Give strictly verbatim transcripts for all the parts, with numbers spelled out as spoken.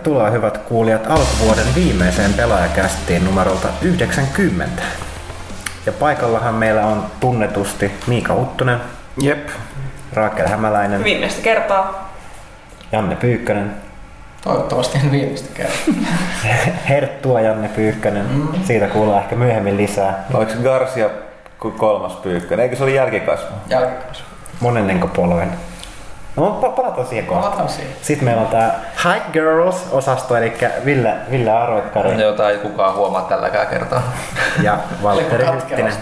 Tervetuloa hyvät kuulijat alkuvuoden viimeiseen pelaajakästiin numerolta yhdeksänkymmentä. Ja paikallahan meillä on tunnetusti Miika Huttunen. Jep. Raakel Hämäläinen. Viimeistä kertaa. Janne Pyykkönen. Toivottavasti en viimeistä kertaa. Herttua Janne Pyykkönen. Mm. Siitä kuullaan ehkä myöhemmin lisää. Oliko Garcia kolmas Pyykkönen? Eikö se oli jälkikasvu? Jälkikasvu. Monennenko polven? No palataan siihen kohtaan. Palataan siihen. Sitten meillä on tää Hi Girls-osasto, eli Ville, Ville Aroikkari. Jota ei kukaan huomaa tälläkään kertaa. Ja Valtteri Hyttinen.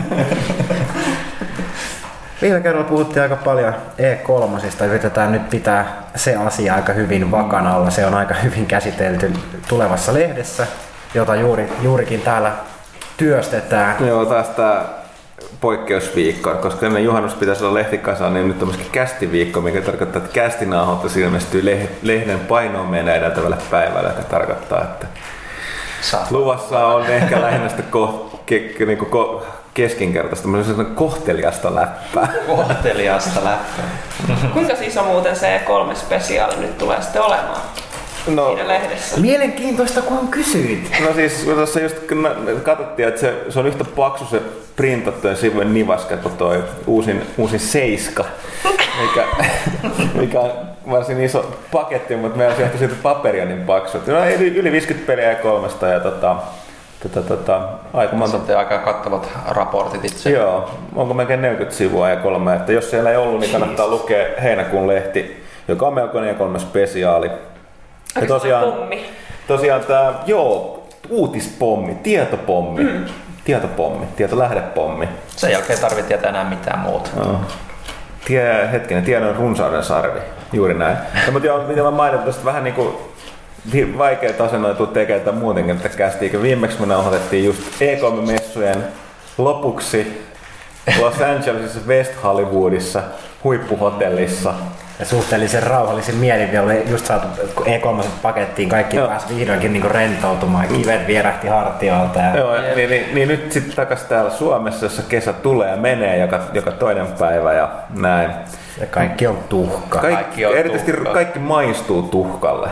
Viime kerralla puhuttiin aika paljon E kolme. Yritetään nyt pitää se asia aika hyvin vakana alla. Se on aika hyvin käsitelty tulevassa lehdessä, jota juuri, juurikin täällä työstetään. Joo, taas tää poikkeusviikko, koska ennen juhannus pitäisi olla lehtikasa, niin nyt on myöskin kästiviikko, mikä tarkoittaa, että kästinauhoitus ilmestyy lehden painoon meidän edeltävälle päivälle, joka tarkoittaa, että Saat. luvassa on ehkä lähinnä sitä ko- ke- niinku ko- keskinkertaista, kohteliasta läppää. Kohteliasta läppää. Kuinka iso muuten se E kolme spesiaali nyt tulee sitten olemaan? No, siinä lehdessä. Mielenkiintoista, kun kysyit. No siis tuossa just katsottiin, että se, se on yhtä paksu se printattujen sivujen nivaska kuin toi uusin, uusin Seiska, mikä, mikä on varsin iso paketti, mutta meillä on sieltä siitä paperia niin paksu. No, yli, yli viisikymmentä peliä ja kolmesta ja tota, tota, tota, aika monta. Sitten aika kattavat raportit itse. Joo, onko melkein neljäkymmentä sivua ja kolme, että jos siellä ei ollut, niin kannattaa lukea heinäkuun lehti, joka on melkoinen E kolme spesiaali. Ja tosiaan, pommi? Tosiaan tämä, joo, uutispommi, tietopommi, mm. tietopommi, tietolähdepommi. Sen jälkeen ei tarvitse tietää enää mitään muuta. No. Tie, hetkinen, tiedon runsauden sarvi, juuri näin. Ja, mutta joo, mitä mä mainitin tästä vähän niinku vaikeita asennoitua tekemään muutenkin, että kästiinkö viimeksi me nauhoitettiin just E kolme-messujen lopuksi Los Angelesissa West Hollywoodissa huippuhotellissa. Ja suhteellisen rauhallisin mielin vielä oli just saatu E kolme pakettiin, kaikki no. pääsi vihdoinkin niinku rentoutumaan, kivet vierähti hartioilta. Ja... Joo, ja niin, niin, niin nyt sitten takas täällä Suomessa, jossa kesä tulee ja menee joka, joka toinen päivä ja näin. Ja kaikki on tuhka. Kaikki, kaikki on erityisesti tuhka. Kaikki maistuu tuhkalle.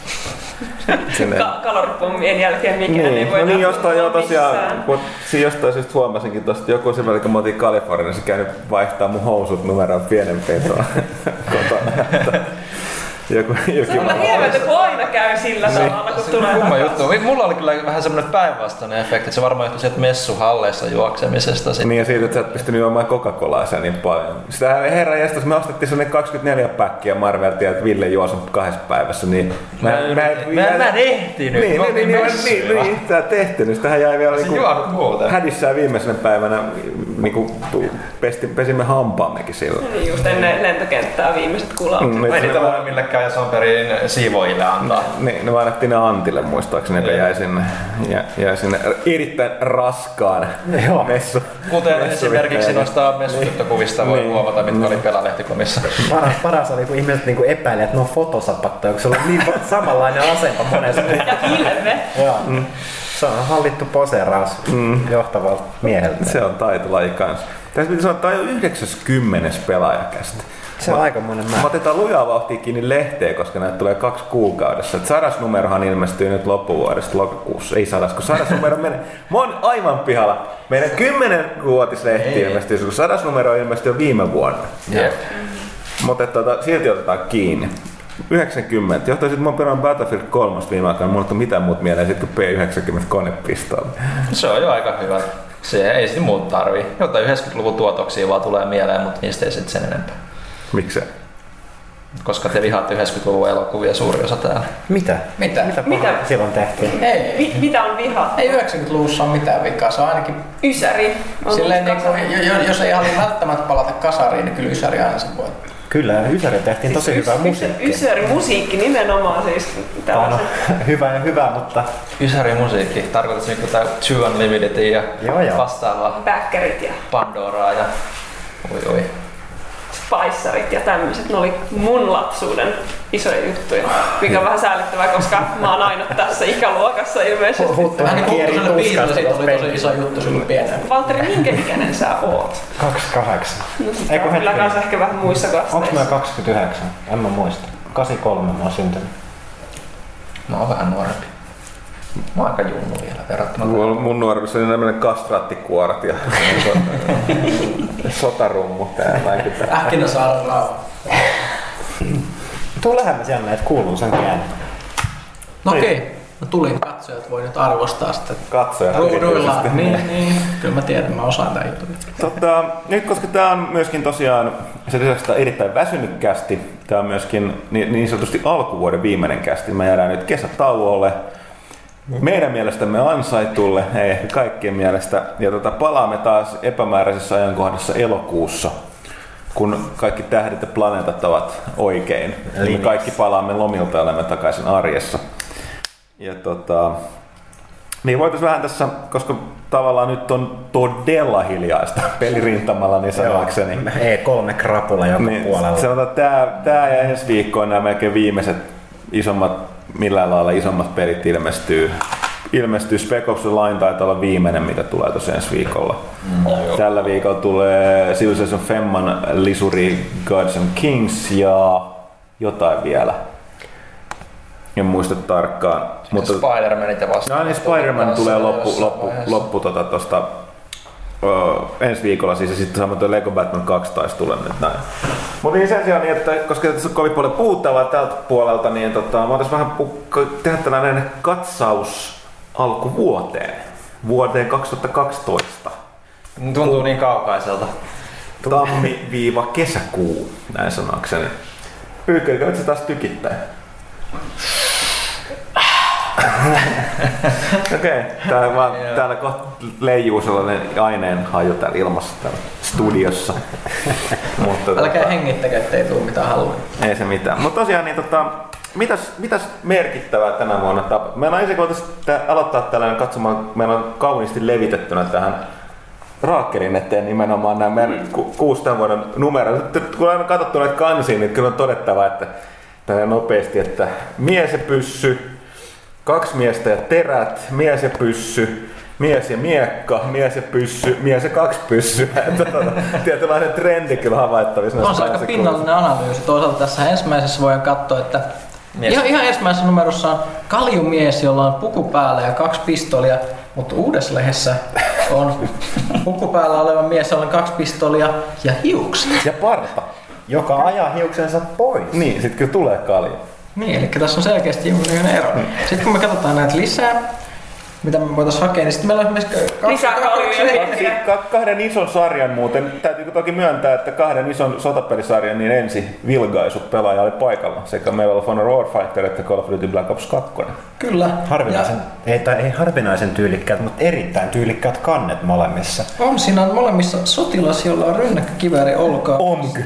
Ka- kaloripommien jälkeen mikään niin, ei voi no niin jostain jo tosiaan, missään. kun siinä jostain syystä huomasinkin tosta joku semmoinen, kun mä otin Kaliforniassa käynyt vaihtaa mun housut numeroon pienempiin tuolla kotona. Joku, joku se on hirveetä, kun aina käy sillä tavalla, kun tulee kumma juttu. Mulla oli kyllä vähän semmoinen päinvastainen efekti, että se varmaan johtui sieltä messuhalleissa juoksemisesta. Niin ja siitä, että sä et pystynyt juomaan Coca-Colaa sen niin paljon. Sitä herra jästäs, me ostettiin sellainen kaksikymmentäneljä päkkiä Marveltia, että Ville juo sen kahdessa päivässä. Niin mä, mä, mä, mä, mä en ehtinyt. Niin, niin, niin, niin, niin, niin, tää tehty. Sitähän jäi vielä niinku hädissään viimeisenä päivänä. Niinku pesti, pesimme hampaammekin silloin. Niin just ennen lentokenttää viimeiset kulaut. Mm, ei niitä voi millekään ja Sonperin siivoojille antaa. Niin, ne annettiin ne Antille muistaakseni, joka jäi sinne, jä, jäi sinne erittäin raskaan messu. Kuten messu esimerkiksi noista messutyttökuvista voi niin. huomata, mitkä oli Pelalehtikomissa. Paras, paras oli, kun ihmiset niinku epäili, että ne on fotosapattoja, kun se oli niin samanlainen asepa monessa. Ja hilve. Joo. Mm. Se on hallittu poseeraus mm. johtavalta mieheltä. Se on taitolaji kanssa. Tässä piti sanoa, että tämä on yhdeksäskymmenes pelaajakästä. Se on aikamoinen määrä. Me otetaan lujaa vauhtia kiinni lehteen, koska näitä tulee kaksi kuukaudessa. Et sadas numerohan ilmestyy nyt loppuvuodesta lokakuussa. Ei sadas, kun sadas numero menee. Mä oon aivan pihalla. Meidän kymmenvuotislehti ilmestyy, kun sadas numero ilmestyi jo viime vuonna. Yep. Mutta tota, silti otetaan kiinni. yhdeksänkymmentä. Johtaisin, että mä oon perään Battlefield kolme viime aikana. Mulla ei ole mitään muuta mieleen sit kuin P yhdeksänkymmentä konepistooli. Se on jo aika hyvä. Se ei sitten muuta tarvii. Jotain yhdeksänkymmentäluvun tuotoksia vaan tulee mieleen, mutta niistä ei sitten sen enempää. Miksi? Koska te vihaatte yhdeksänkymmentäluvun elokuvia suuri osa täällä. Mitä? Mitä? Mitä, Mitä? silloin tehtiin? Ei. Mi- mitä on viha? Ei yhdeksänkymmentäluvussa ole mitään vikaa, se on ainakin... Ysäri. On silleen niin kuin, jos ei halua välttämättä palata kasariin, niin kyllä Ysäri aina sen voi. Kyllä, Ysäri tehtiin tosi hyvää musiikkia. Ysäri musiikki nimenomaan siis. No, hyvä ja hyvä, mutta... Ysäri musiikki. Tarkoitatko niinku tää Two Unlimited ja joo, joo. vastaavaa? Backerit ja... Pandoraa ja... Oi oi. Spicerit ja tämmöiset, ne oli mun lapsuuden isoja juttuja, mikä on vähän säällittävää, koska mä oon aina tässä ikäluokassa ilmeisesti. Vähän niin Huttuselle Piirille siitä oli tosi iso juttu silloin pienenä. Valtteri, minkä ikäinen sä oot? kaksikymmentäkahdeksan. No sit on kyllä kans ehkä vähän muissa kasteissa. Onks mä kaksikymmentäyhdeksän? En mä muista. kahdeksankymmentäkolme mä oon syntynyt. Mä oon vähän nuorempi. Mä oon aika junnu vielä verrattuna. Mun, mun nuoremmissa oli nämmoinen kastraattikuorat ja sotarummut täällä. Ähkinäsaaren rauha. Tuu lähemmäs Janne, et kuuluu sen käänne. No okei, okay. No tulin katsojat, voi nyt arvostaa sitä. Katsojat ruuduilla. Niin, niin, kyllä mä tiedän, mä osaan tää juttu. Tota, nyt koska tää on myöskin tosiaan, se lisäksi erittäin väsynyt kästi, tää on myöskin niin, niin sanotusti alkuvuoden viimeinen kästi. Me jäädään nyt kesätauolle. Meidän mielestämme ansaitulle, ei ehkä kaikkien mielestä. Ja tota, palaamme taas epämääräisessä ajankohdassa elokuussa, kun kaikki tähdet ja planeetat ovat oikein. Eli me kaikki palaamme lomilta ja olemme takaisin arjessa. Ja tota, niin voitaisiin vähän tässä, koska tavallaan nyt on todella hiljaista pelirintamalla, niin sanoakseni. E kolme krapula joka niin, puolella. Sanotaan, että tää, tää ja ensi viikko on nämä melkein viimeiset isommat, millään lailla isommat pelit ilmestyy. Ilmestyy Spec Ops The Line, taitaa olla viimeinen, mitä tulee tuossa ensi viikolla. Mm, Tällä viikolla tulee Civilization Femman lisuri Gods and Kings ja jotain vielä. En muista tarkkaan. Mutta Spider-Manit ja vasta. No niin, Spider-Man tulee loppu, loppu, loppu tota tosta, uh, ensi viikolla siis, ja sitten samoin tuo Lego Batman kaksi taisi tulla nyt näin. Mutta niin sen sijaan, niin, että koska tässä on kovin paljon puhuttavaa tältä puolelta, niin tota, voitaisiin vähän pu- tehdä tällainen katsaus alkuvuoteen. Vuoteen kaksituhattakaksitoista. Tuntuu niin kaukaiselta. Tammi-kesäkuu, näin sanakseni. Pyykköikö nyt se taas tykittää? Okei, okay. Täällä, täällä kohta leijuu sellainen aineen haju täällä ilmassa täällä studiossa. Mutta, älkää tota, hengittäkö, ettei tule mitään halua. Ei se mitään. Mutta tosiaan, niin, tota, mitäs, mitäs merkittävää tänä vuonna tapahtui? Meillä on ensin voitaisiin aloittaa tällainen katsomaan, meillä on kauniisti levitettynä tähän raakkerin eteen nimenomaan nämä meidän ku, kuusi tämän vuoden numeroita. Kun on katsottu näitä kansiin, niin kyllä on todettava, että nopeasti, että mies ja pyssy, kaksi miestä ja terät, mies ja pyssy, mies ja miekka, mies ja pyssy, mies ja kaksi pyssyä. Tietynlainen trendi kyllä havaittavissa. On se aika pinnallinen analyysi. Toisaalta tässä ensimmäisessä voidaan katsoa, että ihan, ihan ensimmäisessä numerossa on kaljumies, jolla on puku päällä ja kaksi pistolia, mutta uudessa lehdessä on puku päällä oleva mies, jolla on kaksi pistolia ja hiukset. Ja parta. Joka ajaa hiuksensa pois. Niin, sit kyllä tulee kalja. Niin, eli tässä on selkeästi jonkinlainen ero. Mm. Sitten kun me katsotaan näitä lisää, mitä me voitaisiin hakea, niin sitten meillä on esimerkiksi lisää kaljuja. Kahden ison sarjan muuten, täytyy toki myöntää, että kahden ison sotapelisarjan niin ensi vilgaisut pelaaja oli paikalla. Sekä meillä oli Honor Warfighter että Call of Duty Black Ops kaksi. Kyllä. Harvinaisen, ja, ei, ei harvinaisen tyylikkäät, mutta erittäin tyylikkäät kannet molemmissa. On, siinä on molemmissa sotilas, jolla on rynnäkkökivääri olkaa. Omg.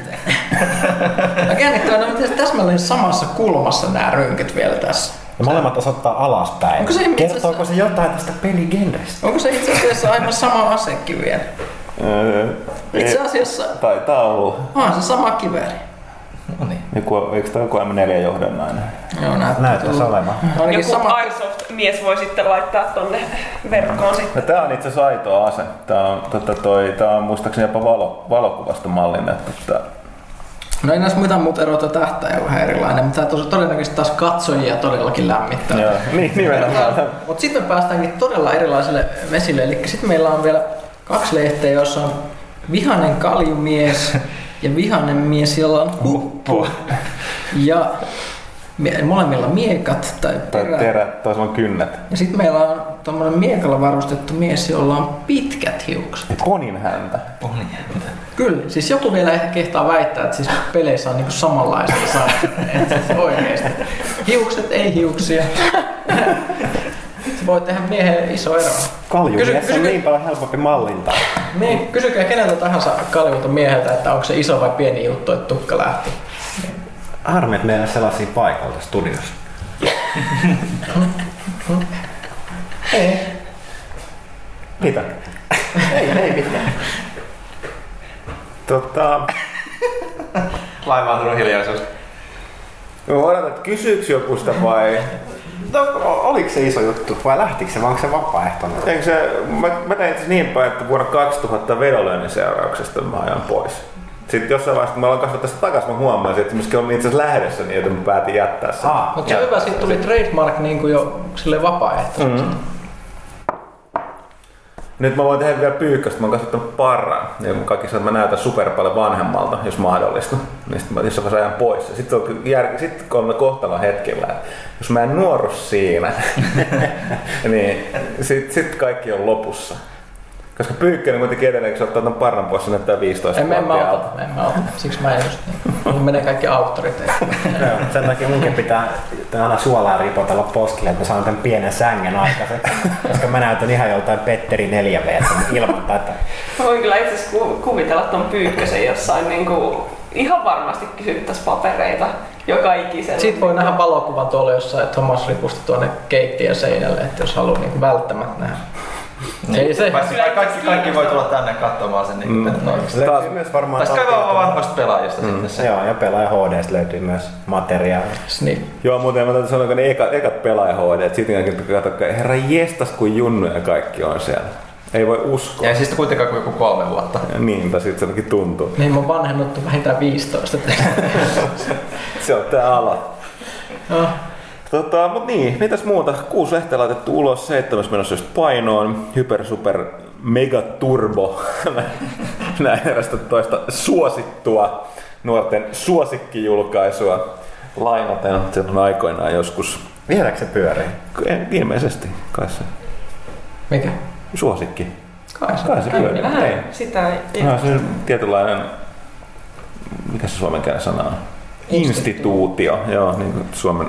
Ja käännittävä, no miten täsmälleen samassa kulmassa nämä rynkyt vielä tässä. Ja molemmat osoittaa alaspäin. Onko se Kertooko se jotain tästä peligenrestä? Onko se itse asiassa aivan sama asekin vielä? Öö, itse asiassa... Taitaa olla. On se sama kivääri. No niin. Joku, eikö tämä joku M neljä johdannainen? Joo, näyttäisi olemaan. Joku sama... Airsoft-mies voi sitten laittaa tonne verkkoon sitten. No, tää on itse asiassa aito ase. Tää on, tota, toi, tää on muistaakseni jopa valo, valokuvasta mallinen. Että... No ei näissä mitään muuta eroa, tähtäin on vähän erilainen, mutta tämä todennäköisesti taas katsojia todellakin lämmittää. Joo, niin nimenomaan. Mutta sitten me päästäänkin todella erilaisille vesille, eli sitten meillä on vielä kaksi lehteä, joissa on vihainen kaljumies ja vihainen mies, jolla on huppu. Ja molemmilla miekat tai terät. Tai terät, tai on kynnet. Ja sitten meillä on tommonen miekalla varustettu mies, jolla on pitkät hiukset. Ponin häntä. Ponin häntä. Kyllä, siis joku vielä ehkä kehtaa väittää, että siis peleissä on niinku samanlaisia sanoja. Siis oikeesti. Hiukset, ei hiuksia. Se voi tehdä miehen iso ero. Kaljumies on niin paljon helpompi mallintaa. Niin, kysykää keneltä tahansa kaljulta mieheltä, että onko se iso vai pieni juttu, että tukka lähti. Harmi, että meillä on sellaisia paikoilta studiossa. Ei. Mitä? Ei, ei mitään. Tota... Laivaantunut hiljaisuus. Mä odotan, että kysyykö joku sitä vai... No, oliko se iso juttu vai lähtikö se vai onko se vapaaehtoinen? Eikö se, mä, mä tein itse niin päin, että vuonna kaksituhatta vedonlyönnin seurauksesta mä ajan pois. Sitten jossain vaiheessa, kun mä aloin kasvaa tästä takaisin, mä huomasin, että myöskin olin itse asiassa lähdössä niin, että mä päätin jättää sen. Ah, mutta se on hyvä, siitä tuli trademark niin kuin jo silleen vapaaehtoisesti. Mm-hmm. Nyt mä voin tehdä vielä pyykköstä, mä oon kasvattanut parran. Ja kaikki sanoo, että mä näytän super paljon vanhemmalta, jos mahdollista. Niin sit mä jossain vaiheessa ajan pois. Sitten on, jär... sit kun on kohtalon hetkellä, jos mä en nuoru siinä, niin sit, sit kaikki on lopussa. Koska pyykkönen kuitenkin edelleen, kun sä ottaa tämän parran pois, se näyttää viisitoista en, en mä ota, en mä ota. Siksi mä en just niin. Mulla menee kaikki auktoriteetti. Sen takia munkin pitää aina suolaa ripotella poskille, että mä saan tämän pienen sängen aikaiseksi. Koska mä näytän ihan joltain Petteri neljä V ilman tätä. Mä voin kyllä itse asiassa kuvitella ton pyykkösen jossain niinku ihan varmasti kysyttäis papereita joka ikisellä. Siitä voi nähdä valokuvan tuolla jossain Thomas Ripusta tuonne keittiön seinälle, että jos haluaa niinku välttämättä nähdä. Niin, se. Kaikki, kaikki, kaikki voi tulla tänne katsomaan sen. Niin mm. Se löytyy myös varmaan... Tässä kaivaa vanhoista pelaajista mm. sitten se. Joo, ja pelaaja H D:stä löytyy myös materiaalia. Niin. Joo, muuten mä täytyy sanoa, että ne ekat, ekat pelaaja H D, että sitten katsokaa, herra jestas kun junnuja kaikki on siellä. Ei voi uskoa. Ja ei siis kuitenkaan kuin joku kolme vuotta. Ja niinpä sit se ainakin tuntuu. Niin mä oon vanhennuttu vähintään viisitoista. Se on tää ala. No. Tota, mut niin, mitäs muuta? Kuusi lehteä laitettu ulos, seitsemäs menossa just painoon. Hyper Super Mega Turbo. Näin erästä toista suosittua nuorten suosikkijulkaisua lainaten. Se on aikoinaan joskus. Vieläkö se pyörii? Ilmeisesti kai se. Mikä? Suosikki. Kai se, kai se pyörii. Vähän sitä ei. No, se on tietynlainen, mikä se suomen kielen sana on? Instituutio, joo, niin kuin Suomen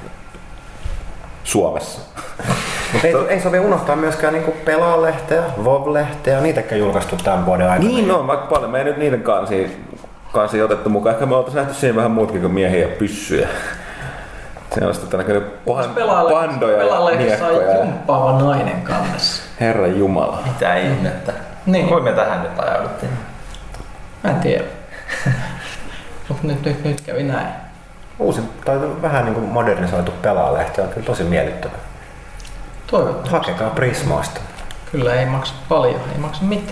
Suomessa. Mutta ei, ei sovi unohtaa myöskään niinku Pelaa-lehteä, WoW-lehteä, niitäkään julkaistu tämän vuoden aikana. Niin on, vaikka paljon. Me ei nyt niiden kansia, kansia otettu mukaan. Ehkä me oltaisiin nähty siinä vähän muutkin kuin miehiä ja pyssyjä. Se on sitten näköinen pandoja ja miekkoja. On jumppaava nainen kannessa. Herra Jumala. Mitä ihmettä. Niin. Voi me tähän nyt ajauduttiin. Mä en tiedä. Mutta nyt, nyt, nyt kävi näin. Uusi tai vähän niin kuin modernisoitu Pelaa-lehti on kyllä tosi miellyttävä. Toivottavasti. Hakekaa Prismoista. Kyllä ei maksa paljon, ei maksa mitään.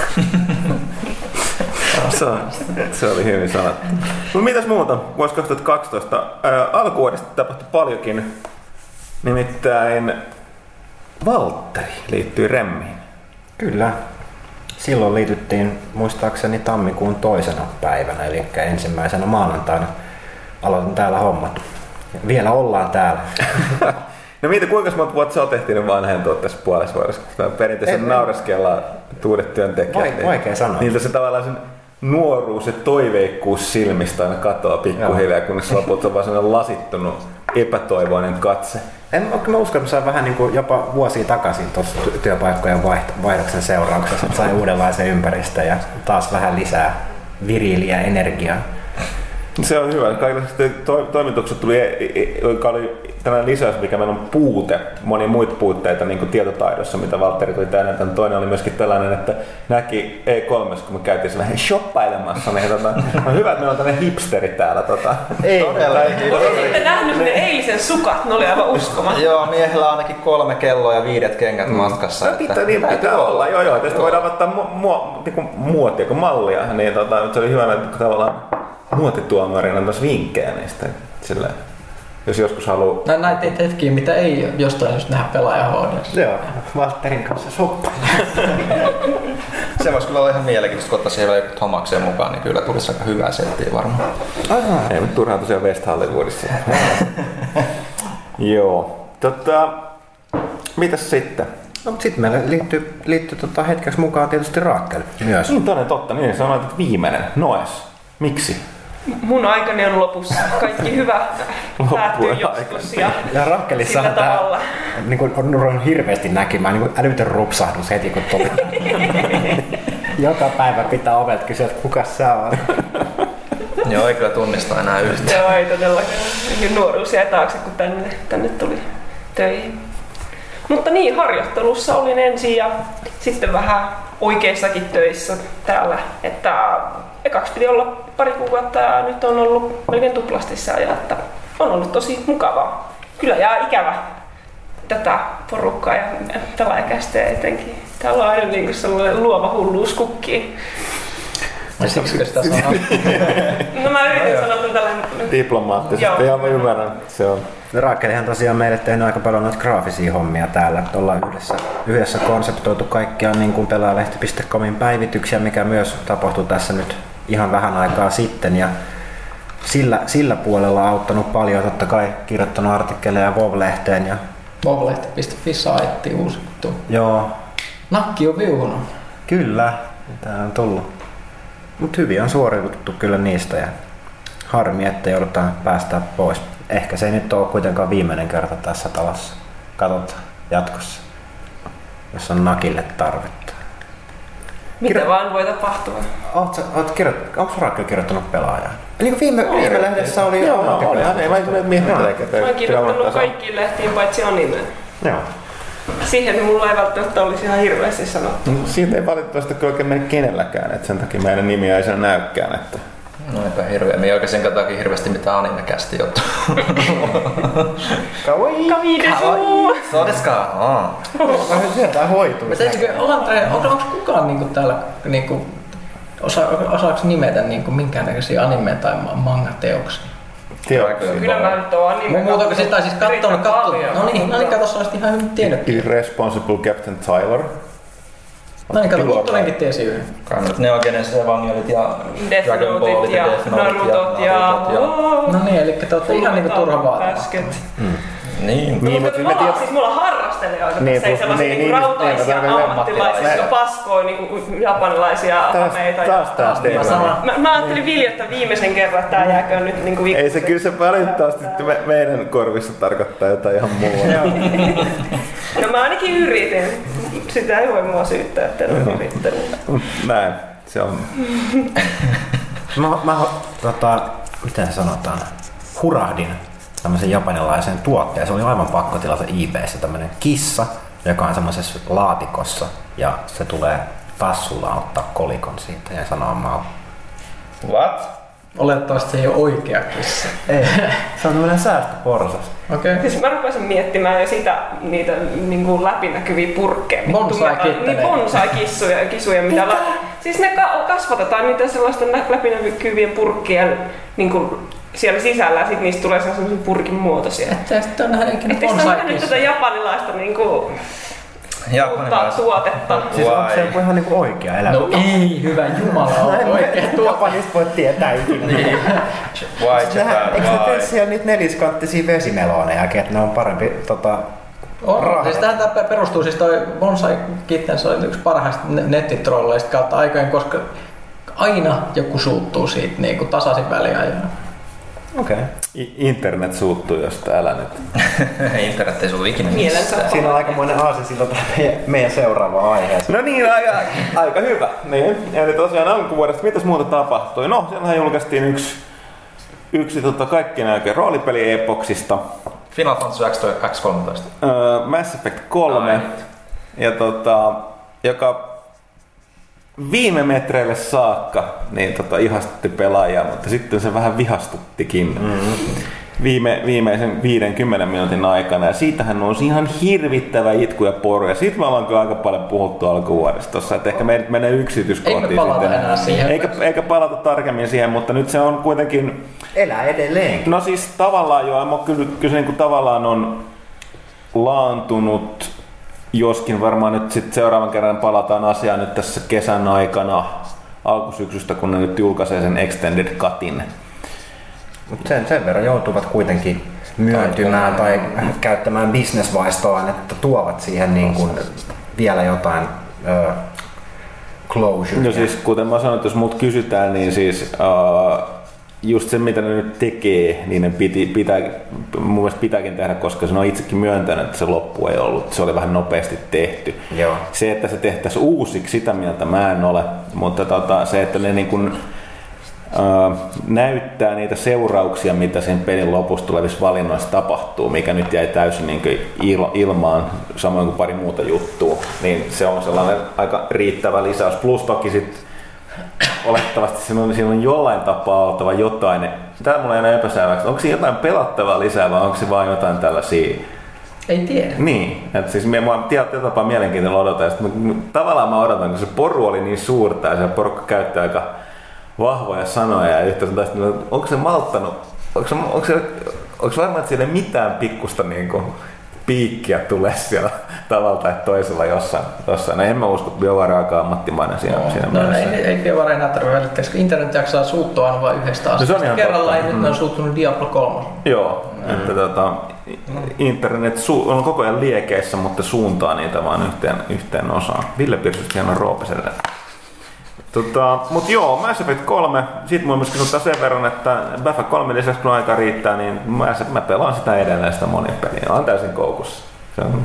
se, se oli hyvin sanottu. No mitäs muuta? Vuosi kaksituhattakaksitoista ää, alkuvuodesta tapahtui paljonkin. Nimittäin Valtteri liittyi Remmiin. Kyllä. Silloin liityttiin muistaakseni tammikuun toisena päivänä, eli ensimmäisenä maanantaina aloitin täällä hommat. Vielä ollaan täällä. No mitä, kuinka monta vuotta sä oot ehtinyt vanhentua tässä puolessa vuodessa? Perinteisesti naureskellaan uudet työntekijät. Vai, vaikea sanoa. Niiltä se tavallaan sen nuoruus ja toiveikkuus silmistä aina katoaa pikkuhiljaa, kunnes lopulta on vaan sellainen lasittunut, epätoivoinen katse. En, mä uskon, että sain vähän niin kuin jopa vuosia takaisin tuossa työpaikkojen vaihdoksen seurauksessa, että sain uudenlaisen ympäristön ja taas vähän lisää viriiliä energiaa. Se on hyvä. Kaikille to- toimitukset tuli, joka oli tällainen lisäys, mikä meillä on puute, monia muita puutteita niin kuin tietotaidossa, mitä Valtteri tuli tänne. Tämän toinen oli myöskin tällainen, että näki E kolme, kun me käytiin vähän shoppailemassa, niin tota, on hyvä, että meillä on tällainen hipsteri täällä. Tota. Ei, todella. Olette nähnyt ne eilisen sukat, ne oli aivan uskomatta. Joo, miehellä on ainakin kolme kelloa ja viidet kengät mm. matkassa. No, pitää, niin pitää olla, joo joo. Tästä voidaan ottaa mu- mu- niinku muotia kuin mallia, niin tota, se oli hyvä, että tavallaan muotituomarina antaisi vinkkejä niistä. Silleen, jos joskus haluaa... Nä, näitä hetkiä, mitä ei jostain just nähdä pelaaja H D:ssä. Joo, Valtterin kanssa soppa. Se voisi kyllä olla ihan mielenkiintoista, kun ottaa siihen vielä Thomakseen mukaan, niin kyllä tulisi aika hyvää settiä varmaan. Aha. Ei nyt turhaan tosiaan West Hollywoodissa. Joo. Tota, mitäs sitten? No, mutta sitten meille liittyy, liittyy tota hetkeksi mukaan tietysti Rakel myös. Niin, toden totta. Niin, sanoit, että viimeinen. Noes. Miksi? Mun aikani on lopussa. Kaikki hyvä päättyy joskus. Ja, ja Rakelissahan tää niin kuin, on ruvennut hirveästi näkymään niin kuin älytön rupsahdus heti kun tuli. Joka päivä pitää ovet kysyä, että kuka sä oot. Joo, ei kyllä tunnista enää yhtään. Joo, ei todellakaan. Nuoruus jäi taakse, kun tänne, tänne tuli töihin. Mutta niin, harjoittelussa olin ensin ja sitten vähän oikeissakin töissä täällä. Että ekaksi piti olla pari kuukautta ja nyt on ollut melkein tuplasti se ajan, että on ollut tosi mukavaa. Kyllä jää ikävä tätä porukkaa ja pelaajakästeä etenkin. Täällä on aina niin sellainen luova hulluus kukkii. Siksikö sitä sanoo? No mä yritin sanoa tämän tällainen... Diplomaattisesti, ihan mä ymmärrän. Se on. Raakelihan tosiaan meille tehnyt aika paljon noita graafisia hommia täällä. Ollaan yhdessä, yhdessä konseptoitu kaikkia niin kuin pelaajalehti piste comin päivityksiä, mikä myös tapahtui tässä nyt ihan vähän aikaa sitten. Ja sillä, sillä puolella auttanut paljon, totta kai kirjoittanut artikkeleja WoW-lehteen. Ja... WoW-lehti piste fi saitti uusi juttu. Joo. Nakki on viuhunut. Kyllä, tää on tullut. Mut hyvin on suoriuduttu kyllä niistä ja harmi, että joudutaan päästä pois. Ehkä se ei nyt ole kuitenkaan viimeinen kerta tässä talossa. Katsotaan jatkossa, jos on nakille tarvetta. Mitä Kirjo- vaan voi tapahtua. Oletko kirjoittanut, Raakel kirjoittanut pelaajaa? Niin kuin viime, viime lehdessä oli Joo, oli. Ei mä en miettinyt. Mä oon kirjoittanut kaikkiin lehtiin paitsi animeen. Joo. Siihen mulla ei välttämättä olisi ihan hirveästi sanottu. No, siitä ei valitettavasti kyllä oikein mene kenelläkään, että sen takia meidän nimiä ei sen näykään. Että... No eipä hirveä. Me ei oikein sen takia hirveästi mitään anime-kästi juttu. Kawaii! Kawaii! Sodeskaa! Sieltä hoituu. Onko kukaan niinku täällä niinku, osa, osaako nimetä niinku minkäännäköisiä anime- tai manga-teoksia? Teoksia. Kyllä mä nyt oon anime. Muuta siis, tai siis kattonut, kattonut. No niin, no niin, kato, sä olisit ihan hyvin tiennyt. Irresponsible Captain Tyler. No niin, kato, Muttonenkin tiesi yhden. Neo Genesis Evangelioit ja Dragon Ballit ja Death Narutot ja... No niin, eli te ootte ihan niinku turha vaatimat. Niin. Niin, mutta me tiedät... Siis mulla harrastelijoita, niin, se ei sellaisia niin, niin, rautaisia niin, ammattilaisia, jotka paskoi niin japanilaisia hameita. Taas taas ja... Mä, mä ajattelin viljottaa viimeisen kerran, että tää jääköön nyt niinku viikkoon. Ei se kyllä se valitettavasti me, meidän korvissa tarkoittaa jotain ihan muuta. No mä ainakin yritin. Sitä ei voi mua syyttää, että en ole yrittänyt. Näin, se on. mä, mä tota, miten sanotaan, hurahdin tämmöisen japanilaisen tuotteen. Se oli aivan pakko tilata eBayssä tämmönen kissa, joka on semmoisessa laatikossa ja se tulee tassulla ottaa kolikon siitä ja sanoa mau. What? Olettavasti se ei ole oikea kissa. Ei, se on tämmönen säästöporsas. Okei. Okay. Siis mä rupesin miettimään jo sitä, niitä niin kuin läpinäkyviä purkkeja. Bonsai-kittäneitä. Niin bonsai-kissuja, kisuja, mitä la... Siis ne ka- kasvatetaan niitä sellaista läpinäkyvien purkkien niin kuin siellä sisällä ja sit niistä tulee sellaisen purkin muotoisia. Ettei sitten ole nähnyt ikinä bonsai-kissuja. Etteikö nähnyt tätä japanilaista niinku uutta tuotetta? Siis onko se joku ihan niinku oikea elämä? No ei, hyvä jumala, on oikea tuote. Japanista voi tietää ikinä. Why Japan? Eikö ne tee siellä niitä neliskanttisia vesimeloneja, että ne on parempi tota... On, siis tähän tämä perustuu, siis toi Bonsai Kitten, se oli yksi parhaista nettitrolleista kautta aikojen, koska aina joku suuttuu siitä niin kuin tasaisin väliajoin. Okei. Okay. Internet suuttuu, jos täällä nyt. Internet ei suutu ikinä missään. Siinä on aikamoinen aasisilta meidän, meidän seuraava aiheeseen. No niin, aika, aika hyvä. Niin. Eli tosiaan alkuvuodesta, mitäs muuta tapahtui? No, siellähän julkaistiin yksi, yksi tota, kaikkien aikojen roolipeli-epoksista. Final Fantasy X kolmetoista. Öö, Mass Effect kolme. Ai. Ja tota, joka viime metreille saakka niin tota, ihastutti pelaajaa, mutta sitten se vähän vihastuttikin mm-hmm. viime, viimeisen viidenkymmenen minuutin aikana. Ja siitähän nousi ihan hirvittävä itku ja poru. Ja siitä me ollaan kyllä aika paljon puhuttu alkuvuodesta tossa, että ehkä meidät menee yksityiskohtiin. Eikä palata enää siihen. Eikä, eikä palata tarkemmin siihen, mutta nyt se on kuitenkin... Elää edelleen. No siis tavallaan joo, mutta kyllä, kyllä se niin kuin tavallaan on laantunut. Joskin varmaan nyt sit seuraavan kerran palataan asiaan nyt tässä kesän aikana alkusyksystä, kun ne nyt julkaisee sen Extended Cutin. Mut sen, sen verran joutuvat kuitenkin myöntymään tai käyttämään bisnesvaistoaan, että tuovat siihen niin kuin vielä jotain uh, closure. No siis kuten mä sanoin, että jos mut kysytään, niin siis uh, just se mitä ne nyt tekee, niin ne piti, pitää, mun mielestä pitääkin tehdä, koska se on itsekin myöntänyt, että se loppu ei ollut. Se oli vähän nopeasti tehty. Joo. Se, että se tehtäisiin uusiksi, sitä mieltä mä en ole, mutta tota, se, että ne niin kun, ää, näyttää niitä seurauksia, mitä sen pelin lopussa tulevissa valinnoissa tapahtuu, mikä nyt jäi täysin niin kuin il- ilmaan, samoin kuin pari muuta juttua, niin se on sellainen aika riittävä lisäys. Plus toki sitten olettavasti siinä on, siinä on jollain tapaa oltava jotain. Tää mulla ei enää epäselväksi. Onko siinä jotain pelattavaa lisää vai onko se vain jotain tällaisia? Ei tiedä. Niin. Että siis mä tietyllä tapaa mielenkiintoinen odotan. Mä, tavallaan mä odotan, kun se poru oli niin suurta ja se porukka käytti aika, vahvoja sanoja ja yhtä taas, onko se malttanut, onko se, onko se, onko se varmaan, että siellä ei mitään pikkusta niin kuin piikkiä tulee siellä tavalla tai toisella jossain. jossain. No en mä usko, että BioWare on aika ammattimainen siinä, no, siinä no, mielessä. ei, ei BioWare enää tarvitse välittää, koska internet jaksaa suuttua aina vain yhdestä asiasta. No, kerralla ei nyt mm. on suuttunut Diablo kolme. Joo, mm. että tota, internet su- on koko ajan liekeissä, mutta suuntaa niitä vaan yhteen, yhteen osaan. Ville Pirsusti hieman Roopiselle. Tota, mut joo, Mass Effect kolme, sit mun myöskin sanotaan sen verran, että Battlefield kolme lisäksi kun aika riittää, niin mä, mä pelaan sitä edelleen sitä monin peliä. Olen täysin koukussa. Se on,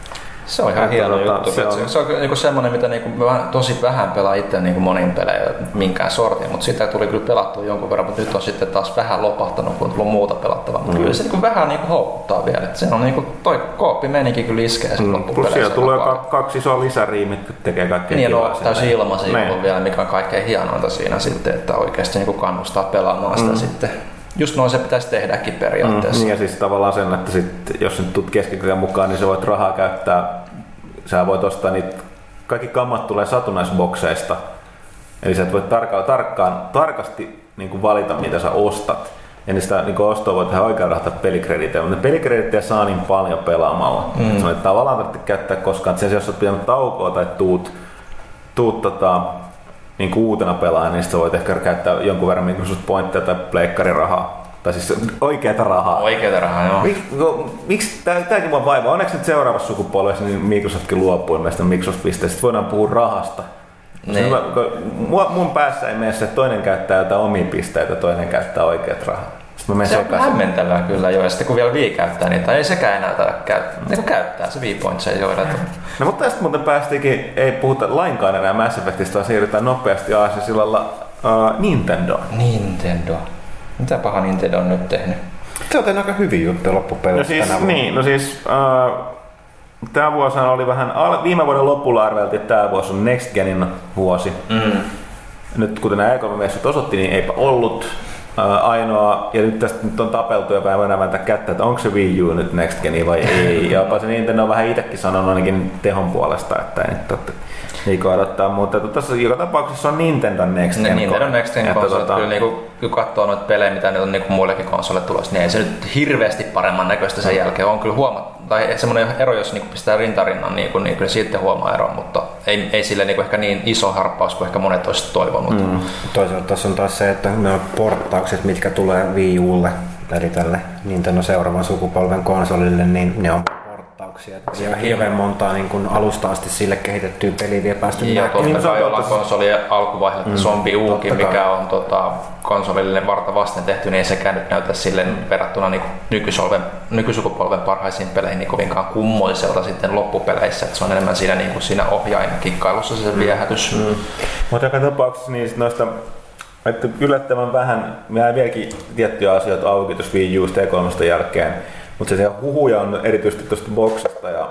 se on ihan että hieno tota, juttu. Se on, se on niinku semmoinen, mitä niinku tosi vähän pelaa itse niinku monin pelejä minkään sortin, mutta sitä tuli kyllä pelattua jonkun verran, mutta nyt on sitten taas vähän lopahtanut, kun on tullut muuta pelattavaa. Mutta mm. kyllä se niinku vähän niinku houkuttaa vielä. Et se on niinku toi kooppi meininki kyllä iskee mm. loppupeleissä. Plus siellä tulee kaksi isoa lisäriimit, kun tekee kaikkea niin, kivaa. Niin, no täysin ilmaisia vielä, mikä on kaikkein hienointa siinä sitten, että oikeasti niinku kannustaa pelaamaan sitä mm. sitten. Just noin se pitäisi tehdäkin periaatteessa. Mm, niin ja siis tavallaan sen, että sit, jos nyt tulet keskikirjan mukaan, niin sä voit rahaa käyttää. Sä voit ostaa niitä, kaikki kammat tulee satunnaisbokseista. Eli sä et voi tarkkaan, tarkkaan, tarkasti niin kuin valita, mitä sä ostat. Ja niin sitä niin ostoa voi tehdä oikein rahata pelikreditejä, mutta pelikreditejä saa niin paljon pelaamalla. Mm. Se on tavallaan tarvitse käyttää koskaan. Sen jos olet pitänyt taukoa tai tuut, tuut tota, niin uutena pelaamaan, niin sä voit ehkä käyttää jonkun verran Microsoft Pointtia tai pleikkarirahaa. Tai siis oikeata rahaa. Oikeata rahaa, joo. Mik, no, miksi tämäkin mua vaivaa? Onneksi nyt seuraavassa sukupolvessa niin Microsoftkin luopui meistä Microsoft-pisteistä. Voidaan puhua rahasta. Niin. Hyvä, mun päässä ei mene se, että toinen käyttää jotain omia pisteitä ja toinen käyttää oikeat rahaa. Se on hämmentävää kyllä jo, ja sitten kun vielä Wii käyttää niitä, ei sekään enää taida käyttää. Niin käyttää se Wii Points ei joida. No mutta tästä muuten päästiinkin, ei puhuta lainkaan enää Mass Effectista, vaan siirrytään nopeasti Aasiasillalla uh, Nintendo. Nintendo. Mitä paha Nintendo on nyt tehnyt? Se on tehnyt aika hyviä juttuja loppupeleissä no siis, tänä vuonna. Niin, no siis uh, tämä vuosi oli vähän, viime vuoden lopulla arveltiin, että tämä vuosi on Next Genin vuosi. Mm. Nyt kuten nämä E kolme-messut osoitti, niin eipä ollut uh, ainoa, ja nyt tästä nyt on tapeltu ja voidaan vääntää kättä, että onko se Wii U nyt Next Geni vai ei. Ja jopa se Nintendo on vähän itsekin sanonut ainakin tehon puolesta, että ei nyt ole liikaa odottaa, mutta tässä joka tapauksessa on Nintendo Next Gen. Nintendo Next Gen konsolit, tota... kyllä niinku, kun katsoo noita pelejä, mitä nyt on niinku muillekin konsoleille tulossa, niin ei se nyt hirveästi paremman näköistä sen jälkeen. On kyllä huomattu, tai semmoinen ero, jos niinku pistää rintarinnan, niinku, niin kyllä siitä huomaa eroa, mutta ei, ei sille niinku ehkä niin iso harppaus kuin ehkä monet olisivat toivonut. Mm. Toisaalta tässä on taas se, että ne porttaukset, mitkä tulee Wii Ulle, eli tälle Nintendo seuraavan sukupolven konsolille, niin ne on porttauksia. Siellä on hirveän montaa niin kun alusta asti sille kehitettyä peliä vielä päästy näkemään. Ja totta kai ollaan konsolien alkuvaiheella, mm, Zombie Ukin, mikä on tota, konsolille varta vasten tehty, niin ei sekään nyt näytä sille verrattuna niin nykysukupolven parhaisiin peleihin niin kovinkaan kummoiselta sitten loppupeleissä. Et se on enemmän siinä, niin kuin siinä ohjaina kikkailussa se viehätys. Mm. Mm. Mutta joka tapauksessa niin noista että yllättävän vähän, meillä on vieläkin tiettyjä asioita auki tuossa Wii U:sta ja kolmosta jälkeen, mutta se huhuja on erityisesti tuosta boxista ja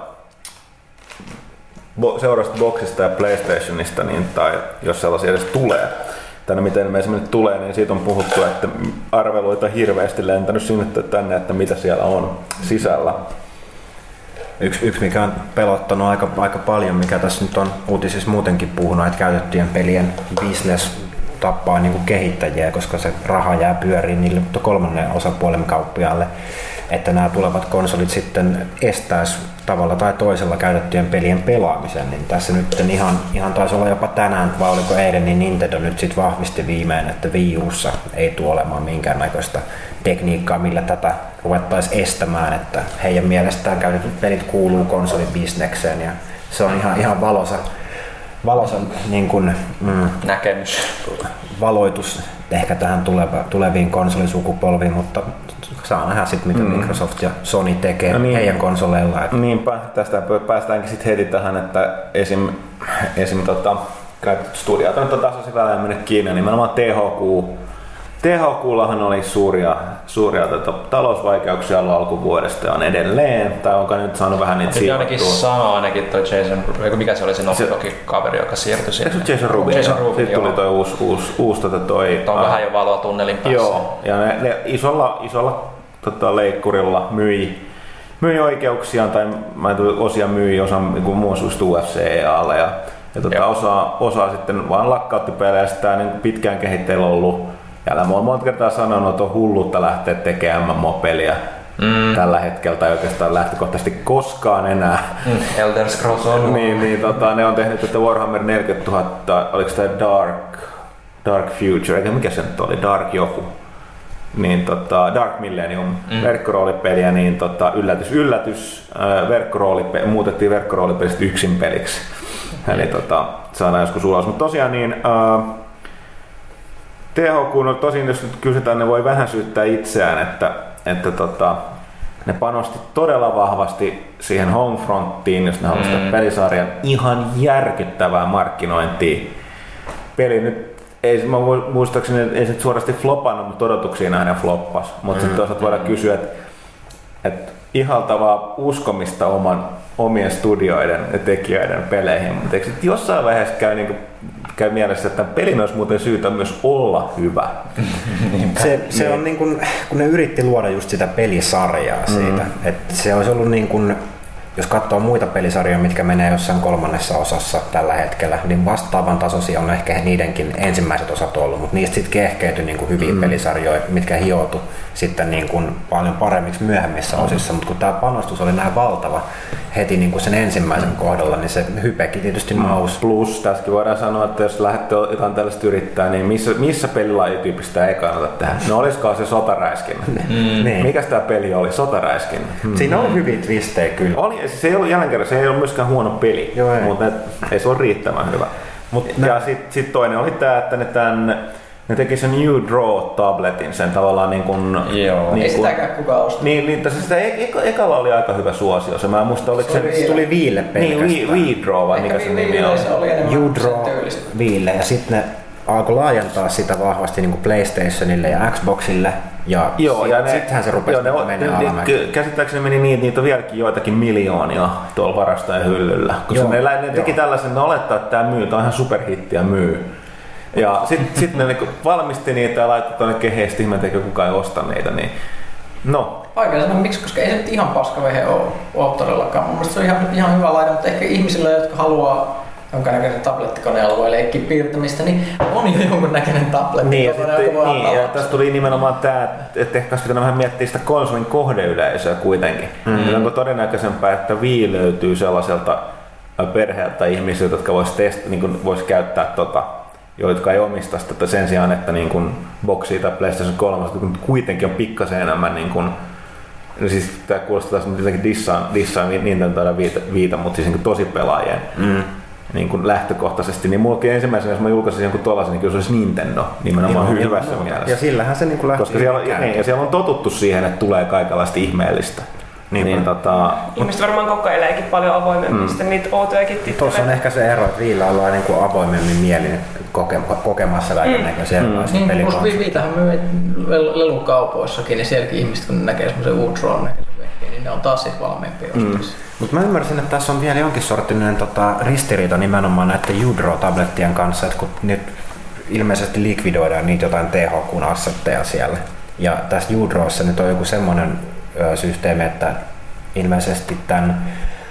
bo, seuraavasta boxista ja PlayStationista, niin, tai jos sellaisia edes tulee, tai miten me esimerkiksi tulee, niin siitä on puhuttu, että arveluita hirveästi lentänyt sinne tänne, että mitä siellä on sisällä. Yksi, yksi mikä on pelottanut aika, aika paljon, mikä tässä nyt on uutisissa muutenkin puhunut, että käytettyjen pelien business tappaa niin kuin kehittäjiä, koska se raha jää pyöriin niille kolmannen osapuolen kauppiaalle, että nämä tulevat konsolit sitten estäisi tavalla tai toisella käytettyjen pelien pelaamisen, niin tässä nyt ihan, ihan taisi olla jopa tänään, vai oliko eilen, niin Nintendo nyt sitten vahvisti viimein, että Wii U:ssa ei tule olemaan minkäännäköistä tekniikkaa, millä tätä ruvettaisiin estämään, että heidän mielestään käytetyt pelit kuuluu konsolibisnekseen ja se on ihan, ihan valoisa valoisen niin kuin, mm, näkemys, valoitus ehkä tähän tuleva, tuleviin konsolisukupolviin, mutta saa nähdä sitten mitä mm. Microsoft ja Sony tekee no niin, heidän konsoleillaan. Niinpä, tästä päästäänkin sitten heti tähän, että esim, esim tota, studiota nyt on tasoisin välein mennyt Kiinaan, nimenomaan T H Q. T H Q:llahan oli suuria, suuria tota, talousvaikeuksia ollut alkuvuodesta ja on edelleen, tai onko nyt saanut vähän niitä siivottua? Ainakin sanoo ainakin toi Jason, mikä se oli se Naughty-kaveri, joka siirtyi sinne. Eikö se Jason Rubin? Jason Rubin, sitten joo. Tuli toi uusi, uusi, uusi tota toi... Tuo on uh, vähän jo valoa tunnelin päässä. Joo, ja ne, ne isolla, isolla tota, leikkurilla myi, myi oikeuksiaan, tai mä en tule, osia myi, osa niin muun muassa U F C E A:lle ja Ja tota, osa, osa sitten vaan lakkautti pelejä, sitä niin pitkään kehitteillä ollut. Ja mä oon monta kertaa sanonut, että on hulluutta lähteä tekemään M M O-peliä mm. tällä hetkellä, tai oikeastaan lähtökohtaisesti koskaan enää. Mm. Elder Scrolls on. niin, niin tota, ne on tehnyt tätä Warhammer neljäkymmentätuhatta, oliko tämä Dark, Dark Future, eikä mikä se nyt oli, Dark joku. Niin, tota, Dark Millennium mm. verkkoroolipeliä, niin tota, yllätys, yllätys, äh, verkkoroolipe- muutettiin verkkoroolipelistä yksin peliksi. Mm. Eli tota, saadaan joskus ulos. Mutta tosiaan niin, äh, T H Q, no tosin jos nyt kysytään, ne voi vähän syyttää itseään, että, että tota, ne panosti todella vahvasti siihen Homefrontiin, jos ne mm. halusivat pelisarjan ihan järkyttävää markkinointia. Peli nyt ei, mä muistaakseni, ei se suorasti flopannut, mutta odotuksia nähden floppas. Mutta mm. sitten toisaalta voidaan kysyä, että, että ihaltavaa uskomista oman, omien studioiden ja tekijöiden peleihin. Mutta eikö jossain vaiheessa käy, niin kuin, käy mielessä, että pelin olisi muuten syytä myös olla hyvä? se, se on niin kuin, kun ne yritti luoda just sitä pelisarjaa siitä. Mm. Että se olisi ollut niin kuin, jos katsoo muita pelisarjoja, mitkä menee jossain kolmannessa osassa tällä hetkellä, niin vastaavan tasoisia on ehkä niidenkin ensimmäiset osat ollut, mutta niistä sitten kehkeytyi niin kuin hyviä mm. pelisarjoja, mitkä hioutu sitten niin kuin paljon paremmiksi myöhemmissä mm. osissa, mutta kun tämä panostus oli näin valtava heti niin kuin sen ensimmäisen mm. kohdalla, niin se hypekin tietysti mm. nousi. Plus, tässäkin voidaan sanoa, että jos lähdette jotain tällaista yrittää, niin missä, missä pelilajityypistä ei kannata tehdä? No olisikohan se sotaräiskintä? Mm. Niin. Mikäs tämä peli oli? Sotaräiskintä. Mm. Siinä oli hyviä twistejä kyllä. Oli, se ei ollut jälleen kerran, se ei ollut myöskään huono peli, Joo, ei. mutta ne, ei se ole riittävän hyvä. Mut ja sitten sit toinen oli tämä, että ne, tämän, ne teki sen New Draw-tabletin, sen tavallaan niin kuin... Joo, niin ei kun, sitäkään kukaan osta. Niin, niin tässä sitä eka, ekalla oli aika hyvä suosio, se mä muista, oliko se... Se tuli Viille pelkästään. Niin, WeDraw vai mikä se nimi on? Se oli enemmän New Draw Viille, ja sitten ne alkoi laajentaa sitä vahvasti niin kuin PlayStationille ja Xboxille. Ja joo, sit, ja ne, sittenhän se rupesi joo, ne, menemään alamäkiin. Käsittääkseni meni niin, että niitä on vieläkin joitakin miljoonia tuolla varastojen hyllyllä. Koska joo, ne, ne teki tällaisen, ne olettaa, että tämä myy, tämä on ihan superhitti ja myy. Ja sitten sit ne niinku valmisti niitä ja laittoi tuonne keheesti, ihmettä, eikö kukaan ei osta niitä. Niin. No. Vaikea sanoa miksi, koska ei se nyt ihan paskavehe ole, ole todellakaan. Mun mielestä se on ihan, ihan hyvä laite, mutta ehkä ihmisillä, jotka haluaa jonkinnäköisen tablettikoneella voi leikkiä piirtämistä, niin on jo jonkunnäköinen tabletti. Niin, ja, sitten, niin, ja tässä tuli nimenomaan tämä, että ehkä olisi pitänyt vähän miettiä sitä konsolin kohdeyleisöä kuitenkin. Mm. Onko todennäköisempää, että Wii löytyy sellaiselta perheeltä ihmisiltä, jotka vois, test, niin vois käyttää tota, jotka ei omista sitä sen sijaan, että niin kuin Boxia tai PlayStation kolme kuitenkin on pikkasen enemmän niin kuin, siis tämä kuulostaa taas jotenkin dissaan, dissaan Nintendo viita, viita, mutta siis niin tosi pelaajien. Mm. Niin kuin lähtökohtaisesti, niin mullakin ensimmäisenä, jos mä julkaisin jonkun tollasen, niin kyllä se olisi Nintendo nimenomaan hyvin hyvässä no, mielessä. Ja sillähän se niin kuin lähti. Koska siellä, niin, ja siellä on totuttu siihen, että tulee kaikenlaista ihmeellistä. Niin, niin, tota, ihmiset varmaan kokeileekin paljon avoimemmin mm. niitä outojakin tittelejä. Tuossa on ehkä se ero, että Viillä ollaan niin kuin avoimemmin mielin koke- kokemassa kaikennäköisiä mm. erilaisia mm. pelikoneita. Niin, Viitähän myy lelukaupoissakin, niin sielläkin ihmiset kun ne näkee semmoisen WoodRawn näköisen vehkeen, niin ne on taas siis valmiimpia mm. ostiksi. Mutta mä ymmärsin, että tässä on vielä jonkin sorttinen tota, ristiriita nimenomaan näiden WoodRaw-tablettien kanssa, että kun nyt ilmeisesti likvidoidaan niitä jotain T H Q:n assetteja siellä. Ja tässä WoodRawssa nyt on joku semmoinen ö, systeemi, että ilmeisesti tämän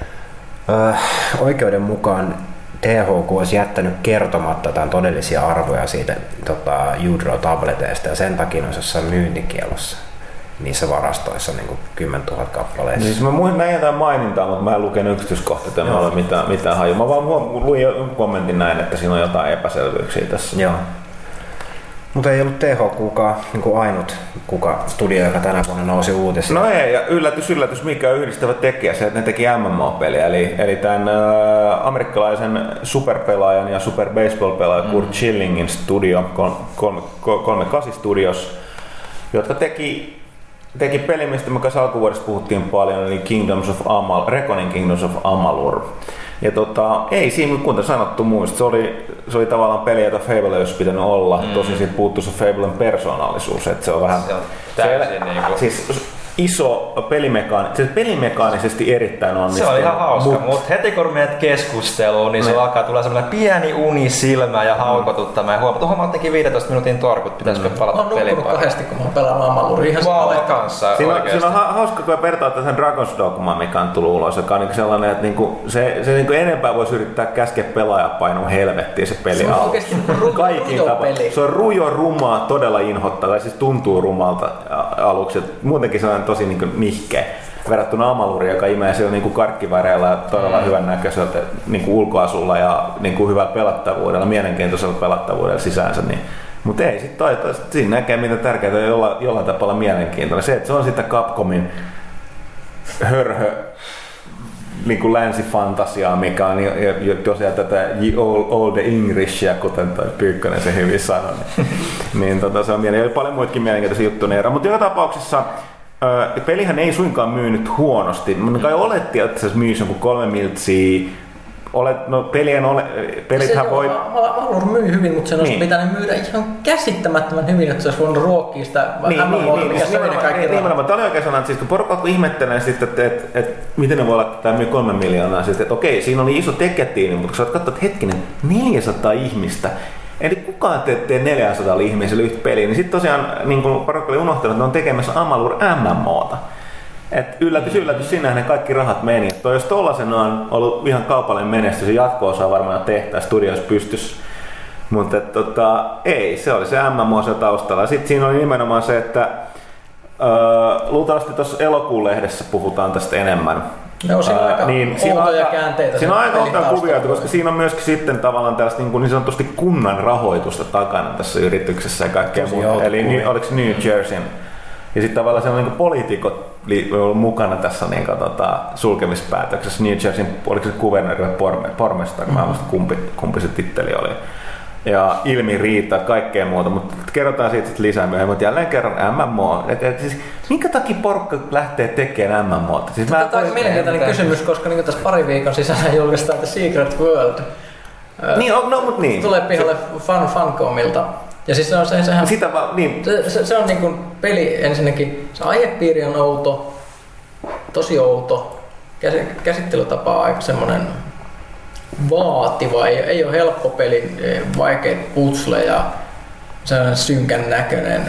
ö, oikeuden mukaan T H Q olisi jättänyt kertomatta tämän todellisia arvoja siitä tota, WoodRaw-tableteista ja sen takia olisi jossain myyntikielossa niissä varastoissa niin kuin kymmentuhatta kappaleessa. Siis mä muistin näin jotain mainintaa, mutta mä en lukenut yksityiskohtia, että en ole mitään, mitään hajua. Mä vaan luin kommentin näin, että siinä on jotain epäselvyyksiä tässä. Joo. Mutta ei ollut T H Q:kaan niin kuin ainut kuka studio, joka tänä vuonna nousi uutisiin. No ei, ja yllätys, yllätys, mikä on yhdistävä tekijä, se, että ne teki M M O-peliä, eli, eli tämän äh, amerikkalaisen superpelaajan ja super baseball-pelaajan mm. Kurt Schillingin studio, kolmekymmentäkahdeksan Studios, jotka teki Teki peli, mistä me kanssa alkuvuodessa puhuttiin paljon, eli Kingdoms of Amal, Reckoning Kingdoms of Amalur. Ja tota, ei siinä, kuten sanottu muista, se oli, se oli tavallaan peli, jota Fable ei olisi pitänyt olla. Mm. Tosin siitä puuttuu se Fablen persoonallisuus, että se on vähän... Se on täysin se, niinku... Siis, iso pelimekaani, se pelimekaanisesti erittäin onnistunut. Se oli ihan hauska, Mut, mutta heti kun menet keskusteluun, niin se alkaa tulla semmoinen pieni uni silmään ja haukotuttamaan. Ja huomaa, tuohon mä ottinkin viisitoista minuutin torkut, pitäisikö palata Mä pelin oon nukkunut kahdesti, kun mä oon pelannut Amaluri. Ihan Vauva sama kanssa Siinä on, oikeesti. siinä on ha- hauska, kun vertaa sen Dragon's Dogmaan, mikä on tullut ulos, joka on niin sellainen, että niinku, se, se niinku enempää voisi yrittää käskeä pelaajaa painua helvettiin se peli Se on alta. oikeesti ru- Kaikin rujo tapa. peli. Se on rujo, rumaa, todella inhottava, tai siis tuntuu rumalta aluksi. Muutenkin se on tosi niinku nihkeä verrattuna Amaluriin, joka imee siellä niinku karkkiväreillä ja todella mm. hyvän näköiseltä niinku ulkoasulla ja niinku hyvällä pelattavuudella, mielenkiintoisella pelattavuudella sisäänsä. Niin. Mutta ei, sit toi, toi, siinä näkee mitä tärkeää on jolla, jollain tapaa mielenkiintoinen. Se, että se on sitä Capcomin hörhö niinku länsifantasiaa, mikä on jo, jo, tosiaan tätä old, old Englishia, kuten toi Pyykkönen se hyvin sanoi. Niin, niin tota, se on mielenkiintoinen. Paljon muitakin mielenkiintoisia juttuja. Mutta joka tapauksessa Öö, pelihän ei suinkaan myynyt huonosti. Mä kai olettiin, että se myisi jonkun kolme miltsiä. Olet, no pelien ole, pelithän se voi... Valur myy hyvin, mutta sen olisi niin. pitänyt myydä ihan käsittämättömän hyvin, että se olisi voinut ruokkia sitä Niin, M M O:ta, niin, mikä niin, söi ne kaikki niin, rahat. Tämä oli oikein sana, että siis kun porukka alkoi ihmettelemään, että, että, että, että miten ne voi olla, että tämä myy kolme miljoonaa. Siis, että okei, siinä oli iso teketiini, mutta kun sä oot katsonut, että hetkinen, neljäsataa ihmistä. Eli kukaan te tee neljäsataa ihmiselle yhtä peliä, niin sitten tosiaan niin kuin porukka oli unohtanut, että ne on tekemässä Amalur M M O:ta. Et yllätys, yllätys, sinnehän ne kaikki rahat meni. Et toi, jos tollasena on ollut ihan kaupallinen menestys, ja jatko-osaa varmaan tehtäisiin studios pystyssä. Mutta tota, ei, se oli se M M O se taustalla. Sitten siinä oli nimenomaan se, että öö, luultavasti tuossa elokuun lehdessä puhutaan tästä enemmän. Joo, siinä on aika niin, outoja käänteitä. Siinä on aika outoja kuvioita, koska puolesta. siinä on myöskin sitten tavallaan tällaista niin, niin sanotusti kunnan rahoitusta takana tässä yrityksessä ja kaikkea muuta. Eli niin, oliko se New Jerseyn? Ja sitten tavallaan siellä on niin poliitikot ollut mukana tässä niin kuin, tota, sulkemispäätöksessä. New Jerseyn, oliko se kuvernööri vai porme, pormestari, mm-hmm. mä en muista kumpi, kumpi se titteli oli. Ja ilmi riittää kaikkea muuta, mutta kerrotaan siitä sitten lisää myöhemmin. Mutta jälleen kerran M M O. Et, et, siis, minkä takia porukka lähtee tekemään M M O:ta? Siis Tämä on mielenkiintoinen kysymys, koska niin tässä pari viikon sisällä julkaistaan The Secret World. Niin, no, no mutta niin. Tulee pihalle Fun Funcomilta. Ja siis se on se, sehän, Sitä vaan, niin. se, se, se on niin kuin peli ensinnäkin, se aihepiiri on outo, tosi outo, käsittelytapa on aika semmoinen vaativa, ei, ei ole helppo peli, vaikeita putsleja, sellainen synkän näköinen,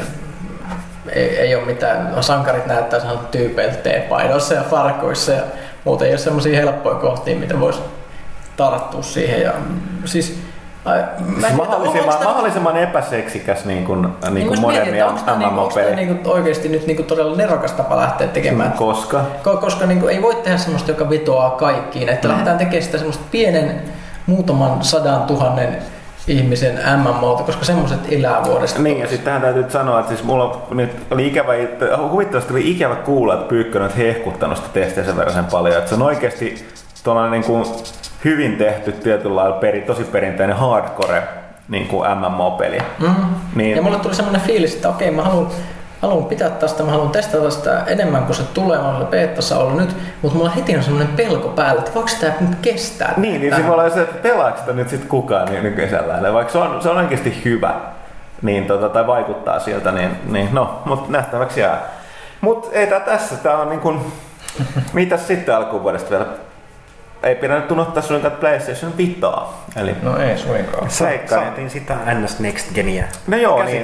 ei, ei ole mitään, sankarit näyttää sellainen tyypeiltä teepaidoissa ja farkuissa ja muuten ei ole semmoisia helppoja kohtia, mitä voisi tarttua siihen. Ja, siis, Siis mahdollisimman, tämä, mahdollisimman epäseksikäs niin kuin, niin niin kuin moderni M M O-peli. Onko tämä oikeasti nyt niin kuin todella nerokas tapa lähteä tekemään? Koska? Koska niin kuin, ei voi tehdä semmoista, joka vetoaa kaikkiin. Että mm. lähdetään tekemään sitä semmoista pienen, muutaman sadan tuhannen ihmisen M M O:ta, koska semmoiset elää vuodesta. Niin, ja sitten tähän täytyy sanoa, että siis mulla nyt oli ikävä, huvittavasti oli ikävä kuulla, että Pyykkönen on hehkuttanut sitä testiä sen verran sen paljon. Että se on oikeasti tuollainen niin kuin hyvin tehty tietyllä lailla peri, tosi perinteinen hardcore niin kuin M M O-peli. Mm-hmm. Niin. Ja mulle tuli semmoinen fiilis, että okei, mä haluan, haluan pitää tästä, mä haluan testata sitä enemmän kuin se tulee, mä olen beetassa ollut nyt, mutta mulla heti on semmoinen pelko päällä, että voiko tämä nyt kestää? Niin, niin siinä voi se, että pelaako sitä nyt sitten kukaan niin nykyisellään, vaikka se on, se on oikeasti hyvä, niin, tota, tai vaikuttaa sieltä, niin, niin no, mutta nähtäväksi jää. Mutta ei tää tässä, tää on niin kuin, mitäs sitten alkuvuodesta vielä? Ei pidä nyt unohtaa suinkaan PlayStation Vitaa. Eli no ei suinkaan. Saatiin sitä N S Next Genia. No joo, niin.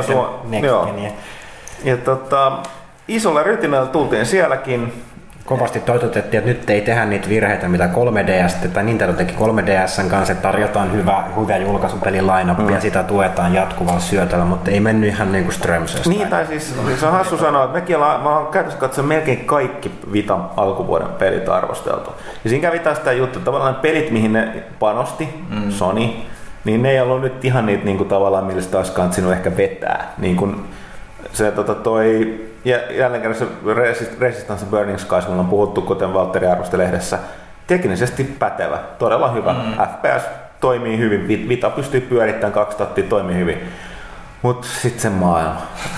Next Genia. Ja tota, isolla rytinällä tultiin sielläkin. Kovasti toitotettiin, että nyt ei tehdä niitä virheitä, mitä kolme D S tai Nintendo teki kolme D S:n kanssa, että tarjotaan hyvä, hyvä julkaisupelin line-up mm. ja sitä tuetaan jatkuvalla syötöllä, mutta ei mennyt ihan niin kuin Strömsöstä. Niin, tai siis se on hassu sanoa, että mekin ollaan, mä oon käytössä katsoa melkein kaikki Vitan alkuvuoden pelit arvosteltu. Ja siinä kävi taas sitä juttu, että tavallaan pelit, mihin ne panosti, mm. Sony, niin ne ei ollut nyt ihan niitä niin kuin tavallaan, millä sitä olisi kantsinut ehkä vetää. Niin kuin se tota toi, ja jälleen kerran se Resistance Burning Skies, on puhuttu, kuten Valtteri arvostelehdessä, teknisesti pätevä, todella hyvä. Mm. F P S toimii hyvin, Vita pystyy pyörittämään kaksi tattia, toimii hyvin. Mut sit se maailma.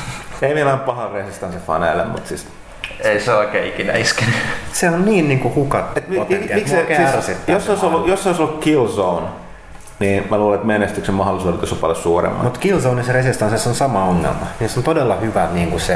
Ei millään paha Resistance-faneille, mut siis ei se oikein ikinä iskenyt. Se on niin niinku hukat. Et, mi, mi, miksi se, siis, jos, olisi ollut, jos olisi ollut Killzone, niin mä luulen, että menestyksen mahdollisuudet on paljon suuremmat. Mutta Killzone ja Resistance on sama ongelma. Niissä on todella hyvät niin kuin se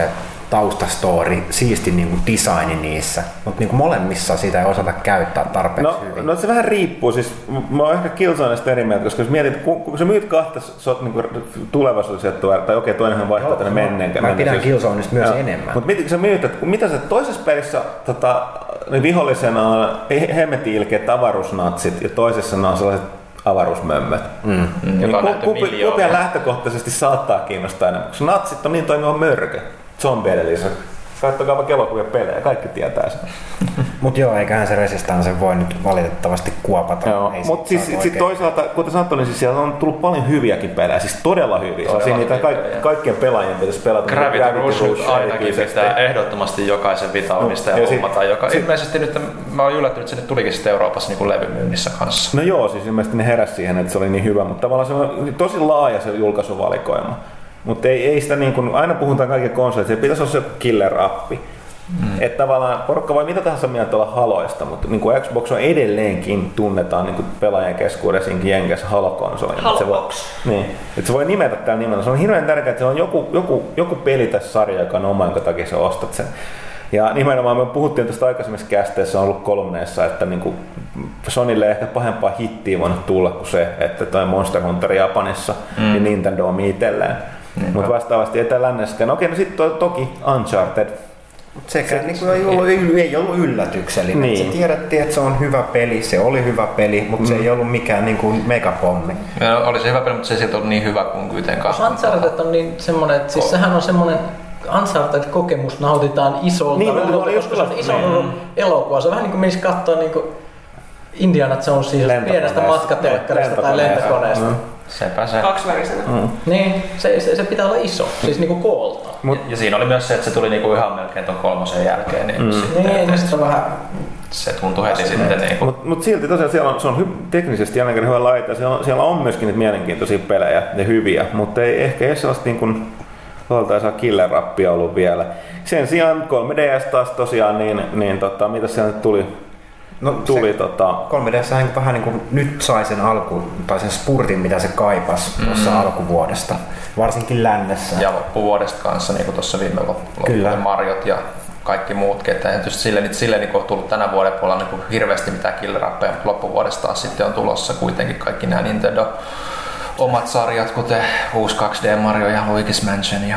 taustastori, siisti niinku designi niissä, mutta niinku molemmissa sitä ei osata käyttää tarpeeksi no, hyvin. No se vähän riippuu, siis mä oon ehkä Killzoneista eri mieltä, koska jos mietit, kun, kun sä myyt kahta sot, niinku tulevaisuudessa, tai okei toinenhan vaihtaa tänne menneen. Mä pidän Killzoneista myös joo. enemmän. Mutta mit, sä myyt, että mitä sä toisessa pelissä tota, niin vihollisena on hemmetin ilkeät avaruusnatsit ja toisessa ne on sellaiset avaruusmömmöt. Mm. Mm. Ja kupia lähtökohtaisesti saattaa kiinnostaa enemmän, koska natsit on niin toimiva mörkö. Zombieiden lisäksi. Katsokaa vaikka elokuvia pelejä, kaikki tietää sen. Mut joo, eiköhän se Resistance voi nyt valitettavasti kuopata. Mutta siis sit toisaalta, kuten sanottu, niin siis siellä on tullut paljon hyviäkin pelejä, siis todella hyviä. Todella siis niitä kaik- kaikkien pelaajien pitäisi pelata. Gravity, Gravity Rush ainakin pitää ehdottomasti jokaisen Vita-omistajan no, hommata. Joka sit, ilmeisesti nyt, mä oon yllättynyt, että se nyt tulikin sitten Euroopassa niin kuin levymyynnissä kanssa. No joo, siis ilmeisesti ne heräsi siihen, että se oli niin hyvä, mutta tavallaan se on tosi laaja se julkaisuvalikoima. Mutta ei, ei sitä niin kuin, aina puhutaan kaiken konsolit, se pitäisi olla se killer-appi. Mm. Että tavallaan porukka voi mitä tahansa mieltä olla Haloista, mutta niin kuin Xbox on edelleenkin tunnetaan niin kuin pelaajien keskuudessakin Jenkeissä Halo-konsolina. Halobox. Niin, että se voi nimetä tällä nimellä. Se on hirveän tärkeää, että se on joku, joku, joku peli tässä sarja, joka on oma, jonka takia sä ostat sen. Ja nimenomaan me puhuttiin tästä aikaisemmassa kästeessä, on ollut kolumneissa, että niin kuin Sonylle ei ehkä pahempaa hittiä voinut tulla kuin se, että toi Monster Hunter Japanissa mm. ja Nintendo on itselleen. Mm. Mutta vastaavasti etelä-länneskään. Okei, no sitten to, toki Uncharted. Sekä se, niin ei, ollut, ei ollut yllätyksellinen. Niin. Se tiedettiin, että se on hyvä peli, se oli hyvä peli, mutta mm. se ei ollut mikään niin kuin megapommi. No, oli se hyvä peli, mutta se ei siltä ollut niin hyvä kuin kuitenkaan. Uncharted on niin semmoinen, että siis sehän on semmoinen Uncharted-kokemus nautitaan isolta, niin, ruudulta, koska se on ison ruudun elokuva. Se on vähän niin kuin menisi katsoa niin kuin Indiana Jonesia pienestä matkatelkkarista tai lentokoneesta. Mm. Sepä se. Kaksivärisenä. Mm. Niin, se, se, se pitää olla iso, siis niinku koolta. Mut, ja, ja siinä oli myös se, että se tuli niinku ihan melkein ton kolmosen jälkeen. Niin, mm. sitten, niin, niin sitten vähän... Se tuntui heti mm. sitten. Niinku. Mutta mut silti tosiaan siellä on, se on hy- teknisesti jälleen hyvä laite. Siellä on, siellä on myöskin niitä mielenkiintoisia pelejä ja hyviä, mutta ei ehkä ei sellaista niin kuin valtaisaa killer-rappia ollut vielä. Sen sijaan kolme D S taas tosiaan, niin, niin tota, mitä siellä nyt tuli? No, tuli se tota... kolme D S vähän niin kuin nyt sai sen alku, tai sen spurtin, mitä se kaipasi tuossa mm. alkuvuodesta, varsinkin lännessä. Ja loppuvuodesta kanssa, niin kuin tuossa viime loppuvuoden Mariot ja kaikki muutkin. Että tietysti sille, sille niin on tullut tänä vuoden puolella niin hirveästi mitään killer-rappeja, mutta loppuvuodesta taas sitten on tulossa kuitenkin kaikki nämä Nintendo omat sarjat, kuten uusi kaksi D Mario ja Luigi's Mansion ja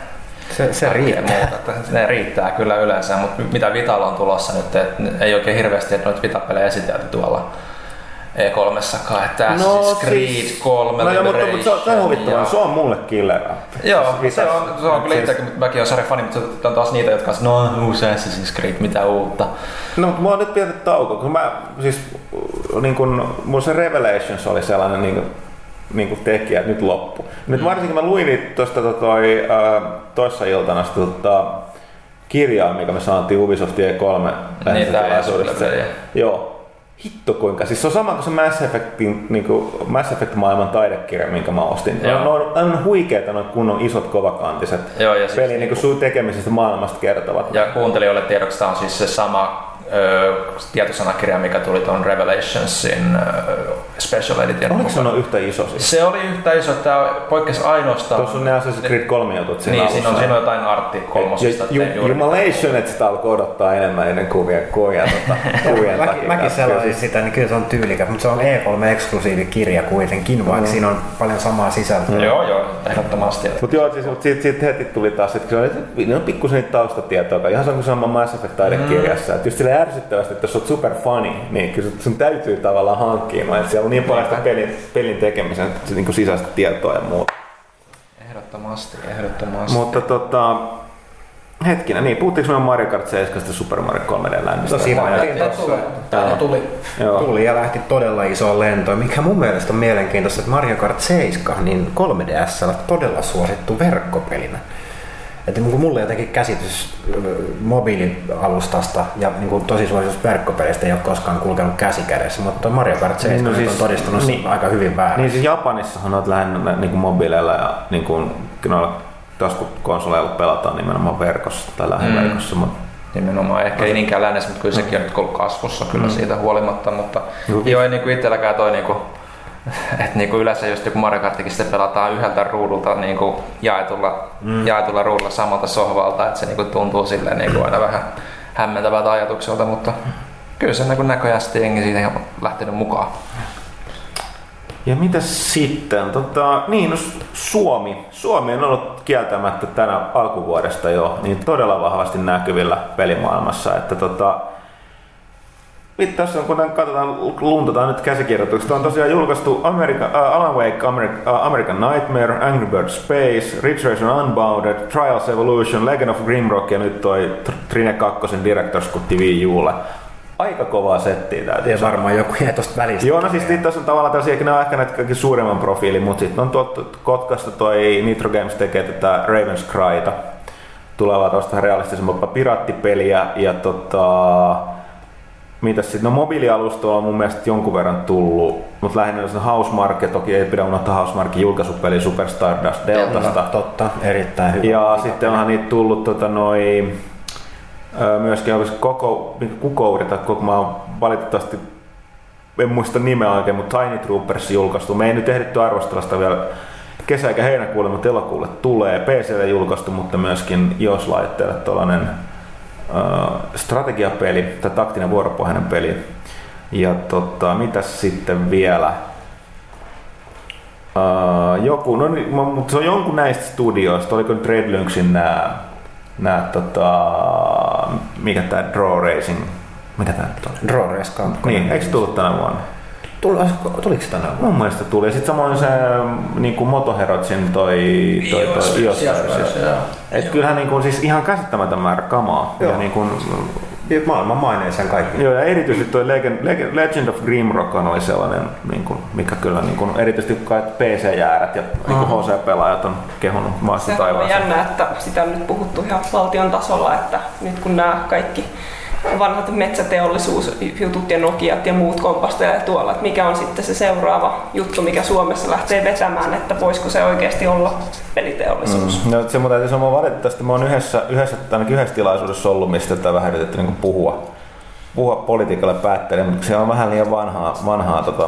Se, se riittää. Muuta. Ne riittää kyllä yleensä, mutta mitä Vitalla on tulossa nyt, että ei oikein hirveästi, että noita Vita-pelejä esitelty tuolla E kolmessakaan, että Assassin's Creed kolme, no, mutta, mutta se on huvittavaa, se on mulle killer. Joo, siis se on, se on kyllä itsekin, mutta mäkin olen sarjafani, mutta se on taas niitä, jotka sanoo, no uusi Assassin's Creed, mitä uutta. No, mutta mulla on nyt pientä tauko, kun mä, siis niin kun, mulla se Revelations oli sellainen niin kun, niin kuin tekijä, että nyt loppu. Nyt mm. varsinkin mä luin tuosta toi, äh, toissa iltana sitä tota, kirjaa, mikä me saatiin Ubisoftin E kolme lähetystötilaisuudesta. Joo. Hitto kuinka. Siis se on sama kuin se Mass Effectin, niin kuin Mass Effect-maailman taidekirja, minkä mä ostin. Ne on, on huikeita noin kunnon isot kovakantiset Joo, ja peli siis, niin sun tekemisestä maailmasta kertovat. Ja kuuntelijoille tiedoksi tämä on siis se sama ö, tietosanakirja, mikä tuli tuon Revelationsin ö, Special Edition. Oliko se on yhtä iso? Siis? Se oli yhtä iso, että tämä poikkesi ainoastaan. Tuossa on ne Assassin's Creed kolme jutut siinä niin, siinä on, siinä on jotain artti kolmosista. Jumalation, että sitä alkoi odottaa enemmän ennen kuvia kuvia tuota, kuvien Mä, takia. Mäkin sellaisin sitä, niin kyllä se on tyylikäs, mutta se on E kolme-eksklusiivi kirja kuitenkin, vaikka mm. siinä on paljon samaa sisältöä. Mm. Joo, joo, ehdottomasti. Mutta joo, siis, mut siitä, siitä heti tuli taas, että ne on pikkusen niitä taustatietoa, ihan sama kuin sama Mass Effect taidekirjassa. Mm. Että just silleen ärsyttävästi, että jos olet super funny, niin kyllä sun täytyy tavallaan hankkia, että siellä on niin paljon sitä pelin, pelin tekemisen niin sisäistä tietoa ja muuta. Ehdottomasti, ehdottomasti. Mutta tota, hetkinen, niin puhuttiinko me Mario Kart seitsemän ja Super Mario kolme D lämmistä? No siinä Täällä tuli. Tuli ja lähti todella isoon lentoon, mikä mun mielestä on mielenkiintoista, että Mario Kart seitsemän niin kolme D S:llä todella suosittu verkkopelinä. Että niin mulle jotenkin käsitys mobiilialustasta ja niin tosi suositusta verkkopelistä ei ole koskaan kulkenut käsi kädessä, mutta Mario Kart seitsemän no siis, on todistunut niin, aika hyvin väärin. Niin siis Japanissahan olet lähinnä niin mobiileilla ja niin kuin, noilla taskukonsoleilla pelataan nimenomaan verkossa tai lähiverkossa. Mm. Nimenomaan, ehkä ei niinkään lännessä, mutta kyllä sekin on nyt ollut kasvussa kyllä mm. siitä huolimatta, mutta mm. joo, ei niin kuin itselläkään toi niin kuin Et niinku yleensä just joku Mario Karttikin sitten pelataan yhdeltä ruudulta niinku jaetulla, mm. jaetulla ruudulla samalta sohvalta, että se niinku tuntuu silleen niinku aina vähän hämmentävältä ajatukselta, mutta kyllä se niinku näköjään sitten jengi siitä on lähtenyt mukaan. Ja mitäs sitten? Tota, niin, no Suomi. Suomi on ollut kieltämättä tänä alkuvuodesta jo niin todella vahvasti näkyvillä pelimaailmassa, että tota, tässä on, kun katsotaan, luntataan nyt käsikirjoitukset, on tosiaan julkaistu America, uh, Alan Wake, America, uh, American Nightmare, Angry Birds Space, Ridge Racer Unbounded, Trials Evolution, Legend of Grimrock ja nyt toi Trine kaksi Director's Cut Wii U:lle. Aika kovaa settiä täytyy. Ja varmaan joku jää tosta välistä. Joo, no siis tässä on tavallaan tällaisia, ne on ehkä näitä kaikki suuremman profiilin, mutta sitten on tuolta Kotkasta toi Nitro Games tekee tätä Raven's Cryta. Tulevaa tuosta realistisempaa piraattipeliä ja tota... Mitäs sitten? No mobiilialustoilla on mun mielestä jonkun verran tullut, mutta lähinnä on Housemarque, toki ei pidä unohtaa Housemarquin julkaisupeli Super Stardust Deltasta. Totta, erittäin hyvä. Ja sitten onhan niitä tullut tota, noi, myöskin koko, Kukourit, koko mä oon valitettavasti, en muista nimeä oikein, mutta Tiny Troopers julkaistu. Me ei nyt ehditty arvostella sitä vielä kesä- eikä heinäkuulle, mutta elokuulle tulee. P C:lle julkaistu, mutta myöskin iOS-laitteelle tuollainen Uh, strategiapeli tai taktinen vuoropohjainen peli. Ja tota, mitäs sitten vielä? Uh, joku, no, mutta se on jonkun näistä studioista, oliko nyt Red Lynxin nää, nää tota, mikä tää Draw Racing, mikä tää nyt on? Draw Race kaksi. Niin, eikö se tullut tänä vuonna? Tuliko se tänä vuonna? Mun mielestä tuli. Ja sit samoin se niinku Motoherotsin toi toi toi iOS-versio. Et kyllähän niinku siis ihan käsittämätön määrä kamaa. Joo. Ja niinku maailman maineeseen kaikki. Joo, ja erityisesti toi Legend, Legend of Grimrock oli sellainen niinku, mikä kyllä niinku erityisesti kai P C-jäärät ja niinku H C-pelaajat on kehunut maasta taivaaseen. Se on jännä, että sitä on nyt puhuttu ihan valtion tasolla, että nyt kun nämä kaikki vanhat metsäteollisuusjutut ja Nokiat ja muut kompastelee tuolla, että mikä on sitten se seuraava juttu, mikä Suomessa lähtee vetämään, että voisiko se oikeasti olla peliteollisuus. Mm. No, se mun täytyy sanoa valitettavasti, mä oon yhdessä, yhdessä, ainakin yhdessä tilaisuudessa ollut, mistä tätä vähän yritetty niin puhua, puhua politiikalle päättäjille, mutta se on vähän liian vanhaa, vanhaa tota,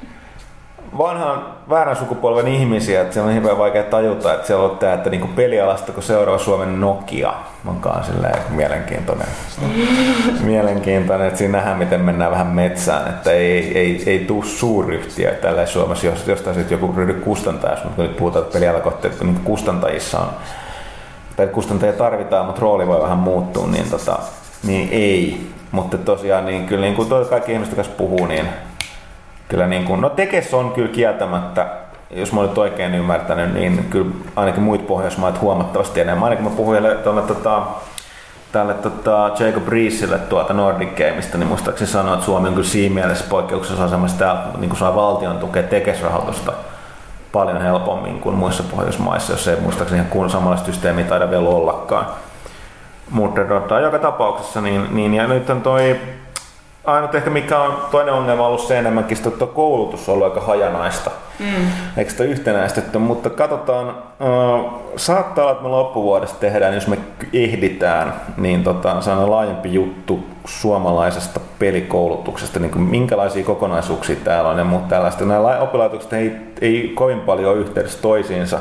vanhan väärän sukupolven ihmisiä, että se on hirveän vaikea tajuta, että siellä on tämä, että niinku pelialasta kun seuraava Suomen Nokia onkaan silleen mielenkiintoinen. mielenkiintoinen, että siinä nähdään miten mennään vähän metsään, että ei, ei, ei tule suuryhtiö tällä Suomessa, jos jostain sitten joku ryhdy kustantajaksi, mutta nyt puhutaan pelialakohteet, että niin kustantajissa on, tai kustantajia tarvitaan, mutta rooli voi vähän muuttua, niin, tota, niin ei. Mutta tosiaan niin kyllä niin kuin kaikki ihmiset kanssa puhuu, niin kyllä niin kuin, no Tekes on kyllä kieltämättä, jos mä olen nyt oikein ymmärtänyt, niin kyllä ainakin muut Pohjoismaat huomattavasti enemmän. Ainakin mä puhuin tuolle tota, tälle tota, Jacob Reesille tuolta Nordic Gameista, niin muistaakseni sanoa, että Suomi on kyllä siinä mielessä poikkeuksessa asemassa, täällä niin saa valtion tukea Tekes-rahoitusta paljon helpommin kuin muissa Pohjoismaissa, jos ei muistaakseni ihan samanlaista systeemiä taida vielä ollakaan. Mutta tota, joka tapauksessa, niin, niin ja nyt on toi ainut ehkä mikä on toinen ongelma ollut se enemmänkin, että koulutus on ollut aika hajanaista, mm. eikä sitä yhtenäistetty, mutta katsotaan, äh, saattaa olla, että me loppuvuodesta tehdään, jos me ehditään, niin tota, se on laajempi juttu suomalaisesta pelikoulutuksesta, niin kuin minkälaisia kokonaisuuksia täällä on ja muut tällaista. Nämä oppilaitokset ei, ei kovin paljon ole yhteydessä toisiinsa,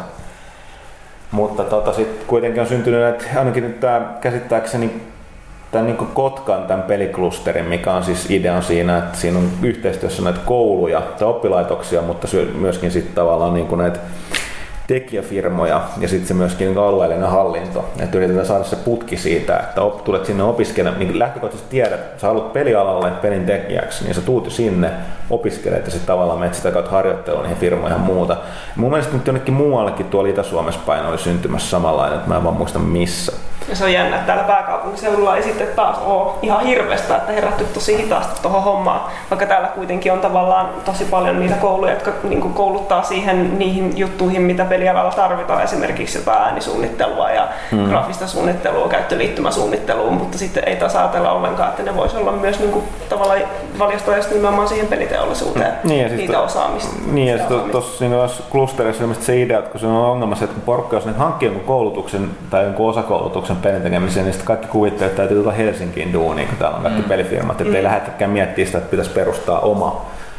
mutta tota, sitten kuitenkin on syntynyt, että ainakin nyt tämä käsittääkseni tämän niin kuin Kotkan tämän peliklusterin, mikä on siis idea on siinä, että siinä on yhteistyössä näitä kouluja tai oppilaitoksia, mutta myöskin sitten tavallaan niin kuin näitä tekijäfirmoja ja sitten se myöskin niin alueellinen hallinto. Että yritetään saada se putki siitä, että op, tulet sinne opiskelemaan, niin lähtökohtaisesti tiedät, että sä haluat pelialalle pelin tekijäksi, niin sä tuut sinne, opiskelet ja sitten tavallaan menet sitä kautta harjoittelua niihin firmoihin ja muuta. Ja mun mielestä nyt jonnekin muuallekin tuolla Itä-Suomessa päin oli syntymässä samanlainen, että mä en vaan muista missä. Ja se on jännä, että täällä pääkaupunkiseudulla ei sitten taas ole ihan hirveästä, että herätty tosi hitaasti tuohon hommaan. Vaikka täällä kuitenkin on tavallaan tosi paljon niitä kouluja, jotka niin kouluttaa siihen niihin juttuihin, mitä pelialalla tarvitaan. Esimerkiksi jotain äänisuunnittelua ja hmm. graafista suunnittelua, käyttöliittymäsuunnittelua, mutta sitten ei taas ajatella ollenkaan, että ne voisi olla myös niin kuin, tavallaan valjastua nimenomaan siihen peliteollisuuteen niin, niitä to, osaamista. Niin ja sitten tuossa niin klusterissa on se idea, että kun se on ongelma se, että kun porukka jos hankkii jonkun koulutuksen tai jonkun osakoulutuksen pelin tekemiseen, niin sitten kaikki kuvittelee, että täytyy tulla Helsinkiin duuniin, kun täällä on kaikki mm. pelifirmat, että mm. ei lähdetäkään miettimään sitä, että pitäisi perustaa oma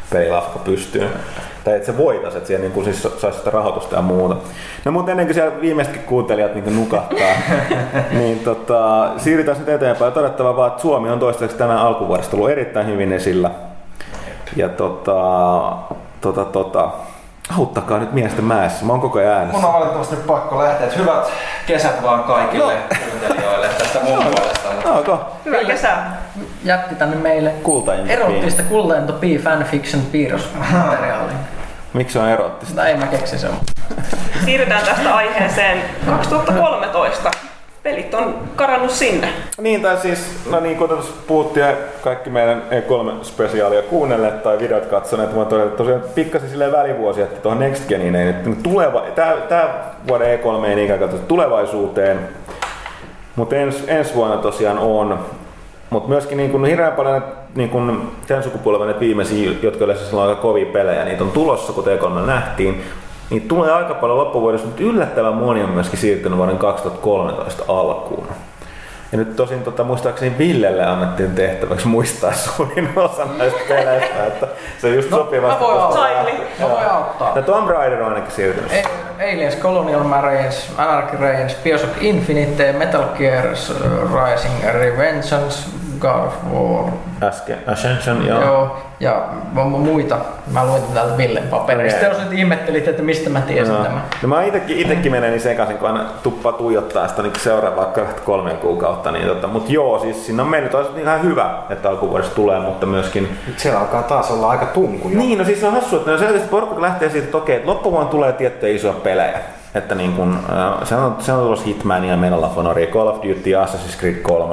pelilafka pystyyn. Tai että se voitaisiin, että siellä niin siis saisi sitä rahoitusta ja muuta. No mutta ennen kuin siellä viimeisetkin kuuntelijat niin nukahtaa, niin tota, siirrytään nyt eteenpäin. Todettava vaan, että Suomi on toistaiseksi tänään alkuvuodesta ollut erittäin hyvin esillä. Ja tota, tota, tota, auttakaa nyt miesten mäessä. Mä oon koko ajan äänessä. Mun on valitettavasti nyt pakko lähteä. Et hyvät kesät vaan kaikille kuuntelijoille tästä mun puolesta. Onko? Hyvää kesää. Jätti tänne meille erottista Kultainto P fanfiction piirrosmateriaalia. Miksi on erottista? No ei mä keksin sen. Siirrytään tästä aiheeseen kaksituhattakolmetoista. Pelit on karannut sinne. Niin, tai siis, no niin kuin tuossa puhuttiin ja kaikki meidän E kolme -spesiaalia kuunnelleet tai videot katsoneet, mä todella tosiaan pikkasen silleen välivuosi, että tuohon Next Geniin ei nyt tuleva, tää, tää vuoden E kolme ei niinkään katso tulevaisuuteen, mutta ens, ensi vuonna tosiaan on. Mutta myöskin niin kun hirveän paljon niin kun sen sukupolven viimeisiä, jotka yleensä on aika kovia pelejä, niitä on tulossa, kuten E kolme nähtiin. Niin tulee aika paljon loppuvuodessa, mutta yllättävän moni on myöskin siirtynyt vuoden kaksituhattakolmetoista alkuun. Ja nyt tosin tota, muistaakseni Villelle annettiin tehtäväksi muistaa suurin osa näistä peleistä, että se just no, sopii vasta. Mä voin auttaa. Mä voin auttaa. Ja Tomb Raider on ainakin siirtynyt. Aliens, Colonial Marines, Anarchy Reigns, Bioshock Infinite, Metal Gear Rising, Revengeance, God of War. Äsken, Ascension, joo. Joo, ja muita. Mä luin täältä Villen paperista. Jos nyt ihmettelit, että mistä mä tiesin no. tämän. No mä itekin, itekin menen niin sekaisin, kun aina tuppaa tuijottaa sitä niin seuraavaa kahta kolmeen kuukautta. Niin tota, mut joo, siis siinä on mennyt olisi ihan hyvä, että alkuvuodesta tulee, mutta myöskin... Nyt siellä alkaa taas olla aika tunku jo. Niin, no siis on hassu, että selvästi porukka lähtee siitä, että okei, että loppuvuonna tulee tiettyjä isoja pelejä. Että niin kun, äh, se on, se on tulossa Hitmania, Medal of Honoria, Call of Duty, Assassin's Creed kolme.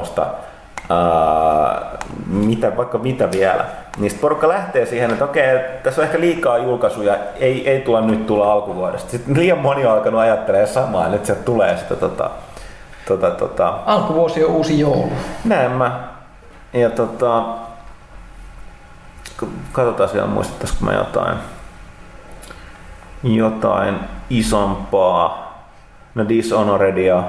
Uh, mitä, vaikka mitä vielä, niin sit porukka lähtee siihen, että okei, tässä on ehkä liikaa julkaisuja, ei, ei tulla nyt tulla alkuvuodesta. Sitten liian moni on alkanut ajattelemaan samaa, että nyt sieltä tulee sitä tota, tota, tota. Alkuvuosi on uusi joulu. Näin mä. Ja tota, katsotaan vielä, muistettaisiko mä jotain, jotain isompaa. No Dishonoredia.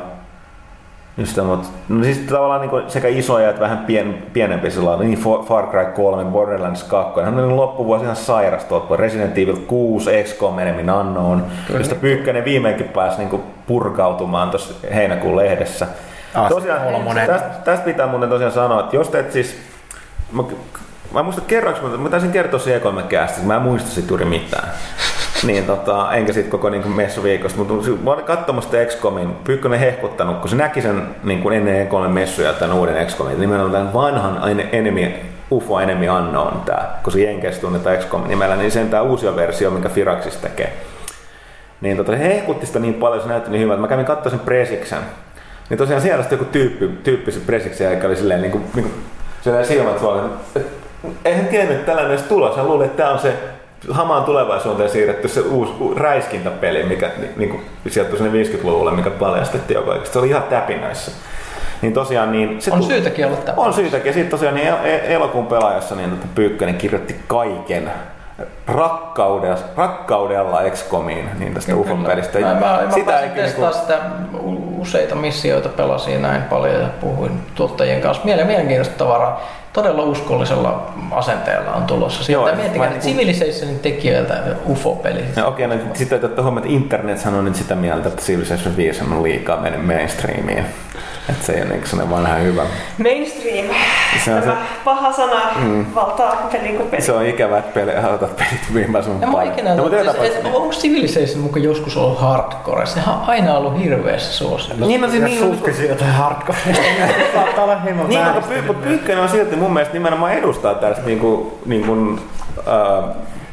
Just tämä, no siis tavallaan niin sekä isoja että vähän pien, pienempi sellainen, niin Far Cry kolme, Borderlands kaksi, hän on loppuvuosi ihan sairas tuolta, Resident Evil kuusi, X COM Enemy Unknown, josta Pyykkönen viimeinkin pääsi niin purkautumaan tuossa heinäkuun lehdessä. Ah, tosiaan, tästä, tästä pitää muuten tosiaan sanoa, että jos teet siis, mä, mä en muista kerroinko, mutta mä taisin kertoa se E kolme -kästissä, mä en muista sit juuri mitään. Niin, tota, enkä sit koko niin messuviikosta, mutta mä olin katsomassa X COMin, Pyykkönen hehkuttanut, kun se näki sen niin kuin ennen E kolme -messuja tämän uuden X COMin, nimenomaan tämän vanhan enemy, U F O Enemy Unknown, tää, kun se Jenkeissä tunnetaan X COM nimellä, niin sen tää uusi versio, minkä Firaxis tekee. Niin tota, se hehkutti sitä niin paljon, se näytti niin hyvältä. Mä kävin katsoa sen Presiksen, niin tosiaan siellä sitten joku tyyppi, tyyppi se Presiksen aika oli silleen niin kuin, niin kuin silleen silmät suolen, että eihän tiennyt, että tällainen edes tulos, hän luuli, että tää on se hamaan tulevaisuuteen siirretty se uusi räiskintäpeli, mikä niin sieltä sinne viisikymmentäluvulle, mikä paljastettiin joka oikeasti. Se oli ihan täpinöissä. Niin tosiaan, niin se on tuli, syytäkin olla täpinöissä. On syytäkin. Ja sitten tosiaan niin elokuun pelaajassa niin Pyykkönen kirjoitti kaiken rakkaudella, rakkaudella X COMiin niin tästä U F O-pelistä. Mä, mä, mä pääsin testaa niinku sitä useita missioita, pelasin näin paljon ja puhuin tuottajien kanssa. Mielenkiintoista tavaraa. Todella uskollisella asenteella on tulossa. Sieltä miettikää niin Civilizationin tekijöiltä U F O-peli. Okei, okay, no sitten otetaan huomioon, että internet sanoo nyt sitä mieltä, että Civilization viisi on liikaa mennyt mainstreamiin. Että se ei ole niin vanha hyvä. Mainstream. Se on Tämä se, paha sana mm. valtaa pelin kuin peli. Se on ikävä, että peli, halutaan pelit myymään sun paljon. No, siis, onko Civilization mukaan joskus ollut hardcore? Sehän on aina ollut hirveässä suosiossa. Niin, no, niin, suuskisi jotain hardcore. Saattaa olla hieman niin, mutta py, Pyykkönen on silti mun mielestä nimenomaan edustaa tällaista niinku, niinku, uh,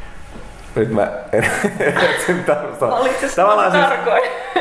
nyt mä etsin tällaista. Tavallaan tarkoin.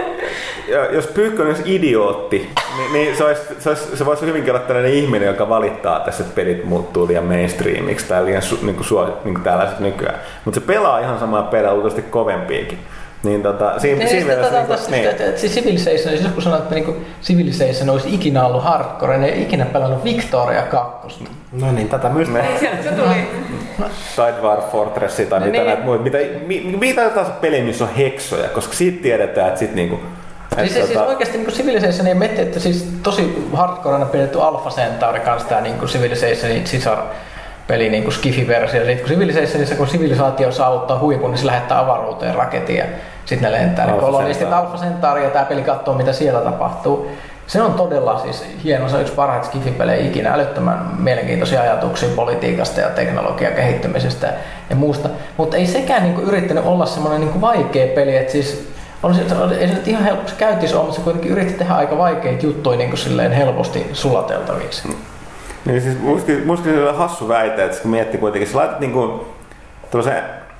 Jos Pyykkönen olisi idiootti, niin, niin se, olisi, se, olisi, se voisi hyvinkin olla tällainen ihminen, joka valittaa tässä, että pelit muuttuu liian mainstreamiksi tai liian su, niin kuin suo, niin kuin tällaiset nykyään. Mutta se pelaa ihan samaa pelaa, luultavasti kovempiakin. Niin tota, siinä, niin, siinä mielessä... Niin, niin, niin. Että siis Civilization, siis jos kun sanoo, että niinku Civilization olisi ikinä ollut hardcore, niin ei ikinä pelannut Victoria kaksi. No niin, tätä myös me... Niin, sieltä se tuli. Sidewar Fortressi tai no, mitä niin. näitä muita. Mitä, mitä taas peli, missä on heksoja, koska siitä tiedetään, että sit niinku... Siis, siis, siis oikeasti niin Civilization ei miettii, että siis tosi hardcorena pidetty Alpha Centauri kanssa tämä niin Civilizationin sisar peli niin kuin Skifi-versio. Sitten kun Civilizationissa, kun sivilisaatio saavuttaa huipun, niin se lähettää avaruuteen raketin ja sitten ne lentää ne kolonistit Alpha Centauri ja tämä peli katsoo mitä siellä tapahtuu. Se on todella siis hieno, se on yksi parhaita Skifi-pelejä ikinä, älyttömän mielenkiintoisia ajatuksia politiikasta ja teknologian kehittymisestä ja muusta. Mutta ei sekään niinku yrittänyt olla semmoinen niinku vaikea peli, että siis on se, ei se nyt ihan helposti käyttis ole, mutta se kuitenkin yritti tehdä aika vaikeita juttuja niinku silleen helposti sulateltaviksi. Niin siis musta se on hassu väite, että kun miettii kuitenkin, sä laitat niinku tuollaisen.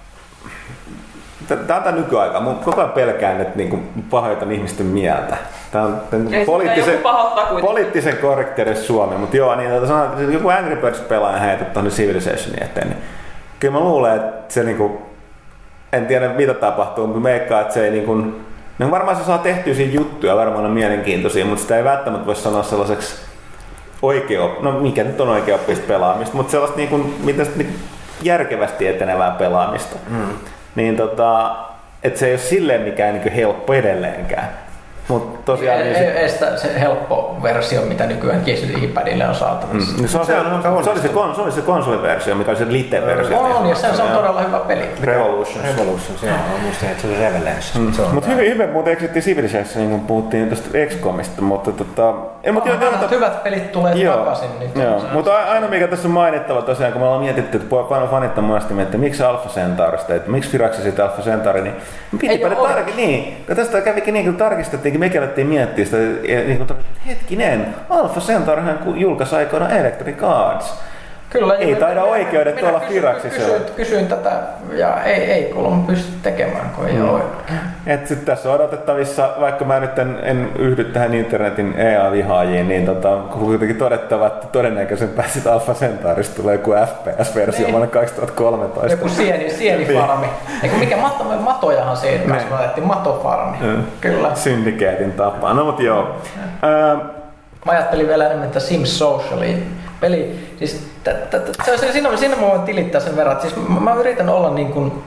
Tämä on tämä nykyaika. Mun koko ajan pelkään, että niinku pahoitan ihmisten mieltä. Tämä on poliittisen, poliittisen korrekti Suomi, mutta joo, niin sanotaan, joku Angry Birds-pelaaja heität tuonne Civilizationin eteen, niin kyllä mä luulen, että se niinku, en tiedä mitä tapahtuu, mutta meikkaa, että se ei niinku, no varmaan se saa tehtyä siinä juttuja, varmaan on mielenkiintoisia, mutta sitä ei välttämättä voi sanoa sellaiseksi oikea, no mikä nyt on oikeaoppista pelaamista, mutta sellaista niinku, mitä niinku järkevästi etenevää pelaamista. Mm. Niin tota, että se ei ole silleen mikään niinku helppo edelleenkään. Mut tosiaan ei, niin se, ei sitä se helppo versio, mitä nykyään iPadille on saatavissa. Mm. Se, on, se, on, se, on, se, oli se, kon, se oli se konsoliversio, mikä oli se Lite-versio. On, ja se, se on todella hyvä peli. Revolution. Revolution, se on musta, että se oli Revelation. Mm. Mutta hyvin, hyvin muuten eksittiin Civilization, niin kun puhuttiin tuosta X COMista, mutta tota... Ei, mutta no, jo, hyvät pelit tulee joo, takaisin nyt. Joo, mutta ainoa mikä tässä on mainittava tosiaan, kun me ollaan mietitty, että fanit on monesti miettinyt, miksi Alpha Centaurista, että miksi Firaxi siitä Alpha Centauri, niin pitipä ne tarkistaa. Niin, tästä kävikin niin, kun tarkistettiin, mekin alettiin miettiä sitä, niin kuin, hetkinen, Alpha Centaurihan julkaisi aikoina Electronic Arts. Kyllä, ei taida oikeudet olla Firaxissa. Kysyin, kysyin tätä ja ei, ei kuulemma pysty tekemään, kun ei mm. ole et sit tässä on odotettavissa, vaikka mä nyt en, en yhdy tähän internetin E A-vihaajiin, niin tota, kuitenkin todettava, että todennäköisempää sit Alpha Centaurista tulee kuin F P S-versio vuonna kaksituhattakolmetoista. Joku sieni, sienifarmi. Eiku mikä mato, matojahan siinä kasvatettiin, matofarmi. Mm. Kyllä. Syndikeetin tapaan. No mut joo. Äh, Mä ajattelin vielä enemmän, että Sims Socialiin peli, siis t- t- t- se, siinä, siinä mä voin tilittää sen verran, että siis mä, mä yritän olla niin kuin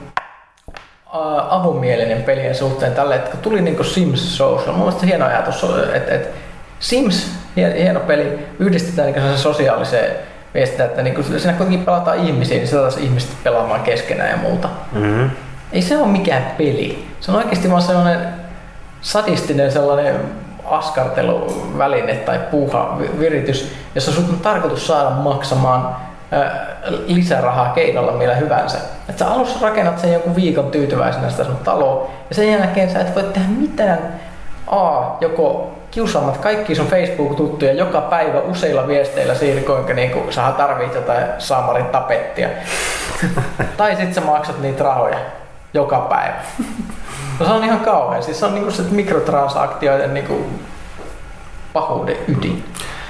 äh, avomielinen pelien suhteen tälle, että kun tuli niin kuin Sims Social, mun mielestä hieno ajatus, että, että Sims, hieno peli, yhdistetään niin sosiaaliseen viestintään, että niin kuin siinä kuitenkin pelataan ihmisiä, niin saataisiin ihmiset pelaamaan keskenään ja muuta. Mm-hmm. Ei se ole mikään peli, se on oikeasti vaan sellainen sadistinen sellainen askarteluväline tai puuha viritys, jossa sun on tarkoitus saada maksamaan ää, lisärahaa keinolla millä hyvänsä. Että sä alussa rakennat sen jonkun viikon tyytyväisenä sitä sun taloa ja sen jälkeen sä et voi tehdä mitään A, joko kiusaamat kaikki sun Facebook-tuttuja joka päivä useilla viesteillä siitä, kuinka niinku sä tarvit jotain saamarin tapettia. Tai sit sä maksat niitä rahoja joka päivä. No se on ihan kauhean. Siis se on niinku se mikrotransaktioiden niinku pahuuden ydin.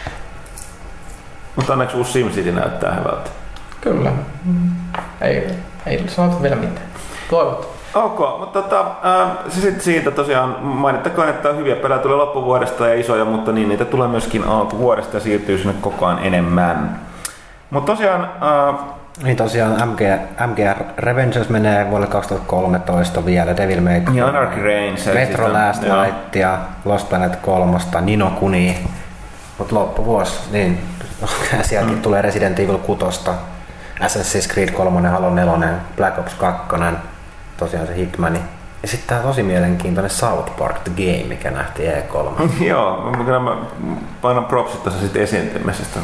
Mutta onneksi uusi SimCity näyttää hyvältä. Kyllä. Ei, ei sanota vielä mitään. Toivottavasti. Ok, mutta tota, äh, se sitten siitä tosiaan mainittakoon, että hyviä pelejä tulee loppuvuodesta ja isoja, mutta niin niitä tulee myöskin alkuvuodesta ja siirtyy sinne koko ajan enemmän. Mutta tosiaan... Äh, Niin tosiaan M G, M G R Revengeance menee vuodelle kaksituhattakolmetoista vielä, Devil May Cry, ja Anarchy Reigns, Metro siis Last Light ja Lost Planet kolme, Nino Kuni. Mut loppuvuosi, niin sieltä mm. tulee Resident Evil kuusi, Assassin's Creed kolme, Halo neljä, Black Ops kaksi, tosiaan se Hitman. Ja sitten tää tosi mielenkiintoinen South Park The Game, mikä nähtiin E kolme. Joo, mä painan propsit tässä sit esiintymisestä.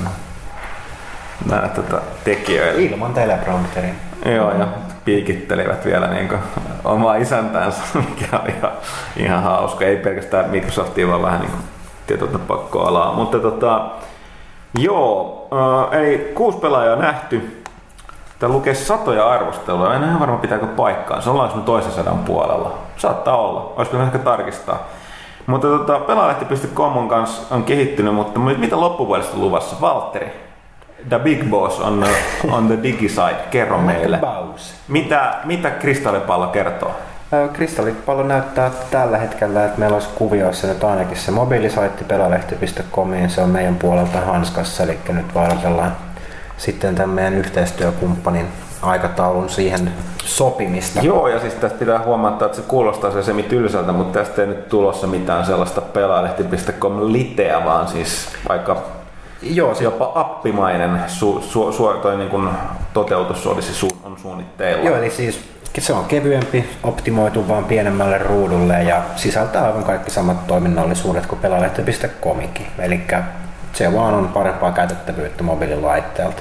Nää tota, tekijöille. Ilman teleprompterin. Joo, ja piikittelivät vielä niinku omaa isäntänsä, mikä oli ihan, ihan hauska. Ei pelkästään Microsoftia, vaan vähän niinku tietyllä pakkoalaa. Mutta tota, joo, äh, eli kuusi pelaajaa nähty. Tää lukee satoja arvosteluja. En ihan varma pitääkö paikkaansa. Ollaanko me toisen sadan puolella? Saattaa olla. Olisiko ehkä tarkistaa. Mutta tota, pelaalehti piste com kanssa on kehittynyt, mutta mitä loppuvuodesta luvassa? Valtteri? The Big Boss on the, on the Digiside. Kerro meille. Mitä, mitä Kristallipallo kertoo? Kristallipallo näyttää tällä hetkellä, että meillä olisi kuvioissa nyt ainakin se mobiilisaitti pelaalehti piste com, se on meidän puolelta hanskassa, eli nyt varoitellaan sitten tämän meidän yhteistyökumppanin aikataulun siihen sopimista. Joo, ja siis tästä pitää huomata, että se kuulostaa se semitylsältä, mutta tästä ei nyt tulossa mitään sellaista pelaalehti piste com liteä, vaan siis aika Joo, siis jopa appimainen su, su, su, toi niin kuin toteutus olisi su, on suunnitteilla. Joo, eli siis se on kevyempi, optimoitu vaan pienemmälle ruudulle ja sisältää aivan kaikki samat toiminnallisuudet kuin pelaalehti piste comikin. Eli se vaan on parempaa käytettävyyttä mobiililaitteelta.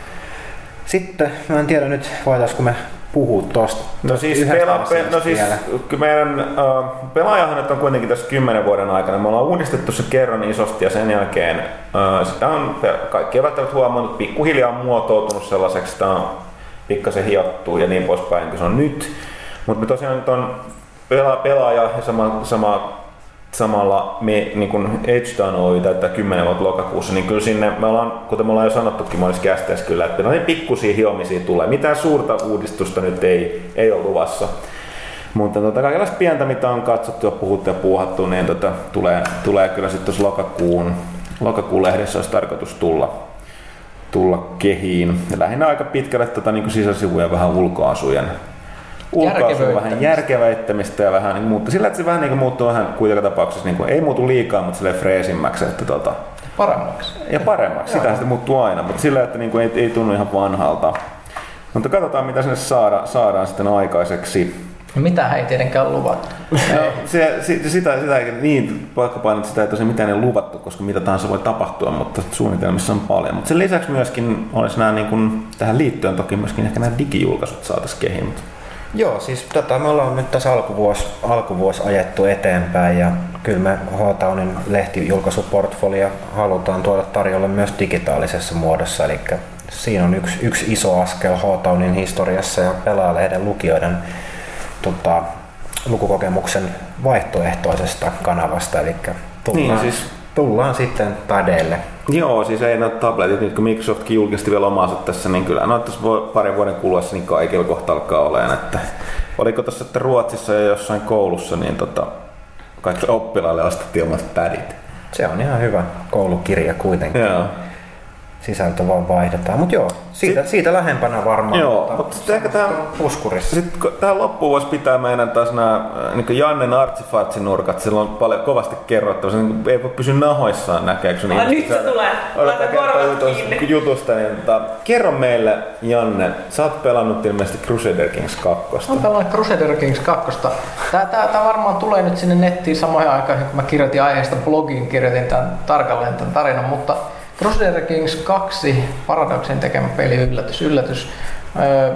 Sitten, mä en tiedä nyt, voitaisiko me puhua tuosta. No siis, pela, pe, no siis meidän uh, pelaajahan nyt on kuitenkin tässä kymmenen vuoden aikana. Me ollaan uudistettu se kerran isosti ja sen jälkeen uh, sitä on kaikki ovat huomannut, pikkuhiljaa on muotoutunut sellaiseksi, sitä on pikkasen hiottu ja niin poispäin kuin se on nyt. Mutta me tosiaan nyt on pela, pelaaja ja sama, sama, samalla me, niin kuin Edgedown Oy täyttää kymmenen vuotta lokakuussa, niin kyllä sinne me ollaan, kuten me ollaan jo sanottukin monissa kästeissä kyllä, että ne pikkusia hiomisia tulee. Mitään suurta uudistusta nyt ei, ei ole luvassa. Mutta tota, kaikenlaista pientä, mitä on katsottu ja puhuttu ja puuhattu, niin tota, tulee, tulee kyllä sitten tuossa lokakuun, lokakuun lehdessä olisi tarkoitus tulla. tulla kehiin. Ja lähinnä aika pitkälle tota, niin sisäsivuja vähän ulkoasujen ulkoasujen vähän järkevöittämistä ja vähän niin muuttuu. Sillä että se vähän niin muuttuu vähän kuitenkaan tapauksessa niin kuin, ei muutu liikaa, mutta silleen freesimmäksi, että tota, paremmaksi. Ja paremmaksi. Sitähän se muuttuu aina, mutta sillä että niin kuin, ei, ei tunnu ihan vanhalta. Mutta katsotaan mitä sinne saada, saadaan sitten aikaiseksi. No mitähän ei tietenkään luvattu. No, se, sitä, sitä, sitä ei niin paikkapainot, sitä ei tosiaan mitään ei luvattu, koska mitä tahansa voi tapahtua, mutta suunnitelmissa on paljon. Mutta sen lisäksi myöskin olisi nämä niin kuin, tähän liittyen toki myöskin ehkä nämä digijulkaisut saataisiin kehiin. Joo, siis tätä me ollaan nyt tässä alkuvuosi, alkuvuosi ajettu eteenpäin ja kyllä me H-Townin lehtijulkaisuportfolio halutaan tuoda tarjolle myös digitaalisessa muodossa, eli siinä on yksi, yksi iso askel H-Townin historiassa ja pelaajalehden lukijoiden tota, lukukokemuksen vaihtoehtoisesta kanavasta, eli tullaan, niin, siis tullaan sitten pädeille. Joo, siis ei noita tabletit, nyt kun Microsoftkin julkisti vielä omaansa tässä, niin kyllä noita parin vuoden kuluessa niin kaikilla kohta alkaa olemaan, että oliko tuossa sitten Ruotsissa ja jossain koulussa, niin tota, kaikki oppilaille ostettiin omat pädit. Se on ihan hyvä koulukirja kuitenkin. Joo. Sisältö vaan vaihdetaan, mutta joo, siitä, Sit, siitä lähempänä varmaan. Joo, mutta sitten ehkä tähän, puskurissa. Sitten tähän loppuun voisi pitää meidän taas nämä niin Jannen artsifartsinurkat, sillä on paljon kovasti kerrottu, se niin ei voi pysyä nahoissaan näkeekö. Niin, nyt se tulee, laita korvat kiinni. Jutusta, niin, tota, kerro meille Janne, sä oot pelannut ilmeisesti Crusader Kings kaksi. Mä pelannut Crusader Kings kaksi. Tää, tää, tää varmaan tulee nyt sinne nettiin samoihin aikaan, kun mä kirjoitin aiheesta blogiin, kirjoitin tämän tarkalleen tämän tarinan, mutta Crusader Kings kaksi, Paradoxin tekemä peli, yllätys, yllätys, öö,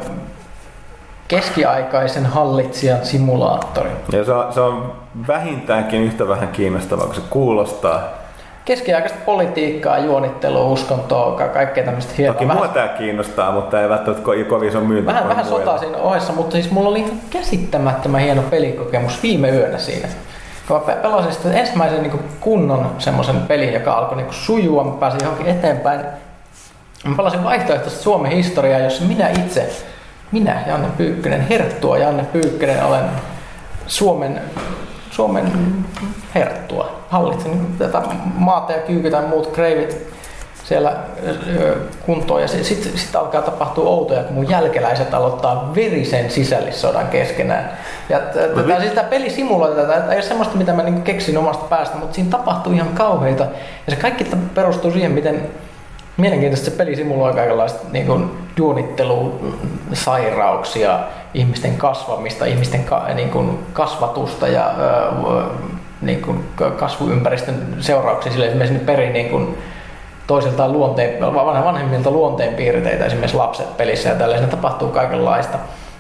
keskiaikaisen hallitsijan simulaattori. Ja se on, se on vähintäänkin yhtä vähän kiinnostavaa, kun se kuulostaa. Keskiaikaista politiikkaa, juonittelua, uskontoa, ka- kaikkea tämmöistä hienoa. Toki mua tää kiinnostaa, mutta ei välttämättä ko- kovin iso myynti. Vähän, vähän sotaa siinä ohessa, mutta siis mulla oli ihan käsittämättömän hieno pelikokemus viime yönä siinä. Kun mä pelasin sitten ensimmäisen niin kunnon semmoisen pelin, joka alkoi niin sujua, mä pääsin johonkin eteenpäin. Mä pelasin vaihtoehtoista Suomen historiaa, jossa minä itse, minä Janne Pyykkönen, herttua Janne Pyykkönen, olen Suomen, Suomen herttua. Hallitsen tätä maata ja kyykyt tai muut kreivit siellä kuntoon. Ja sitten sit alkaa tapahtua outoja, kun mun jälkeläiset aloittaa verisen sisällissodan keskenään. Ja tätä, siis tämä peli simuloi tätä, että ei ole semmoista, mitä mä niinku keksin omasta päästä, mutta siinä tapahtuu ihan kauheita. Ja se kaikki perustuu siihen, miten mielenkiintoista se peli simuloi kaikenlaista niinku duonittelua, sairauksia, ihmisten kasvamista, ihmisten ka, niinku kasvatusta ja ö, niinku kasvuympäristön seurauksia sille, että me sinne perin niinku toisiltaan luonteen, vanhemmilta luonteenpiirteitä, esimerkiksi lapset pelissä ja tällaisena tapahtuu kaikenlaista.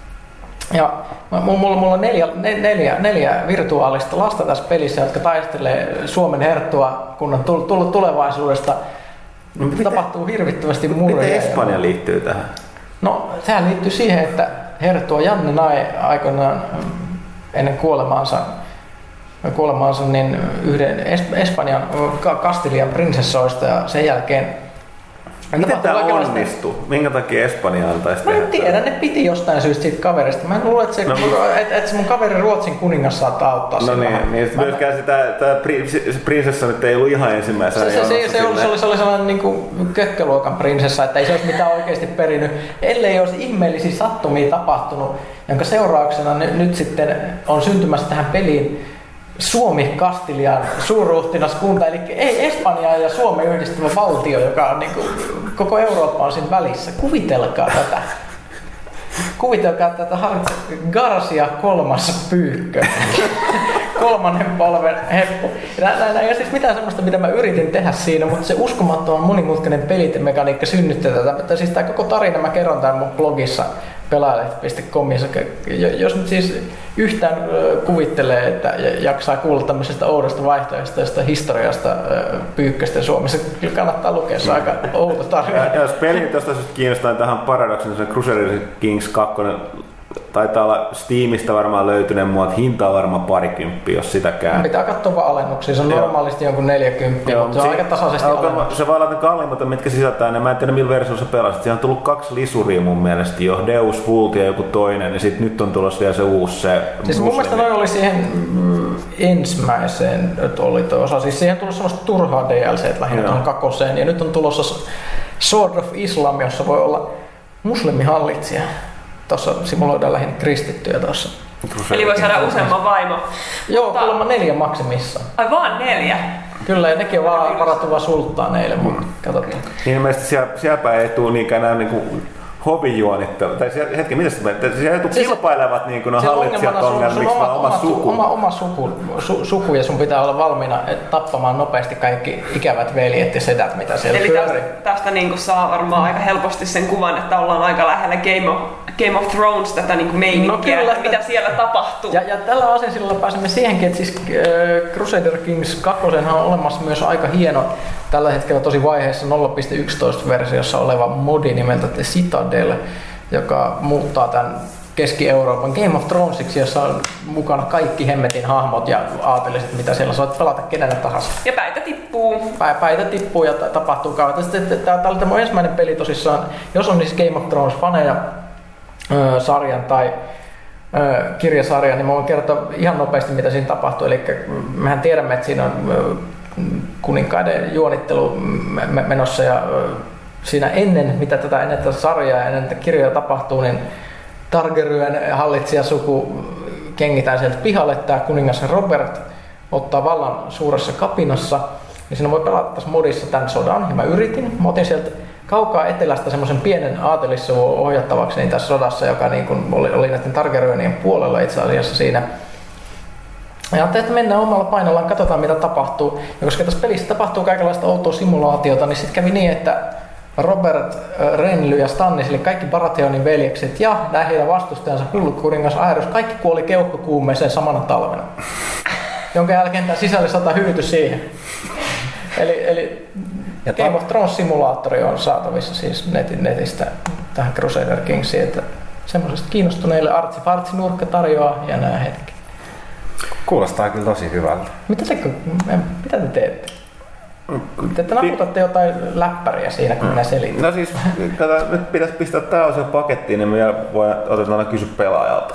Ja mulla, mulla on neljä, neljä, neljä virtuaalista lasta tässä pelissä, jotka taistelee Suomen herttua kunnan tullut tulevaisuudesta. No, tapahtuu hirvittävästi murheja. Miten Espanja liittyy tähän? No, sehän liittyy siihen, että herttua Janne Nai aikoinaan ennen kuolemaansa kuolemaansa niin yhden Espanjan Kastilian prinsessoista ja sen jälkeen... Miten tämä onnistui? Minkä takia Espanja antaisi tehdä? Mä en tiedä, ne piti jostain syystä siitä kaverista. Mä en luule, että se, no, et, et se mun kaveri Ruotsin kuningas saattaa auttaa. No niin, niin mä, myöskään sitä, tämä prinsessa nyt ei ollut ihan ensimmäisenä. Se, se, se, se, oli, se, oli, se oli sellainen niin kuin kökköluokan prinsessa, että ei se olisi mitään oikeasti perinyt, ellei olisi ihmeellisiä sattumia tapahtunut, jonka seurauksena nyt, nyt sitten on syntymässä tähän peliin Suomi-Kastilian suurruhtinaskunta, eli ei Espanja ja Suomen yhdistävä valtio, joka on niin kuin, koko Eurooppa on siinä välissä. Kuvitelkaa tätä. Kuvitelkaa tätä hallitse Garcia kolmas pyykkö. Kolmannen polven heppu. Ja siis mitään semmoista, mitä mä yritin tehdä siinä, mutta se uskomattoman monimutkainen pelimekaniikka synnyttää tätä. Siis tää koko tarina mä kerron tämän mun blogissa pelaajalehti piste com. Jos nyt siis yhtään kuvittelee, että jaksaa kuulla tämmöisestä oudosta vaihtoehtoisesta historiasta pyykkösten Suomessa, kyllä kannattaa lukea, se on aika outo tarina. Ja jos peli tästä kiinnostaa tähän Paradoxin, se Crusader Kings kaksi, taitaa olla Steamista varmaan löytyneen muut, hinta on varmaan parikymppiä, jos sitäkään. Pitää katsoa vaan alennuksia, se on Joo. normaalisti jonkun neljäkymppiä, Joo, mutta se on aika tasaisesti alennuksia. Se voi olla ne kalliimmat, mitkä sisältää ne, mä en tiedä millä versiossa pelasit. Siinä on tullut kaksi lisuria mun mielestä jo, Deus Vult ja joku toinen, ja sit nyt on tulossa vielä se uusi se siis mun mielestä noin oli siihen mm, ensimmäiseen, että oli tuo osa, siis siihen tuli semmoista turhaa D L C:tä lähinnä tuohon kakoseen, ja nyt on tulossa Sword of Islam, jossa voi olla muslimihallitsija. Tuossa simuloidaan lähinnä kristittyjä tuossa. Eli voi saada useamman vaimo. Joo, mutta kuulemma neljä maksimissa. Ai vaan neljä? Kyllä, ja nekin on vaan varattu vaan sulttaaneille, mutta katsotaan. Niin ilmeisesti siellä, sielläpä ei tule niinkään nämä niinku hovijuonittelu. Tai siellä, hetki, mitä sitä menee? Siellä ei tule siis kilpailevat niin kuin hallitsijat ongelmiksi, vaan oma suku. Oma, oma suku, su, suku, ja sun pitää olla valmiina tappamaan nopeasti kaikki ikävät veljet ja sedät, mitä siellä eli pyörii. Eli tästä, tästä niin saa varmaan aika helposti sen kuvan, että ollaan aika lähellä Game of, Game of Thrones tätä niin meininkiä, no kyllä, että mitä siellä tapahtuu. Ja, ja tällä asialla pääsemme siihenkin, että siis äh, Crusader Kings kaksi on olemassa myös aika hieno, tällä hetkellä tosi vaiheessa nolla piste yksitoista versiossa oleva modi nimeltä The Citadel, joka muuttaa tämän Keski-Euroopan Game of Thronesiksi, jossa on mukana kaikki hemmetin hahmot ja aateliset, mitä siellä saat pelata kenelle tahansa. Ja päitä tippuu. Pä, päitä tippuu ja tapahtuu kauan. Tämä oli tämä ensimmäinen peli tosissaan, jos on siis Game of Thrones-faneja ö, sarjan tai ö, kirjasarjan, niin mä voin kertoa ihan nopeasti, mitä siinä tapahtuu. Eli mehän tiedämme, että siinä on ö, kuninkaiden juonittelu menossa ja ö, siinä ennen, mitä tätä ennen tätä sarjaa ja ennen tätä kirjoja tapahtuu, niin Targaryen hallitsijasuku kengitään sieltä pihalle. Tämä kuningas Robert ottaa vallan suuressa kapinassa. Ja siinä voi pelata tässä modissa tämän sodan. Ja mä yritin. Mä otin sieltä kaukaa etelästä semmoisen pienen aatelissuvun ohjattavaksi tässä sodassa, joka niin kuin oli, oli näiden Targaryenien puolella itse asiassa siinä. Ja ajattelin, että mennään omalla painollaan, katsotaan mitä tapahtuu. Ja koska tässä pelissä tapahtuu kaikenlaista outoa simulaatiota, niin sitten kävi niin, että Robert, Renly ja Stannis, eli kaikki Baratheonin veljekset ja nämä heidän vastustajansa hullu kuningas Aerys, kaikki kuoli keuhkokuumeeseen samana talvena. Jonka jälkeen tämä sisällissota hyytyi siihen. Eli, eli Game of Thrones-simulaattori on saatavissa siis netin, netistä tähän Crusader Kingsiin, että semmoisesta kiinnostuneille artsi-fartsi nurkka tarjoaa ja nämä hetki. Kuulostaa kyllä tosi hyvältä. Mitä te, mitä te teette? Te naputatte jotain läppäriä siinä, kun minä selitän. No siis, kato, nyt pitäisi pistää tää osio pakettiin, niin me voidaan otetaan aina kysyä pelaajalta.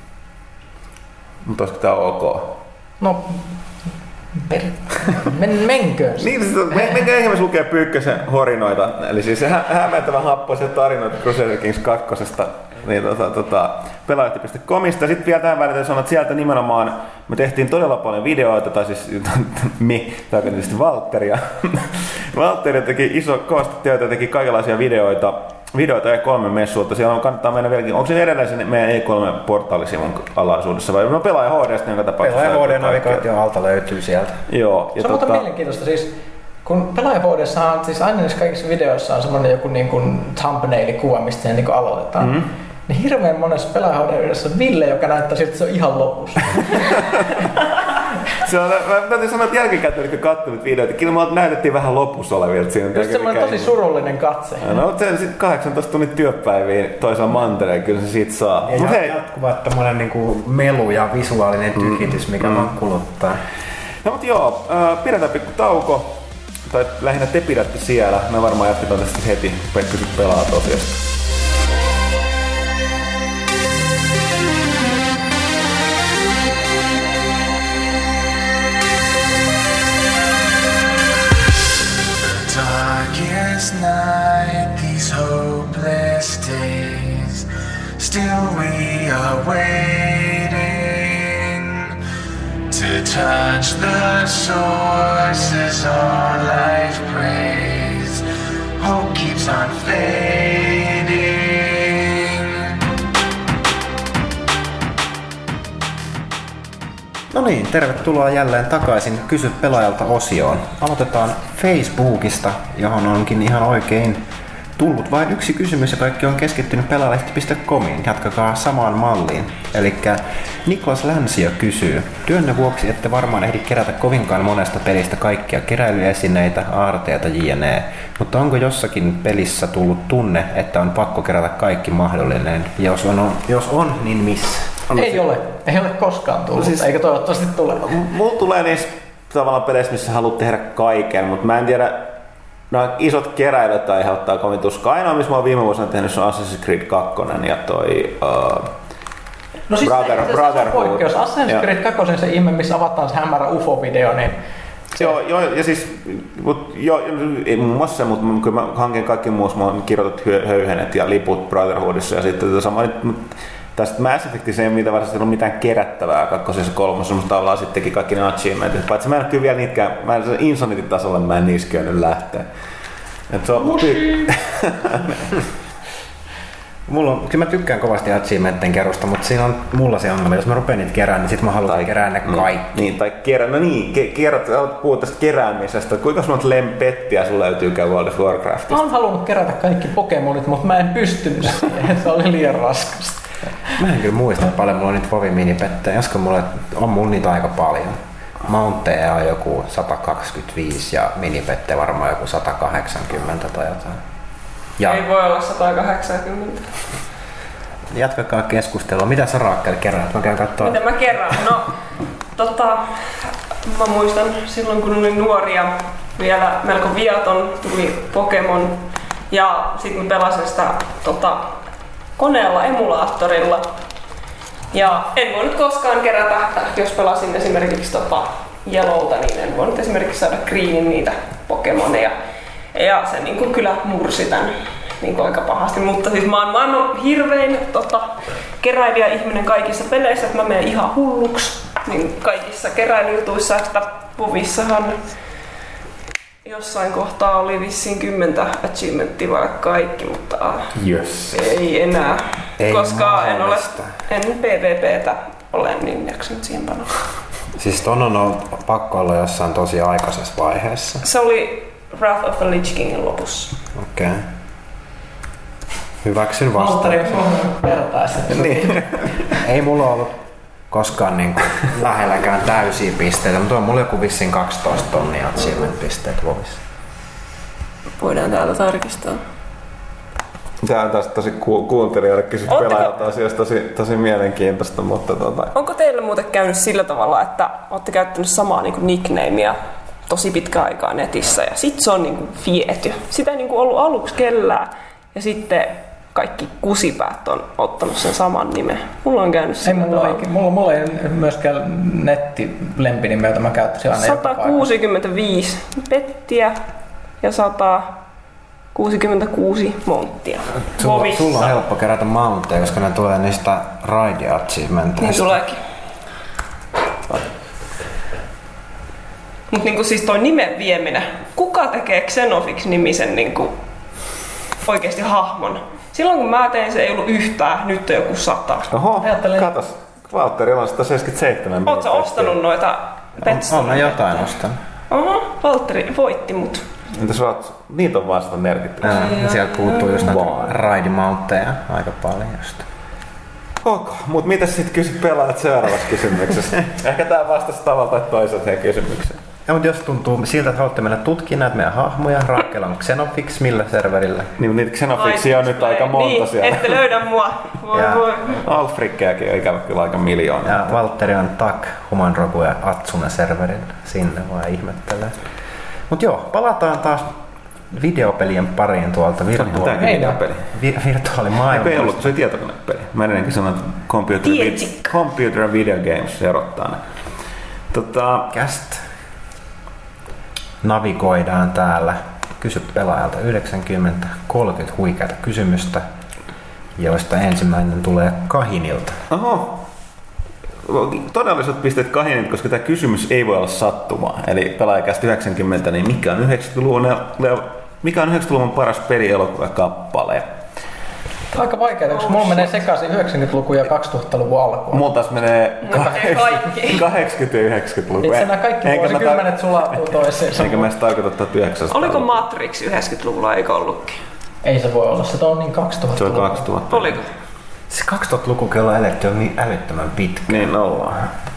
Mutta olisiko tää ok? No, per... Men, menköön. Niin, menkää ihmeessä lukee Pyykkösen horinoita. Eli siis hä- hämmentävän happoisia tarinoita Crusader Kings kakkosesta. Niin, tota, tota, pelaajat piste comista. Sitten vielä tähän väliin sanoa, että sieltä nimenomaan me tehtiin todella paljon videoita, tai siis me, tai tietysti Valtteri. Ja Valtteri teki iso, kovasti työtä, teki kaikenlaisia videoita, videoita E kolme messuilta. Siellä on, kannattaa mennä vieläkin. Onko se edelleen sen meidän E kolme portaalisivun alaisuudessa vai no Pelaaja H D:stä jonka tapauksessa? Pelaaja H D-navigaation alta löytyy sieltä. Joo. Ja se on tota... mielenkiintoista. Siis, kun Pelaaja H D:ssä on, siis aina niissä kaikissa videoissa on semmoinen joku niin kuin thumbnail-kuva, mistä se niin kuin aloitetaan. Mm-hmm. Niin hirveän monessa Pelaaja-hoidessa on Ville, joka näyttää siltä, että se on ihan lopussa. Se on, mä täytyy sanoa, että jälkikäteen kun katsoin videoita, kyllä me näytettiin vähän lopussa olevilta siinä. Just semmoinen tosi surullinen katse. No se sitten kahdeksantoista tunnin työpäiviin toisella mantereen, kyllä se siitä saa. Ja Mut hei. Jatkuva tommonen niinku melu ja visuaalinen tykitys, mikä mm. vaan kuluttaa. No mut joo, äh, pidetään pikku tauko. Tai lähinnä te pidätte siellä. Me varmaan jatketaan tästä heti. Pekka sit pelaa tosiaan. Night, these hopeless days, still we are waiting to touch the sources all life prays. Hope keeps on fading. No niin, tervetuloa jälleen takaisin Kysy pelaajalta -osioon. Aloitetaan Facebookista, johon onkin ihan oikein tullut vain yksi kysymys ja kaikki on keskittynyt pelaalehti piste comiin. Jatkakaa samaan malliin. Elikkä Niklas Länsiö kysyy: työnne vuoksi ette varmaan ehdi kerätä kovinkaan monesta pelistä kaikkia keräilyesineitä, aarteita jne. Mutta onko jossakin pelissä tullut tunne, että on pakko kerätä kaikki mahdollinen? Jos on, jos on niin missä? Ei ole. Ei ole koskaan tullut, siis, eikä toivottavasti tule. Mulla tulee niissä tavallaan peleissä, missä haluat tehdä kaiken, mutta mä en tiedä, no isot keräilyt aiheuttaa kovin tuskaa. Ainoa, missä mä oon viime vuosina tehnyt, on Assassin's Creed kaksi ja toi uh, no siis Brother, Brotherhood. Poikkeus. Assassin's Creed kaksi se ihme, missä avataan se hämärä U F O-video, niin se... Joo, joo, ja siis, mut, jo, ei muun muassa se, mutta kun mä hankin kaikki muus, mä oon kirjoitettu höyhenet ja liput Brotherhoodissa ja sitten tätä samaa. Tästä Mass Effectissa ei ole mitään varsinaisesti ollut mitään kerättävää kakkosessa ja kolmosessa, mutta tavallaan sittenkin kaikki ne achievementit. Paitsi mä en ole kyllä vielä niitkään, mä en Insanity-tasolla, mä en niissä kyennyt lähteä. Et se on... Mulla on, kyllä mä tykkään kovasti achievementten kerusta, mutta siinä on mulla se ongelma, jos mä rupean niitä kerään, niin sit mä haluan kerää ne kaikki. Niin, tai kerää, no niin, ke, kerät, puhut tästä keräämisestä. Kuinka monta lempettiä sun löytyykään World of Warcraftista? Mä oon halunnut kerätä kaikki Pokemonit, mutta mä en pystynyt siihen, se oli liian raskasta. Mä en kyllä muista paljon, mulla on niitä Vovi minipettejä, josko mulla on mulla niitä aika paljon. Mountteja on joku sata kaksikymmentäviisi ja minipettejä varmaan joku sata kahdeksankymmentä tai jotain. Ja ei voi olla sata kahdeksankymmentä. Jatkakaa keskustelua. Mitä sä Raakkeli keräät? Mä käyn kattoo. Mitä mä kerään? No, tota, mä muistan silloin kun olin nuori ja vielä melko viaton, tuli Pokemon ja sitten mä pelasin sitä tota, koneella, emulaattorilla. Ja en voinut koskaan kerätä, jos pelasin esimerkiksi tota Yellowta, niin en voinut esimerkiksi saada Greenin niitä Pokemoneja. Ja se niin kuin kyllä mursi tän niin kuin aika pahasti, mutta siis mä oon maailman hirvein tota, keräilijä-ihminen kaikissa peleissä, että mä menen ihan hulluksi niin kaikissa keräilyjutuissa, että Vovissahan jossain kohtaa oli vissiin kymmentä achievementtia vaikka kaikki, mutta yes. Ei enää, ei koska en ole en PvPtä ole niin jaksanut siihen panoa. Siis ton on ollut pakko olla jossain tosi aikaisessa vaiheessa. Se oli Wrath of the Lich Kingin lopussa. Okei. Okay. Hyväksyn vastaan. Valtteri on vertaista. Niin. Ei mulla ollut koskaan niin kuin lähelläkään täysiä pisteitä, mutta on mulla joku vissiin kaksitoista tonnia achievement-pisteet Vovissa. Voidaan täällä tarkistaa. Tämä on taas tosi ku- kuuntelijoille kysy pelaajalta asioista tosi, tosi mielenkiintoista, mutta tota... Onko teille muuten käynyt sillä tavalla, että olette käyttänyt samaa niin kuin nicknamea tosi pitkä aikaa netissä ja sit se on niin kuin viety? Sitä ei niin kuin ollut aluksi kellään ja sitten kaikki kusipäät on ottanut sen saman nimen. Mulla on käynyt sillä mulla tavalla. Ei, mulla, mulla ei myöskään nettilempinimeä, jota mä käyttäisin aina sata kuusikymmentäviisi pettiä ja sata kuusikymmentäkuusi monttia. Sulla, sulla on helppo kerätä mountteja, koska ne tulee niistä raid achievementeista. Niin tuleekin. Mut niinku siis toi nimen vieminen. Kuka tekee Xenofix-nimisen niinku oikeesti hahmon? Silloin kun mä tein, se ei ollut yhtään, nyt on joku sata. Oho, katos. Valtterilla on sata seitsemänkymmentäseitsemän. Oot sä ostanut noita Petsoneita? On mä jotain ostanut. Oho, Valtteri voitti mut. Entäs oot, niitä on vaan sitä merkitty. Sieltä puuttuu just näitä raidimountteja aika paljon just. Ok, mut mitäs sit kysyt pelaajat seuraavassa kysymyksessä? Ehkä tää vastasi tavalla tai toisella siihen kysymykseen. Ja, mutta jos tuntuu siltä, että haluatte mennä tutkimaan näitä meidän hahmoja, Raakkela on Xenofix, millä serverillä? Niin, niitä Xenofixia on nyt aika monta niin, siellä. ette löydä mua. Voi ja voi. Alfrikkeäkin on ikävä kyllä aika miljoona. Ja Valtteri on Tak, Humanrogu ja Atsune-serverillä. Sinne vaan ihmettelee. Mut joo, palataan taas videopelien pariin tuolta virtuaali- videopeli. Vi- virtuaalimaailmasta. Ei ollut, se oli tietokonepeli. Mä ennenkin sanon, että computer, vi- computer and video games erottaa ne. Tota, Käst. Navigoidaan täällä. Kysy pelaajalta yhdeksänkymmentä kolmekymmentä huikeata kysymystä, joista ensimmäinen tulee Kahinilta. Oho. todella isot pisteet Kahinen, koska tämä kysymys ei voi olla sattumaa. Eli Pelaajakästä yhdeksänkymmentä, niin mikä on yhdeksänkymmentäluvun, mikä on yhdeksänkymmentäluvun paras pelielokuva-kappale? Aika vaikeaa, koska mulla menee sekaisin yhdeksänkymmentäluvun ja kaksituhattaluvun alkuun. Mulla taas menee kaikki. kahdeksankymmentä- ja yhdeksänkymmentäluku. Itse nämä kaikki vuosikymmenet tar- sulautuu toiseen. Eikä mä edes tarkoita tuhatyhdeksänsataa. Oliko Matrix yhdeksänkymmentäluvulla, eikö ollutkin? Ei se voi olla, se on niin kaksituhattaluku. Se on kaksituhatta. Oliko? Se kaksituhattaluku on eletty jo niin älyttömän pitkä. Niin ollaan.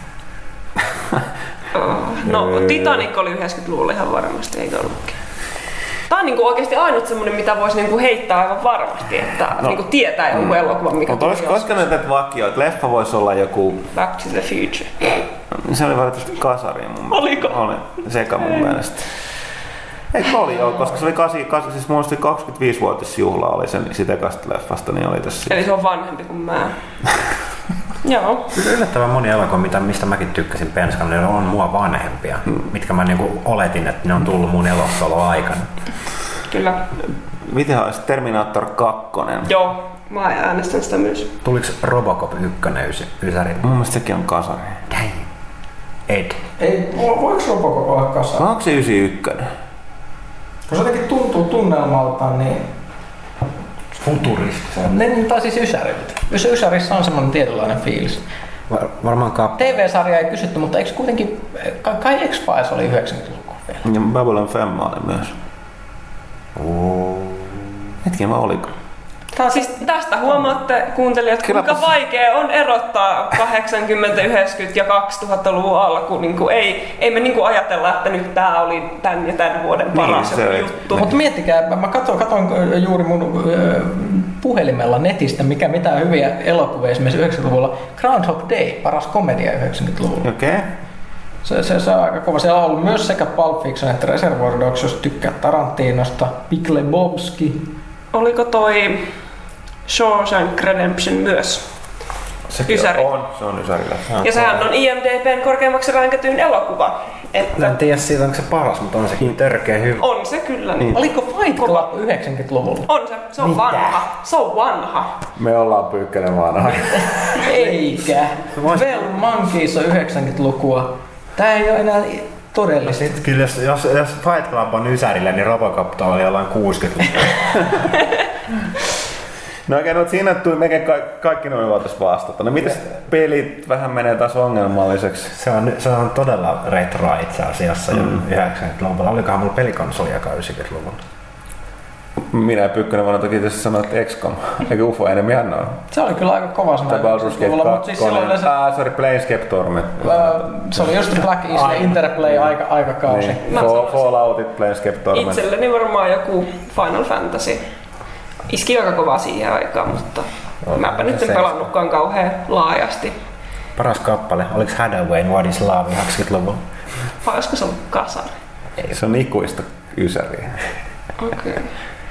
No, Titanic oli yhdeksänkymmentäluvulla ihan varmasti, eikö ollutkin? Tämä on niinku oikeasti ainut semmoinen, mitä voisi niinku heittää aivan varmasti, että no, niinku tietää jonkun mm. elokuvan, mikä tuli joskus. Koska ne teet vakioit, leffa voisi olla joku... Back to the Future. Se oli valitettavasti Kasari mun mielestä. Oliko? Oli seka mun mielestä. Eikö oli joo, koska se oli kasi, kasi, siis mun mielestä kaksikymmentäviisivuotisjuhla oli sen sit ekasta leffasta, niin oli tässä. Eli se on vanhempi kuin mä. Joo. Yllättävän moni elokuva, mitä, mistä mäkin tykkäsin penskan, ne on mua vanhempia, hmm. mitkä mä niinku oletin, että ne on tullut mun elossaoloaikana. Kyllä. Miten olisi Terminator kaksi? Joo, mä äänestän sitä myös. Tuliko Robocop yksi ysärille? Mun mielestä sekin on Kasari. Dang. Ed. Ei, voiko Robocop olla Kasari? Onko se yhdeksänkymmentäyksi? Kun se jotenkin tuntuu tunnelmaltaan, niin... Futuristisen. Ne, tai siis Ysäriltä. Ys- Ysärissä on semmoinen tietynlainen fiilis. Var, varmaan kap... T V-sarja ei kysytty, mutta eikö kuitenkin... Kai X-Files oli yhdeksänkymmentäluku vielä. Ja Babylon Femma oli myös. Oh. Hetken mä oliko? Tää siis tästä huomaatte, kuuntelijat, kuinka vaikea on erottaa kahdeksankymmentä-, yhdeksänkymmentä- ja kaksituhattaluvun alku. Niin kuin ei, ei me niin kuin ajatella, että nyt tää oli tän ja tän vuoden paras niin, juttu. Mutta miettikää, mä katsoin, katsoin juuri mun puhelimella netistä, mikä mitään hyviä elokuvia esimerkiksi yhdeksänkymmentäluvulla. Groundhog Day, paras komedia yhdeksänkymmentäluvulla. Okei. Okay. Se, se, se on aika kova. Siellä on ollut myös sekä Pulp Fiction että Reservoir Dogs, jos tykkää Tarantinosta. Big Lebowski. Oliko toi Shawshank Redemption myös? Sekin Ysäri. On, se on Ysärillä. Ja sehän on I M D B:n korkeammaksi ränkätyin elokuva. Että en tiedä siitä, onko se paras, mutta on sekin törkeä hyvä. On se kyllä. Niin. Oliko Fight Club yhdeksänkymmentäluvulla? On se, se on Mitä? vanha. Se on vanha. Me ollaan Pyykkönen vanha. Eikä. Twelve Monkeys on yhdeksänkymmentälukua. Tää ei ole enää todellista. Sitten kyllä jos, jos, jos Fight Club on Ysärillä, niin Robocop oli jollain kuusikymmentäluvulla. No oikein, no siinä tuli mekin ka- kaikki noin voitais vastata. No mitäs pelit vähän menee taas ongelmalliseksi? Se on, se on todella retroa itse asiassa mm. jo yhdeksänkymmentäluvulla. Olikohan mulla pelikonsoli joka yhdeksänkymmentäluvulla? Minä ja Pyykkönen vaan toki tässä sanoa, että X COM, eikä U F O enemmän annoin. Se oli kyllä aika kova sana yhdeksänkymmentäluvulla, mutta siis silloin se... Ah, sorry, Planescape Torment. Se oli just Black East Interplay aika, aikakausi. Niin. Falloutit, Planescape Torment. Itselleni varmaan joku Final Fantasy. Iski aika kovaa siihen aikaan, mutta no, mäpä nyt en pelannutkaan kauhean laajasti. Paras kappale, oliko Hathaway What is Love kaksikymmentäluvulla? Vai olisiko se ollut Kasari? Ei, se on ikuista Ysäriä. Okei. Okay.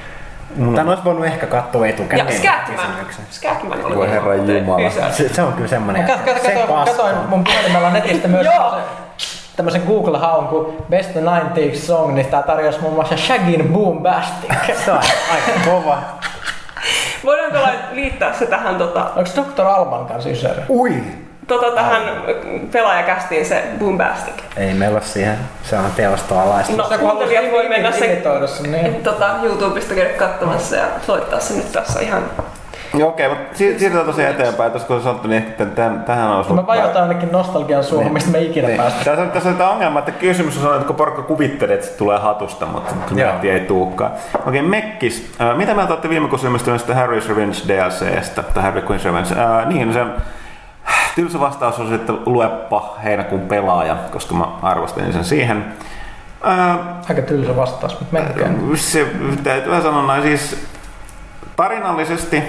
Tän olisi voinut ehkä katsoa etukäteen. Ja Scatman. Scatman oli Voi herran jumala. Se, se on kyllä semmonen. Mä katoin, katoin mun puhelimella netistä myös tämmösen Google-haun kuin Best nineties Song, niin tää tarjosi muun muassa Shaggin Boombastic. Se on aika kova. Voidaanko liittää se tähän tota... Onks doktor Alban kanssa Ysäri? Ui! Tota tähän pelaajakästiin se Boombastic. Ei meillä ole siihen, se on teostoalaista. No kuuntelijat voi mennä se niin. tota, YouTubesta käydä katsomassa ja soittaa se nyt tässä ihan... Joo, okei, okay, mutta siirrytään tosiaan eteenpäin, että kun sanottu, niin tämän, tähän on osunut... Me vajotaan ainakin nostalgian suomi, niin. Mistä me ikinä niin. Päästä. Tässä on, tässä on tämä ongelma, että kysymys on sellainen, että kun porukka kuvittelee, että se tulee hatusta, mutta nähti ei tuukaan. Okei, okay, Mekkis. Äh, mitä mieltä olette viime kuussa ilmestyneestä Harry's Revenge D L C:stä, tai Harry Queen's Revenge? Äh, niin, se tylsä vastaus on, että luepa heinäkuun pelaaja, koska mä arvostelin sen siihen. Äh, Aika tylsä vastaus, mutta menkään. Se täytyy sanoa näin, siis tarinallisesti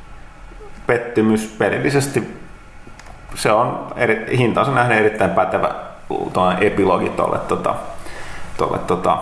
pettymys pelillisesti se on eri, hintaansa nähden erittäin pätevä epilogi tolle, tota, tolle tota,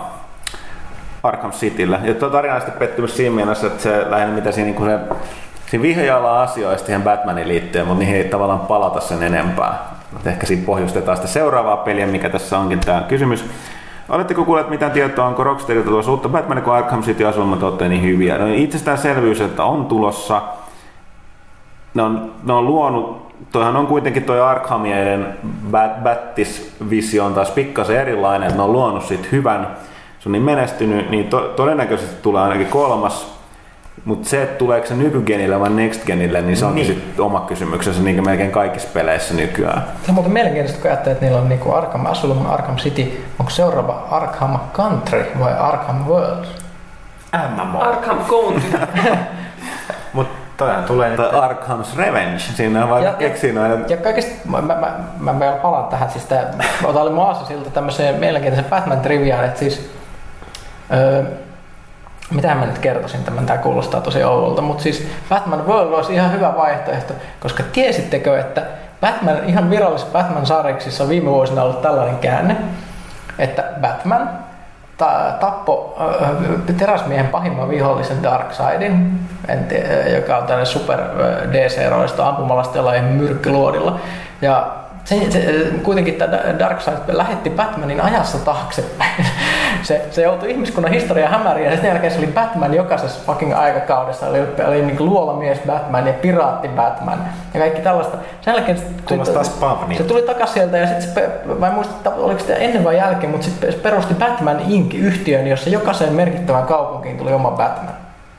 Arkham Citylle. Ja tuo tarinallisesti pettymys siinä mielessä, että se lähinnä mitä siinä, niin se, siinä vihjaillaan asioista ihan Batmanin liittyen, mutta niihin ei tavallaan palata sen enempää. Ehkä siinä pohjustetaan sitä seuraavaa peliä, mikä tässä onkin tämä kysymys. Oletteko kuulleet mitään tietoa, onko Rocksteadilta tuossa uutta Batman kuin Arkham City asunnot olette niin hyviä? No itsestäänselvyys, että on tulossa. Ne on, ne on luonut toihan on kuitenkin toi Arkhamien Battis-visio on taas pikkasen erilainen, että ne on luonut sit hyvän, se on niin menestynyt, niin to, todennäköisesti tulee ainakin kolmas. Mutta se, että tuleeko se nykygenille vai next genille, niin se on niin. sitten oma kysymyksensä niin melkein kaikissa peleissä nykyään. Se on muuten mielenkiintoista, kun ajattelee, että niillä on niinku Arkham Asylum, Arkham City. Onko seuraava Arkham Country vai Arkham World? M M O. Arkham Country. Mut toihan tulee nyt. Arkham's Revenge, siinä on vaikka keksii noita. Ja kaikista, mä, mä, mä, mä vielä palaan tähän, siis tää, mä otan maassa siltä tämmöiseen mielenkiintoisen Batman-triviaan, että siis öö, mitähän mä nyt kertoisin tämän, tää kuulostaa tosi oudolta, mutta siis Batman World olisi ihan hyvä vaihtoehto, koska tiesittekö, että Batman, ihan virallisissa Batman-sarjiksissa on viime vuosina ollut tällainen käänne, että Batman ta- tappo äh, teräsmiehen pahimman vihollisen Darkseidin, en tiedä, joka on tällainen super äh, D C-roista ampumalasta jollain myrkkyluodilla. Ja se, se, kuitenkin tämä Darkseid lähetti Batmanin ajassa taaksepäin. Se, se joutui ihmiskunnan historian hämäriin ja sen jälkeen se oli Batman jokaisessa fucking aikakaudessa. Oli, oli niin kuin luolamies Batman ja piraatti Batman ja kaikki tällaista. Sen jälkeen se tuli, se tuli takaisin sieltä ja sitten se, vai muistat, oliko sitä ennen vai jälkeen, mutta sitten se perusti Batman Inc-yhtiön, jossa jokaiseen merkittävään kaupunkiin tuli oma Batman.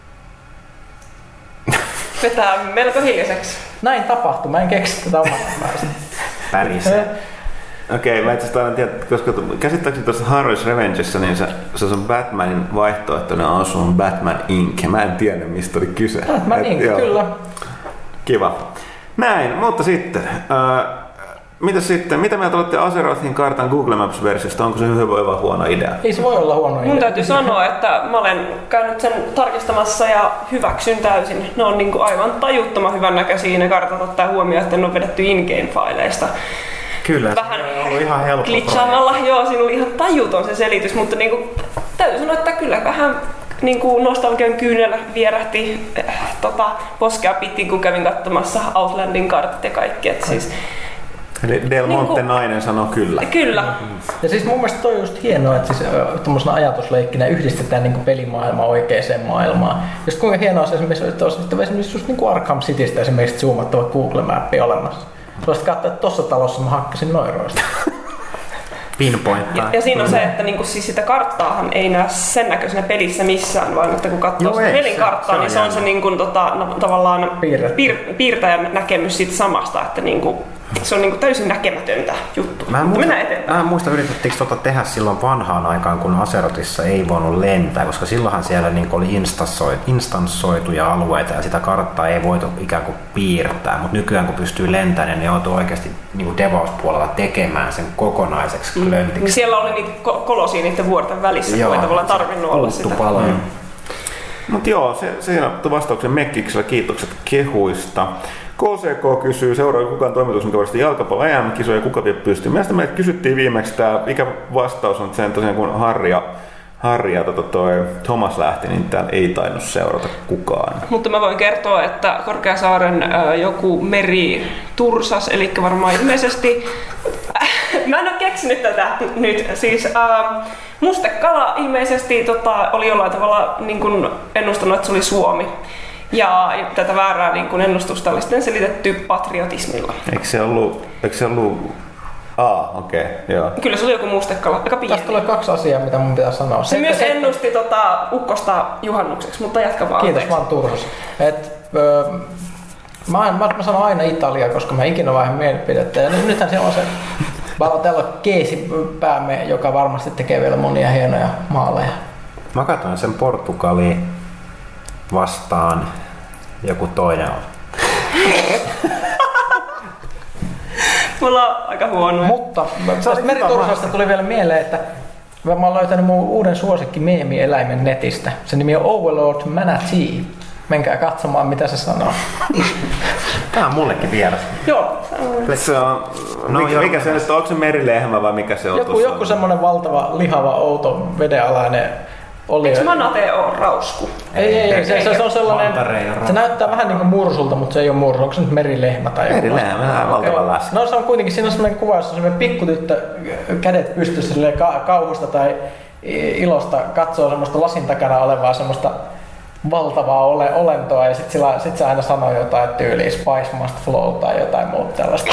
Vetää melko hiljaiseksi. Näin tapahtui, mä en keksi tätä omasta päästä. Pärisee. Okei, okay, mä itse asiassa tiedä, koska käsittääkseni tuossa Harry's Revengessa, niin se, se on Batmanin vaihtoehtoinen asu on Batman Incorporated. Mä en tiedä, mistä oli kyse. Batman Incorporated, kyllä. Kiva. Näin, mutta sitten, äh, mitä sitten, mitä mieltä olette Azerothin kartan Google Maps-versiosta? Onko se hyvä vai huono idea? Ei se voi olla huono idea. Mun täytyy sanoa, että mä olen käynyt sen tarkistamassa ja hyväksyn täysin. Ne on niinku aivan tajuttoman hyvän näköisiä ne kartat, ottaa huomioon, että ne on vedetty in-game-faileista. Kyllä, vähän se on ollut ihan helppo glitchaamalla, joo, siinä oli ihan tajuton se selitys, mutta niinku, täytyy sanoa, että kyllä vähän niinku nostalgian kyynellä vierähti äh, tota, poskea pitkin, kun kävin katsomassa Outlandin kartat ja kaikki. Et siis, eli Del Monte niinku, nainen sanoo kyllä. Kyllä. Ja siis mun mielestä toi on just hienoa, että siis tuommoisena ajatusleikkinä yhdistetään niinku pelimaailma oikeaan maailmaan. Just kuinka hienoa se esimerkiksi, että olisi esimerkiksi just niinku Arkham Citystä esimerkiksi zoomattava Google-mappi olemassa. Voisit katsoa, että tossa talossa mä hakkasin noiroista. Pinpointtaa. Ja, ja siinä on se, että niinku, siis sitä karttaahan ei näe sen näköisenä pelissä missään, vaan että kun katsoo sitä pelin karttaa, niin se on se niinku, tota, no, tavallaan piir, piirtäjän näkemys siitä samasta, että niinku, se on niinku täysin näkemätöntä juttu. Mä en muista, mä en muista yritettiinkö tota tehdä silloin vanhaan aikaan, kun Azerothissa ei voinut lentää, koska silloinhan siellä niinku oli instanssoituja alueita ja sitä karttaa ei voitu ikään kuin piirtää, mutta nykyään kun pystyy lentämään, niin joutuu oikeasti niinku devauspuolella tekemään sen kokonaiseksi mm. klöntiksi. Siellä oli niitä kolosia niiden vuorten välissä, joo, kun ei tavallaan tarvinnut olla sitä. Paljon. Mm. Mut joo, se, siinä on vastauksen Mekkiksellä, kiitokset kehuista. K C K kysyy, seuraava kukaan toimituksen jalkapallo E M-kisoja, kuka vie pystyy. Mielestäni me kysyttiin viimeksi, tämä ikä vastaus on sen tosiaan, kun Harri ja, Harri ja tota toi Thomas lähti, niin täällä ei tainnut seurata kukaan. Mutta mä voin kertoa, että Korkeasaaren äh, joku meri tursas, eli varmaan ilmeisesti, äh, mä en ole keksinyt tätä nyt, siis äh, mustekala ilmeisesti tota, oli jollain tavalla niin kun ennustanut, että se oli Suomi. Ja tätä väärää niin kun ennustusta oli sitten selitetty patriotismilla. Eikö se ollut... Eikö se ollut... Ah, okei, okay, joo. Kyllä se oli joku mustekala, aika pieni. Tästä tulee kaksi asiaa, mitä mun pitää sanoa. Se, se myös se, ennusti että... tota, ukkosta juhannukseksi, mutta jatka vaan. Kiitos vaan turhas. Et, öö, mä, mä, mä sanon aina Italia, koska mä ikinä vaihan mielipidettä. Ja nythän siellä on se Balotello keesipäämme, joka varmasti tekee vielä monia hienoja maaleja. Mä katsoin sen Portugaliin vastaan joku toinen on. Mulla on aika huonoja. Mutta tästä meritursasta tuli vielä mieleen, että mä oon löytänyt mun uuden suosikki meemieläimen netistä. Se nimi on Overlord Manatee. Menkää katsomaan, mitä se sanoo. Tää on mullekin vieras. Joo. Se on, no, mikä, mikä se nyt on? Onko se merilehmä vai mikä se on? Joku, joku semmonen valtava, lihava, outo, vedenalainen oli. Eikö manatee ole rausku? Ei, ei, ei. Se, se on sellainen, se näyttää vähän niin kuin mursulta, mutta se ei ole mursu. Onko se nyt merilehmä tai joku? Merilehmä, vähän valtava läskä. No se on kuitenkin, siinä on sellainen kuva, jossa on sellainen pikkutyttö kädet pystyssä ka- kauhusta tai ilosta katsoo semmoista lasin takana olevaa semmoista valtavaa ole, olentoa ja sit, sillä, sit se aina sanoo jotain tyyliä Spice Must Flow tai jotain muuta tällaista.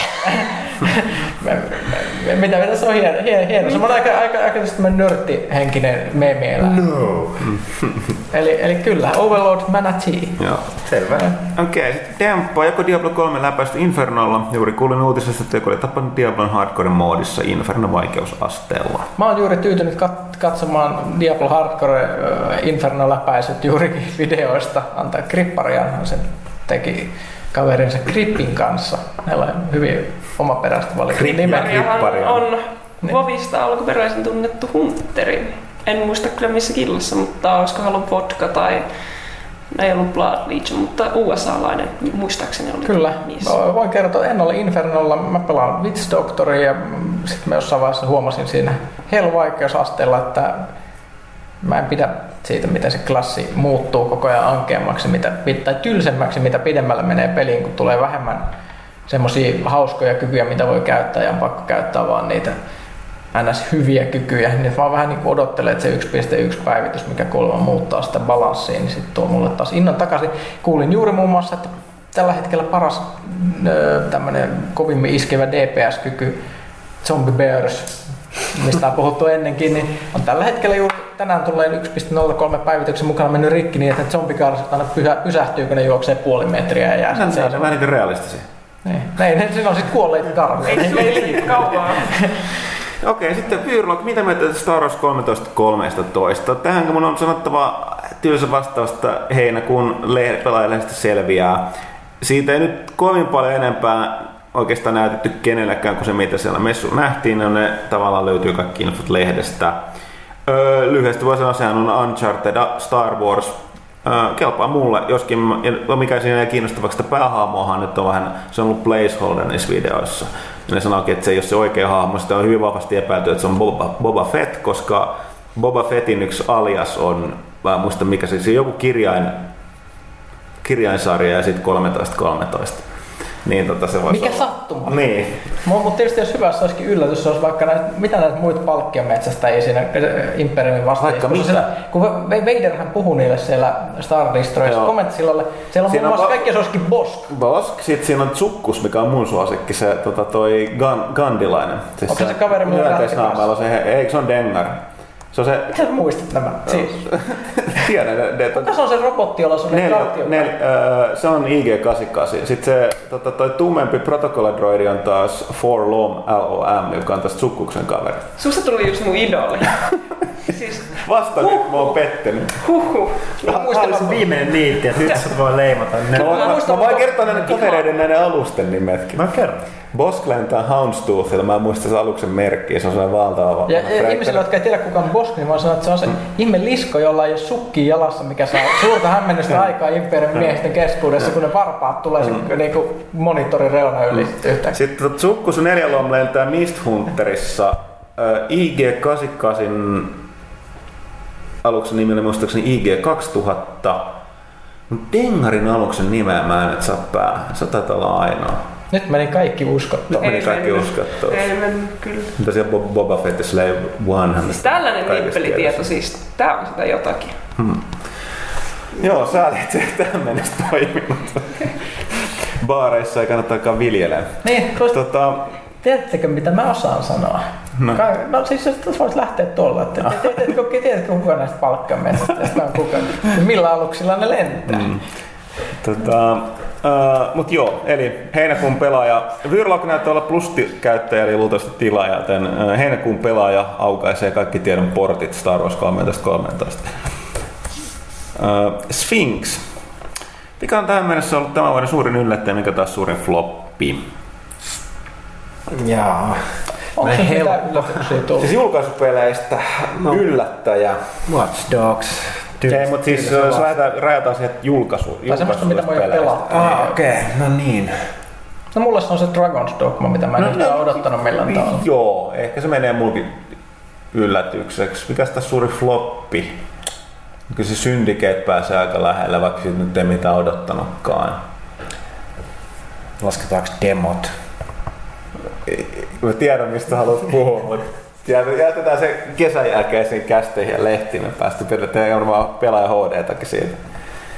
mitä, mitä se on hieno, hieno, hieno. Se on aika, aika, aika nörttihenkinen meemielämä. No. eli, eli kyllä, Overlord Manatee. Joo. Selvä. Okei, okay, sitten Demppa. Joko Diablo kolme läpäisty Infernolla? Juuri kuulin uutisesta, että joku oli tapannut Diablon hardcore-moodissa Inferno-vaikeusasteella. Mä oon juuri tyytynyt kat- katsomaan Diablo Hardcore Inferno-läpäisyt juurikin videoista. Antaa Kripparianhan sen teki kaverinsa Krippin kanssa. Meillä on hyvin omaperäistä valittu nimen. Kripparihan on Vovista alkuperäisen tunnettu hunteri. En muista kyllä missä killassa, mutta olisiko ollut vodka tai ei ollut Blood Legion, mutta U S A-lainen muistaakseni oli. Kyllä. Niissä. Voin kertoa, en ole Infernolla. Mä pelaan Witch Doctoria ja sitten mä jossain vaiheessa huomasin siinä Hell-vaikeusasteella, että mä en pidä siitä, miten se klassi muuttuu koko ajan ankeammaksi mitä, tai tylsemmäksi, mitä pidemmällä menee peliin, kun tulee vähemmän semmosia hauskoja kykyjä, mitä voi käyttää ja on pakko käyttää vaan niitä ns. Hyviä kykyjä. Niin mä vähän niin odottelen, että se yksi pilkku yksi päivitys, mikä kuulemma muuttaa sitä balanssia, niin sitten tuo mulle taas innon takaisin. Kuulin juuri muun muassa, että tällä hetkellä paras tämmönen kovimmin iskevä D P S-kyky Zombie Bears, mistä on puhuttu ennenkin, niin on tällä hetkellä juuri tänään tulleen yksi pilkku nolla kolme päivityksen mukana mennyt rikki niin, että zombikarsit aina pysähtyy, kun ne juoksee puoli metriä ja jää. Se on vähän niin kuin realistisia. Niin, ne, siinä on sitten kuolleita karvoja. Ei liian kauan. Okei, sitten Fyrlok, mitä mieltä Star Wars kolmetoista kolmetoista? Tähän mun on sanottava tylsä vastausta heinäkuun pelaajalehdestä selviää. Siitä ei nyt kovin paljon enempää oikeastaan näytetty kenellekään kuin se, mitä siellä messu nähtiin. Ne tavallaan löytyy kaikki infot lehdestä. Öö, lyhyesti voi sanoa, sehän on Uncharted Star Wars. Öö, kelpaa mulle, joskin mikä siinä ei kiinnostavaksi, että päähahmoahan nyt on vähän, se on ollut placeholder niissä videoissa. Ja ne sanoikin, että se ei ole se oikea hahmo. Sitä on hyvin vahvasti epäilty, että se on Boba, Boba Fett, koska Boba Fettin yksi alias on, mä en muista mikä se, se on joku kirjain, kirjainsarja ja sitten kolmetoista kolmetoista. Niin, tota se mikä olla. sattuma. Niin. Mutta tietysti jos hyvä, se olisikin yllätys, se olisi vaikka näitä, mitä näitä muita palkkiometsästä ei siinä Imperiumin vastaajissa. Kun Vaderhän puhui niille siellä Star Destroyerissa kommenttisillalle, siellä on siinä muun muassa kaikki se olisikin Bosk. Bosk, sitten siinä on Tsukkus, mikä on mun suosikki, se tota, toi Gan, Gandilainen. Siis onko se, se kaveri millä rättikanssa? Se, eikö se on Dengar? Se on se... Miten sä muistat nämä? Siis. Tiedän. Kuka se on se robotti, jolla se on nel, nel, äh, se on I G kahdeksankymmentäkahdeksan. Sitten se tota, toi tummempi protokolladroidi on taas Forlom L O M, joka on taas Tsukkuksen kaveri. Susta tuli just mun idoli. Siis, vasta huh, nyt mä oon pettynyt. Huhhuh. Mä muistan se viimeinen niitti, että nyt sä voi leimata. Ne. Mä, mä, mä voin kertoa näiden kavereiden näiden alusten nimetkin. Mä kerron. Bosk lentää Houndstoothilla, mä en muista se aluksen merkkiä, se on sellainen valtava. Ja, ja ihmisillä, jotka ei tiedä kuka on Bosk, niin mä sanon, että se on se mm. ihme lisko, jolla ei ole sukkia jalassa, mikä saa suurta hämmennystä aikaa Imperiumin miehisten keskuudessa, kun ne varpaat tulee mm. se niin monitorin reuna yli mm. yhtäkkiä. Sitten Tsukkus neljälom lentää Mist Hunterissa äh, I G kahdeksankymmentäkahdeksan aluksen nimellä muistaakseni I G kaksituhatta. Dengarin aluksen nimeä mä en nyt saa päähän, se taitaa olla ainoa. Nyt meni kaikki uskottua. Nyt meni kaikki uskottua. Ei mennyt kyllä. Mitä siellä Boba Fett Slave One? Siis tällainen nippelitieto siis, tää on sitä jotakin. Hmm. Joo, sä olit se tähän mennessä toiminut. Baareissa ei kannattaakaan viljellä. Niin, tota, tiedättekö mitä mä osaan sanoa? No, no siis jos voisi lähteä tuolla, että tiedätkö, tiedätkö kuka näistä palkkametsästä on kuka, millä aluksilla ne lentää? Mm. Tota, Uh, mut joo, eli heinäkuun pelaaja, Fyrlok näyttää olla plus-käyttäjä eli luultavasti tilaaja, joten uh, heinäkuun pelaaja aukaisee kaikki tiedon portit Star Wars kolmetoista kolmetoista. Uh, Sphinx. Mikä on tähän mennessä ollut tämän vuoden suurin yllättäjä, mikä taas suurin floppi? Jaa. Onko se mitään yllätyksiä tullut? Siis julkaisupeleistä no. yllättäjä. Watch Dogs. Okei, mutta siis jos rajataan siihen julkaisu. Tai semmoista, mitä voi pelata. Ah, okei, okay. No niin. No mulle se on se Dragon's Dogma, mitä mä en no, nyt ole odottanut millään tavalla. Joo, ehkä se menee mulkin yllätykseksi. Mikäs tässä suuri floppi? Kyllä se Syndicate pääsee aika lähelle, vaikka siitä nyt ei mitään odottanutkaan. Lasketaanko demot? Mä tiedän mistä haluat puhua, mutta jätetään se kesän jälkeen siinä kästeihin ja lehtiin. Me päästy tehdään varmaan pelaaja H D-takin siitä.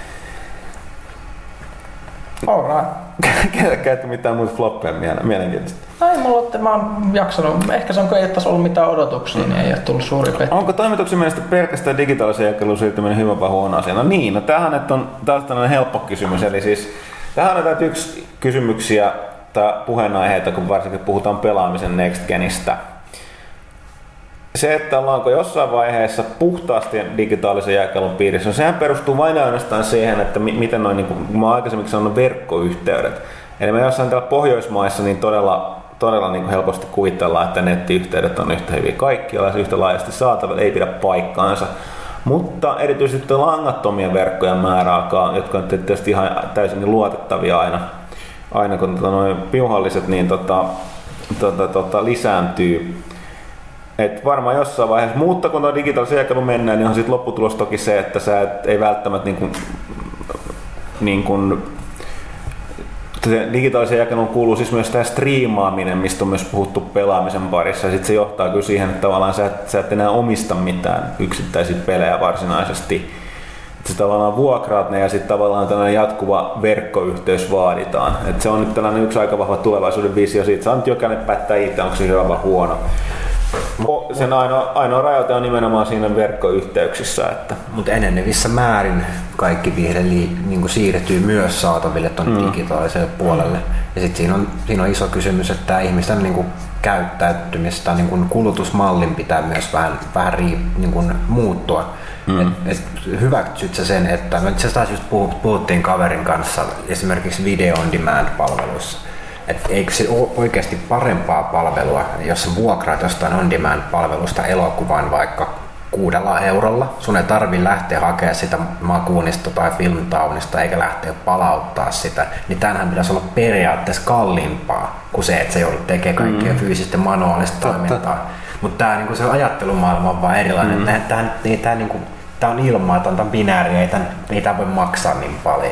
Alright. Käytkö mitään muuta floppeja mielenkiintoista? Ei mulla ole, mä oon jaksanut. Ehkä se on, kun ei ole ollut mitään odotuksia, niin ei ole tullut suuri petty. Onko toimituksen mielestä pelkästään digitaalisen jakelun siirtyminen hyvä vai huono asia? No niin, no tämähän on tällainen helppo kysymys. Eli siis tämähän on yksi kysymyksiä tai puheenaiheita, kun varsinkin puhutaan pelaamisen Next Genistä. Se, että ollaanko jossain vaiheessa puhtaasti digitaalisen jakelun piirissä, no sehän perustuu vain ainoastaan siihen, että mi- miten noin, niin kuin mä oon aikaisemmin sanonut, verkkoyhteydet. Eli me jossain täällä Pohjoismaissa niin todella, todella niin kuin helposti kuvitellaan, että nettiyhteydet on yhtä hyviä kaikkialla ja yhtä laajasti saatavilla, ei pidä paikkaansa. Mutta erityisesti langattomien verkkojen määrä alkaa, jotka on tietysti ihan täysin niin luotettavia aina, aina kun tota, noin piuhalliset niin tota, tota, tota, lisääntyy. Et varmaan jossain vaiheessa, mutta kun tuo digitaalisen jakelun mennään, niin on sit lopputulos toki se, että sä et, ei välttämättä niin kuin, niin kuin, digitaalisen jakelun kuuluu siis myös tämä striimaaminen, mistä on myös puhuttu pelaamisen parissa. Ja sit se johtaa kyllä siihen, että tavallaan sä et, sä et enää omista mitään yksittäisiä pelejä varsinaisesti. Et sä tavallaan vuokraat ne ja sitten tavallaan tällainen jatkuva verkkoyhteys vaaditaan. Et se on nyt tällainen yksi aika vahva tulevaisuuden visio. Siitä saa nyt jokainen päättää itse, onko se hyvä vai huono. Sen ainoa, ainoa rajoite on nimenomaan siinä verkkoyhteyksissä. Että. Mutta enenevissä määrin kaikki viihde niin siirtyy myös saataville tuonne mm. digitaaliselle puolelle. Ja sitten siinä on, siinä on iso kysymys, että ihmisten niin kuin käyttäytymistä, niin kuin kulutusmallin pitää myös vähän, vähän rii, niin kuin muuttua. Mm. Et, et hyväksyt sä sen, että me itse asiassa just puhuttiin kaverin kanssa esimerkiksi video on demand -palveluissa. Et eikö se ole oikeasti parempaa palvelua, jos sä vuokraat jostain on-demand-palvelusta elokuvan vaikka kuudella eurolla. Sun ei tarvi lähteä hakemaan sitä makuunista tai filmtaunista eikä lähteä palauttaa sitä. Niin tämähän pitäisi olla periaatteessa kalliimpaa kuin se, että se joudut tekemään kaikkea mm. fyysistä manuaalista toimintaa. Mutta tämä niinku, se ajattelumaailma on vaan erilainen. Mm. Tämä niinku, on ilmaaton, tämä on binääri, ei tämän, ei tämä voi maksaa niin paljon.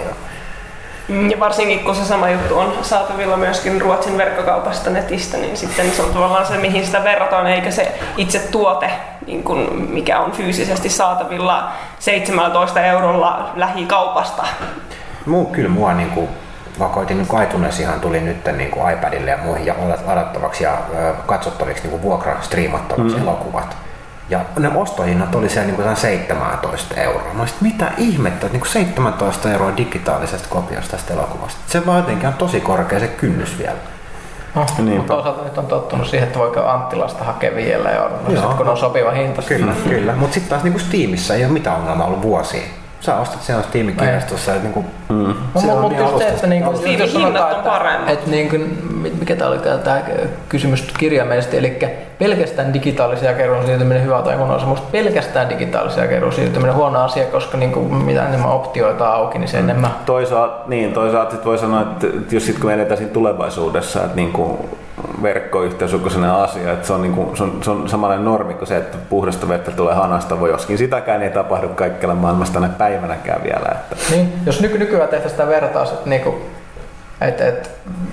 Ja varsinkin kun se sama juttu on saatavilla myöskin Ruotsin verkkokaupasta netistä, niin sitten se on tavallaan se, mihin sitä verrataan, eikä se itse tuote, niin kun mikä on fyysisesti saatavilla seitsemäntoista eurolla lähikaupasta. Muu, kyllä mua, niin kuin, vaikka koitin niin iTunesihan tuli nyt niin kuin iPadille ja muihin ja ladattavaksi ja ö, katsottaviksi niin vuokra-striimattavaksi mm. elokuvat. Ja ne ostohinnat oli siellä niin seitsemäntoista euroa. Mä olisin, mitä ihmettä, että niin seitsemäntoista euroa digitaalisesta kopiosta tästä elokuvasta. Se vaan jotenkin on tosi korkea se kynnys vielä. No, niin, mutta toisaalta nyt on tottunut siihen, että voiko Anttilasta hakea viidellä eurolla, kun on sopiva hinta. Kyllä, kyllä. Mutta sitten taas niin Steamissa ei ole mitään ongelmaa ollut vuosia. Sä ostat siellä Steamin kirjastossa. Niinku, mm. Mutta mut just se, että niinku, jos sanotaan, että, että niinku, mikä tämä oli tämä kysymys kirjaimellisesti, eli pelkästään digitaalisen jakelun siirtyminen hyvä tai huono asia, musta pelkästään digitaalisen jakelun siirtyminen huono asia, koska niinku, mitä enemmän optioita auki, niin se mm. enemmän. Toisaalta, niin, toisaalta sit voi sanoa, että jos sit kun me edetään siinä tulevaisuudessa, että niinku, verkkoyhteys on sellainen asia, että se on, niinku, se on, se on samanlainen normi kuin se, että puhdasta vettä tulee hanasta, voi joskin sitäkään ei tapahdu kaikkialla maailmassa tänä päivänäkään vielä. Että. Niin, jos nyky- nykyään tehtäisiin sitä vertaus, että, niinku, että, että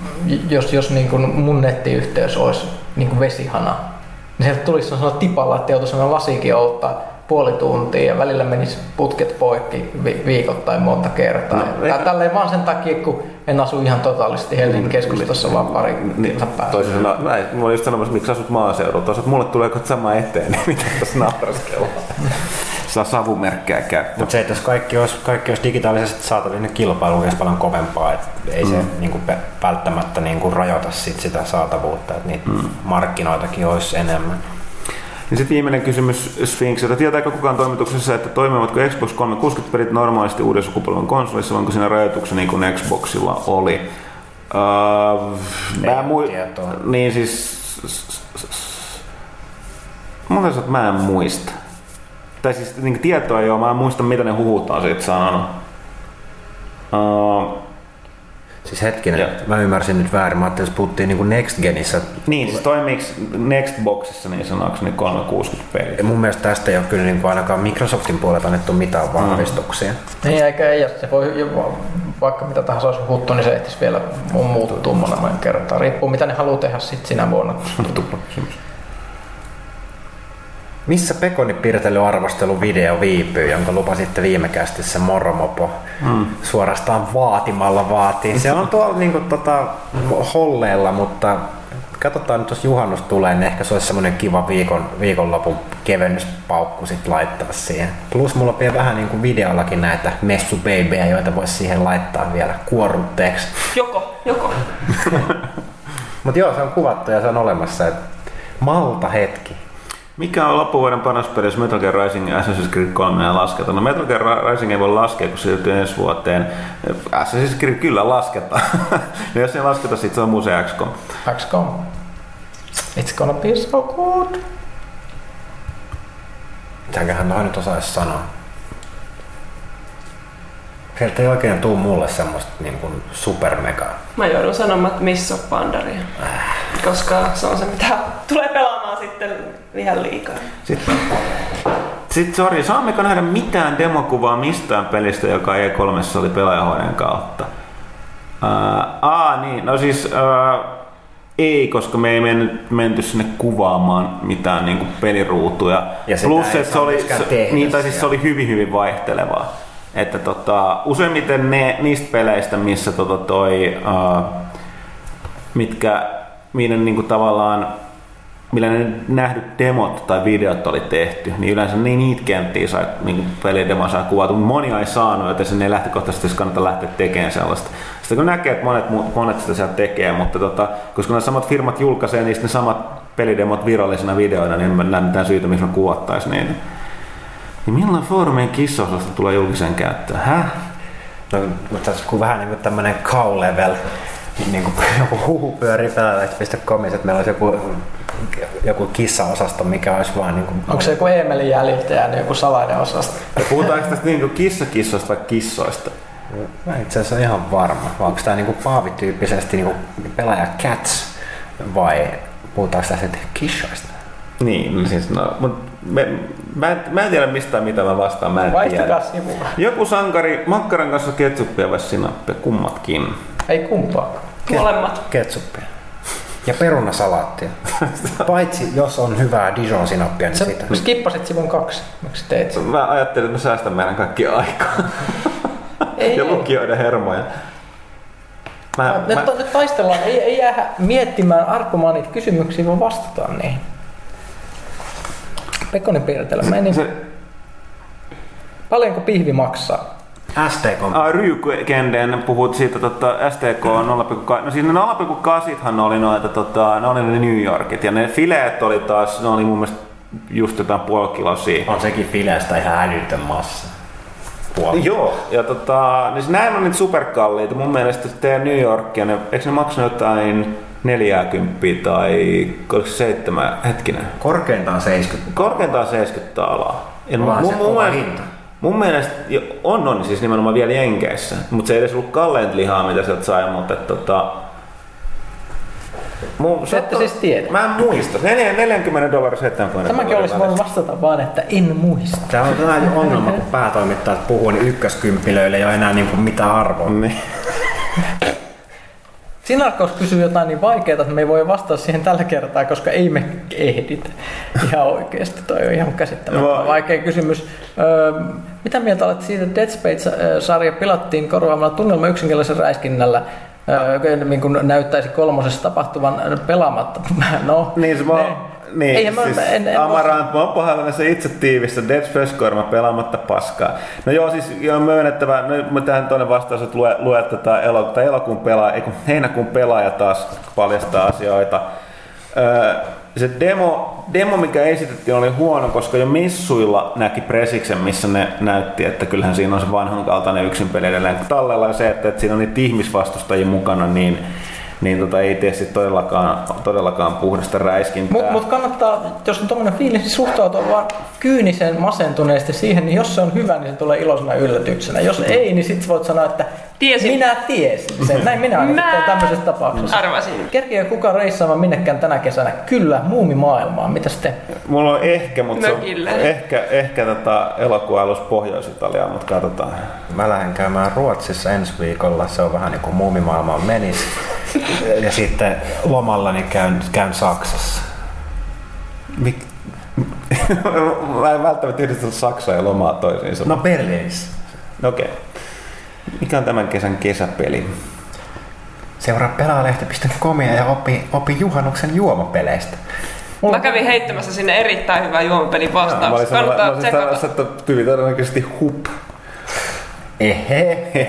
jos, jos niinku mun nettiyhteys olisi niinku vesihana, niin sieltä tulisi sellaisella tipalla, että joutuisi sellainen lasikin outtaa puoli tuntia ja välillä menisi putket poikki vi- viikoittain monta kertaa. No, tälleen vaan sen takia, kun en asu ihan totaalisesti Helsingin keskustassa, vaan pari tilta päällä. Toisin sanoen, mä olin just sanomassa, miksi asut maaseudulla. Toisaalta mulle tulee sama eteen, niin mitä tässä nauraskellaan. Saa savumerkkejä käyttää. Mutta se, että jos kaikki olisi, kaikki olisi digitaalisesti saatavilla, niin kilpailu olisi paljon kovempaa. Et ei mm. se niin kuin, välttämättä niin kuin, rajoita sit sitä saatavuutta, että niitä mm. markkinoitakin olisi enemmän. Ja sitten viimeinen kysymys Sphinxilta. Tietääkö kukaan toimituksessa, että toimivatko Xbox kolmesataakuusikymmentä-pelit normaalisti uuden sukupolven konsolissa, vai onko siinä rajoituksia niin kuin Xboxilla oli? Uh, mä mui- niin siis... Mun täytyy, että mä en muista. Tai siis niin tietoa ei ole, mä en muista mitä ne huhut on siitä sanonut. Uh, Siis hetkinen, ja. Mä ymmärsin nyt väärin. Mä ajattelin, jos puhuttiin niin Next Genissä. Niin, siis toimiiko Nextboxissa niin sanoakseni kolmesataakuusikymmentä peliä? Ja mun mielestä tästä ei ole kyllä niin ainakaan Microsoftin puolelta annettu mitään vahvistuksia. Mm. Niin, eikä ei. Se voi, vaikka mitä tahansa olisi huuttu, niin se ehtisi vielä muuttua monen kertaa. Riippuu mitä ne haluaa tehdä sit sinä vuonna. Missä Pekonin piirtelyarvosteluvideo viipyy, jonka lupasitte viime kästissä Moromopo mm. suorastaan vaatimalla vaatii? Se on tuolla niinku tota holleella, mutta katsotaan nyt, jos juhannus tulee, niin ehkä se olisi semmoinen kiva viikon, viikonlopun kevennyspaukku sit laittaa siihen. Plus mulla on vielä vähän niinku videollakin näitä messubeibejä, joita voisi siihen laittaa vielä kuorrutteeksi. Joko, joko. Mut joo, se on kuvattu ja se on olemassa. Et malta hetki. Mikä on loppuvuoden paras peli, jos Metal Gear Rising ja Assassin's Creed kolme ja lasketaan? No Metal Gear Rising ei voi laskea, kun se siirtyy ensi vuoteen. Assassin's Creed kyllä lasketaan. Ja jos ei lasketa, sit se on muu se X COM. X COM. It's gonna be so good. Mitäköhän noin nyt osaisi sanoa? Sieltä ei oikein tuu mulle semmoista niin kuin supermegaa. Mä joudun sanomaan, että Miss of Pandaria. Äh. Koska se on se, mitä tulee pelaamaan sitten ihan liikaa. Sitten, sitten sori, saammeko nähdä mitään demokuvaa mistään pelistä, joka E kolme oli pelaajahuoneen kautta? Uh, aa, niin, no siis uh, ei, koska me ei mennyt, menty sinne kuvaamaan mitään niin kuin peliruutuja. Ja plus, että se oli, se, niin, tai siis se oli hyvin, hyvin vaihtelevaa. Että tota, useimmiten ne, niistä peleistä, missä tota toi, uh, mitkä, miten niinku tavallaan, millä ne nähdyt demot tai videot oli tehty, niin yleensä niin niitä kenttiä sai, niin pelidemo sai kuvata, mutta monia ei saanut, joten sen ei lähtökohtaisesti kannata lähteä tekemään sellaista. Sitten kun näkee, että monet, monet sitä sieltä tekee, mutta tota, koska ne samat firmat julkaisee niistä ne samat pelidemot virallisena videoina, niin en näe mitään syytä, missä me kuvattaisiin niitä. Niin milloin foorumien kissaosasta tulee julkiseen käyttöön? Häh? No, mutta kun vähän niinku tämmönen cow-level, niinku joku huhu pyörii pelaajalehti piste comissa, että meillä olisi joku, joku kissaosasto, mikä olisi vaan niinku... Onko se joku Eemelin jäljiltä jäänyt joku salainen osasto? Ja puhutaanko tästä niinku kissakissoista vai kissoista? Mä itse asiassa ihan varma. Vai onko tää niinku paavityyppisesti niinku pelaaja cats vai puhutaanko tässä kissoista? Niin, no siis no, mut me, mä, en, mä en tiedä mistään mitä mä vastaan, mä en Vaihtakaa sivua. Joku sankari, makkaran kanssa ketsuppia vai sinappia, kummatkin. Ei kumpaa. Molemmat. Ketsuppia. Ja perunasalaattia. Paitsi jos on hyvää Dijon-sinappia, niin sä sitä. skippasit sivun kaksi. Miksi teit sen? Mä ajattelin, että mä säästän meidän kaikki aikaa. Ei, ja ei. lukijoiden hermoja. Mä, nyt, mä... nyt taistellaan, ei, ei jää miettimään arpomaan niitä kysymyksiä, vaan vastataan niihin. Pekonen piirtellä. Niin... Se... Paljonko pihvi maksaa? S T K. Ah, Ryykenden puhut siitä tota, S T K nolla pilkku kahdeksan. No siis ne nolla pilkku kahdeksan oli noita, tota, ne oli ne New Yorkit. Ja ne fileet oli taas, ne oli mun mielestä just jotain puolikilosia. On sekin fileestä ihan älytön massa. Puoli. Joo, ja tota, niin näin on niitä superkalliita. Mun mielestä teidän New Yorkia, ne, eikö ne maksanut jotain neljäkymmentä tai seitsemän, hetkinen. Korkeintaan seitsemänkymmentä. Korkeintaan seitsemänkymmentä alaa. Vaan se kova hinta. Mun mielestä on, on siis nimenomaan vielä Jenkeissä, mutta se ei edes ollut kalleinta lihaa, mitä sieltä sai, mutta tota... Mun, se ette siis tiedä. Mä en muista. neljäkymmentä dollaria seitsemänkymmentä. Tämäkin olisi voinut vastata vaan, että en muista. Tämä on tällainen ongelma, kun päätoimittajat puhuu, niin ykköskympilöille ei ole enää niin kuin mitään arvoa. Niin. Sinarkos kysyy jotain niin vaikeaa, että me ei voi vastata siihen tällä kertaa, koska ei me ehditä. Ihan oikeasti, toi on ihan käsittämättä vaikea kysymys. Öö, mitä mieltä olet siitä, että Dead Space-sarja pilattiin korvaamalla tunnelma yksinkertaisen räiskinnällä, öö, niin kuin näyttäisi kolmosessa tapahtuvan pelaamatta? No, niin se vaan... Niin, Eihän siis mä, en, en Amarant, mä oon pahoillani se itse tiivistä, Dead Space-korma pelaamatta paskaa. No joo, siis on myönnettävä, no, tähän toinen vastaus, että lue, lue tätä elo, tai elokuun pelaaja, ei kun heinäkuun pelaaja taas paljastaa asioita. Öö, se demo, demo, mikä esitettiin, oli huono, koska jo missuilla näki presiksen, missä ne näytti, että kyllähän siinä on se vanhankaltainen yksinpeli edelleen tallella, ja se, että, että siinä on niitä ihmisvastustajia mukana, niin niin tota, ei tee sit todellakaan, todellakaan puhdasta räiskintää. Mutta mut kannattaa, jos on tommonen fiilis, niin suhtautua vaan kyynisen masentuneesti siihen, niin jos se on hyvä, niin se tulee iloisena yllätyksenä. Jos ei, niin sit voit sanoa, että tiesin. Minä tiesin sen. Näin minä ainakin teen tämmöisessä tapauksessa. Arvasin. Kerkeekö kukaan reissaamaan minnekään tänä kesänä? Kyllä, muumimaailmaan. Mitäs te? Mulla on ehkä, mutta se on ehkä, ehkä tota elokuun alussa Pohjois-Italiaa, mutta katsotaan. Mä lähden käymään Ruotsissa ensi viikolla. Se on vähän niin kuin muumimaailmaan menis. Ja sitten lomalla niin käyn, käyn Saksassa. Mik, Mä en välttämättä yhdistellä Saksaa ja lomaa toisiinsa. No Berliinissä. Okei. Okay. Mikä on tämän kesän kesäpeli? Seuraa pelaalehti piste comia ja oppi, oppi juhannuksen juomapeleistä. Mä kävin heittämässä sinne erittäin hyvää juomapelin vastaus. Kannattaa tsekata. Sä oot tyyli todennäköisesti hup. Ehe.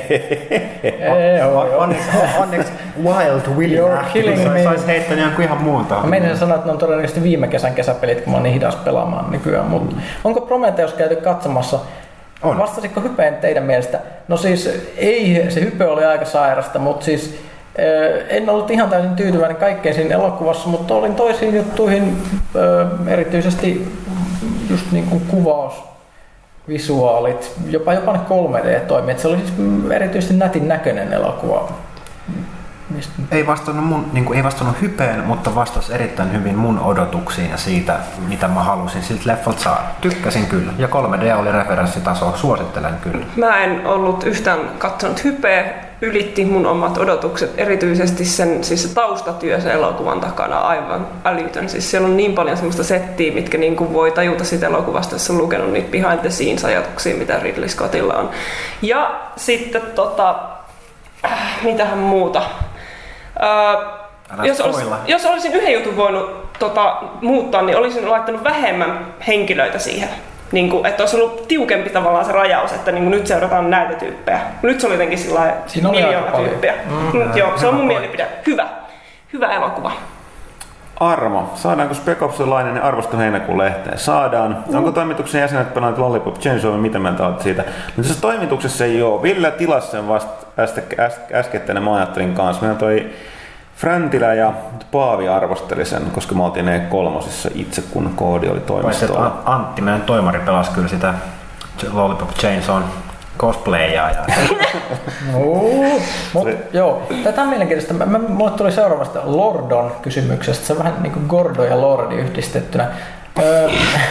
Onneksi Wild Willy saisi heittää jonkun ihan muuta. Mä menin sanoa, että ne on todennäköisesti viime kesän kesäpelit, kun mä oon niin hidas pelaamaan nykyään. Mutta onko Prometheus käyty katsomassa? On. Vastasitko hypeen teidän mielestä? No siis ei, se hype oli aika sairasta, mutta siis en ollut ihan täysin tyytyväinen kaikkeen siinä elokuvassa, mutta olin toisiin juttuihin, erityisesti just niin kuin kuvaus, visuaalit, jopa, jopa ne kolme D-toimijat. Se oli siis erityisesti nätin näköinen elokuva. Mistä? Ei vastannut, mun, niin kuin, ei vastannut hypeen, mutta vastasi erittäin hyvin mun odotuksiin ja siitä, mitä mä halusin siltä leffalta saada. Tykkäsin kyllä. Ja kolme D oli referenssitaso. Suosittelen kyllä. Mä en ollut yhtään katsonut hypeä. Ylitti mun omat odotukset, erityisesti sen, siis se taustatyö sen elokuvan takana aivan älytön. Siis siellä on niin paljon semmoista settiä, mitkä niin kuin voi tajuta siitä elokuvasta, jos on lukenut niitä behind the scenes ajatuksia, mitä Ridley Scottilla on. Ja sitten tota, äh, mitähän muuta. Äh, jos, olisi, jos olisin yhden jutun voinut tota, muuttaa, niin olisin laittanut vähemmän henkilöitä siihen. Niin kuin, että olisi ollut tiukempi tavallaan se rajaus, että niin kuin nyt seurataan näitä tyyppejä. Nyt se oli jotenkin sillä miljoona tyyppiä. Mm, joo, se on mun mielipide. Hyvä. Hyvä elokuva. Armo, saadaanko Spec Opsilainen arvostelu heinäkuun lehteen? Saadaan. Mm. Onko toimituksen jäsenet pelanneet Lollipop Chainsaw, mitä mieltä olet siitä? No tässä toimituksessa ei ole. Ville tilasi sen vasta äskettäinen, mä ajattelin kanssa. Meillä toi Fräntilä ja Paavi arvosteli sen, koska me oltiin E kolme itse, kun koodi oli toimistolla. Antti, meidän toimari pelasi kyllä sitä Lollipop Chainsawn cosplayjaa. Ja... no, mut, joo, tätä on mielenkiintoista. Mä, mä, mulle tuli seuraavasta Lordon kysymyksestä. Se on vähän niin kuin Gordo ja Lordi yhdistettynä. Öö,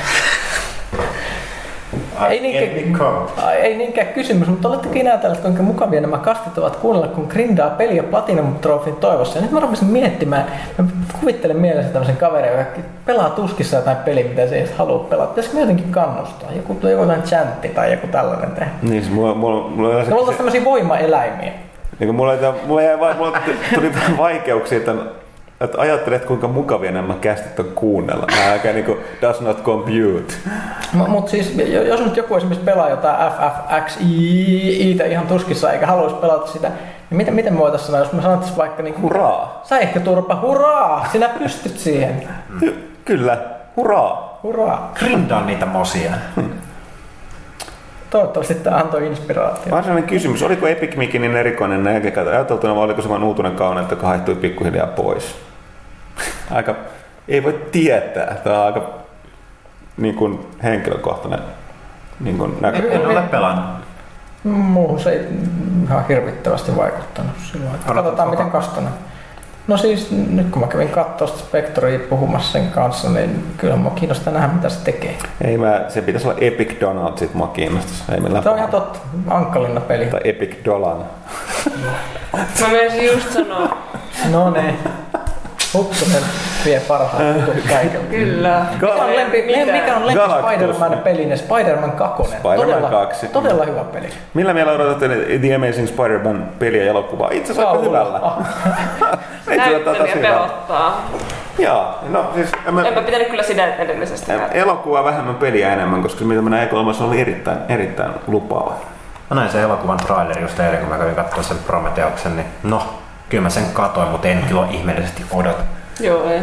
ei, niinkään, ei niinkään kysymys, mutta oletteko enää tällaista, kuinka mukavia nämä kastit ovat kuunnella, kun grindaa peliä Platinum Trophyn toivossa. Ja nyt mä rupesin miettimään, mä kuvittelen mielessä tämmöisen kaverin, joka pelaa tuskissa jotain peliä, mitä se ei edes halua pelata. Pitäisikö me jotenkin kannustaa? Joku, joku jotain chantti tai joku tällainen tehdä. Niin, siis mulla, mulla, mulla ne oltaisiin tämmöisiä voimaeläimiä. Niin, mulla, mulla, jäi, mulla tuli vaikeuksia tämän, että ajattelet, kuinka mukavia nämä kästit on kuunnella. Nämä aika niinku does not compute. Mutta siis, jos nyt joku esimerkiksi pelaa jotain F F X I ihan tuskissa eikä haluaisi pelata sitä, niin miten, miten me voitaisiin sanoa, jos me sanottaisiin vaikka niinku... Hurraa! Säihköturpa, hurraa! Sinä pystyt siihen. Ky- kyllä, hurraa! Hurraa! Grindaa niitä mosia. Toivottavasti tämä antoi inspiraatio. Varsinainen kysymys, oliko Epic Mickey niin erikoinen näkökata ajateltuna, vai oliko se vain uutuinen kauneutta, joka haihtui pikkuhiljaa pois? Aika, ei voi tietää, tämä on aika niin kuin henkilökohtainen niin kuin näkökulma. En ole pelannut. Muuhun se ei ihan hirvittävästi vaikuttanut silloin. Katsotaan miten kastainen. No siis nyt kun mä kävin katsoa sitä Spectrea puhumassa sen kanssa, niin kyllä mua kiinnostaa nähdä mitä se tekee. Ei mä, se pitäisi olla Epic Donald, sit mua kiinnostaisi. Se on ihan totta, Ankkalinna peli. Tai Epic Dolan. Mä menisin just sanoa. No niin. Huttunen vie parhaat jutut kaikille. Kyllä. Mikä on lempi, mikä on lempi Spider-Man pelinen? Spider-Man kaksi. Spider-Man todella, kaksi. Todella hyvä peli. Millä mielellä odotatte The Amazing Spider-Man peliä ja elokuvaa? Itse asiassa aika hyvällä. Näyttelijä pelottaa. Joo, no siis... Mä... Enpä pitänyt kyllä sitä edellisesti. Elokuvaa vähemmän peliä enemmän, koska mitä mä näin E kolme oli erittäin, erittäin lupaava. Mä näin sen elokuvan traileri just eilen, kun mä kävin katsoa sen Prometheuksen, niin no, kyllä mä sen katoin, mutta en kyllä ihmeellisesti odota. Joo, ei.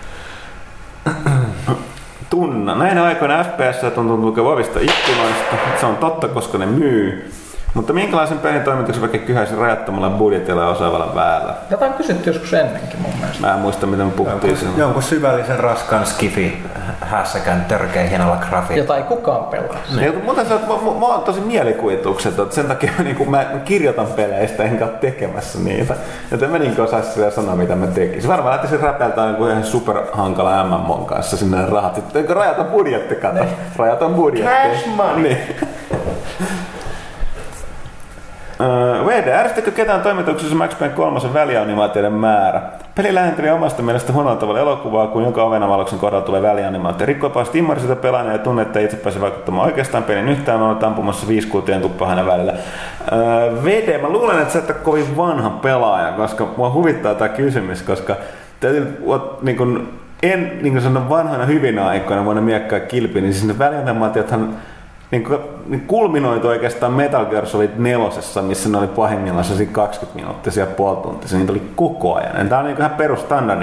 Tunna. Näinä aikoina F P S on tuntunut vavista ikkunoista. Se on totta, koska ne myy. Mutta minkälaisen pelin toimituksen vaikka kyhäisi rajattomalla budjetilla ja osaavalla väellä? Tätä on kysytty joskus ennenkin mun mielestä. Mä en muista, miten me puhuttiin sen. Jonkun syvällisen raskaan skifi hässäkään törkeä hienolla grafiikalla. Jota ei kukaan pelaa. Niin. Mutta mä, mä, mä oon tosi mielikuvitukset, että sen takia mä, niin mä kirjoitan peleistä enkä ole tekemässä niitä. Joten mä niin osaisin sillä sanoa, mitä mä tekisin. Varmaan lähtisin räpeltää joku ihan superhankala M M O:n kanssa sinne rahat. Sitten rajaton budjetti, kato. Rajaton budjetti. Cash money. Niin. Uh, V Vede, ärsyttikö ketään toimituksessa Max Payne kolmosen välianimaatioiden määrä? Peli lähenteli omasta mielestä huonolla tavalla elokuvaa, kun joka ovenavaloksen kohdalla tulee välianimaatio. Rikkopaasti immersiota pelaajana ja tunne, että itse pääsi vaikuttamaan oikeastaan pelin yhtään, mä olet ampumassa viisi kuutien tuppaa hänen välillä. Öö, Vede, mä luulen, että sä et ole kovin vanha pelaaja, koska mua huvittaa tää kysymys, koska täytyy, niin kun, en niin kun sanon vanhana hyvinä aikoina voin miekkaa kilpiin, niin siis ne välianimaatiothan niin kulminoitu oikeastaan Metal Gear Solid nelosessa, missä ne oli pahimmillaan kaksikymmentä minuuttia puolituntisia, niitä oli koko ajan. Tämä on niin ihan perustandardi.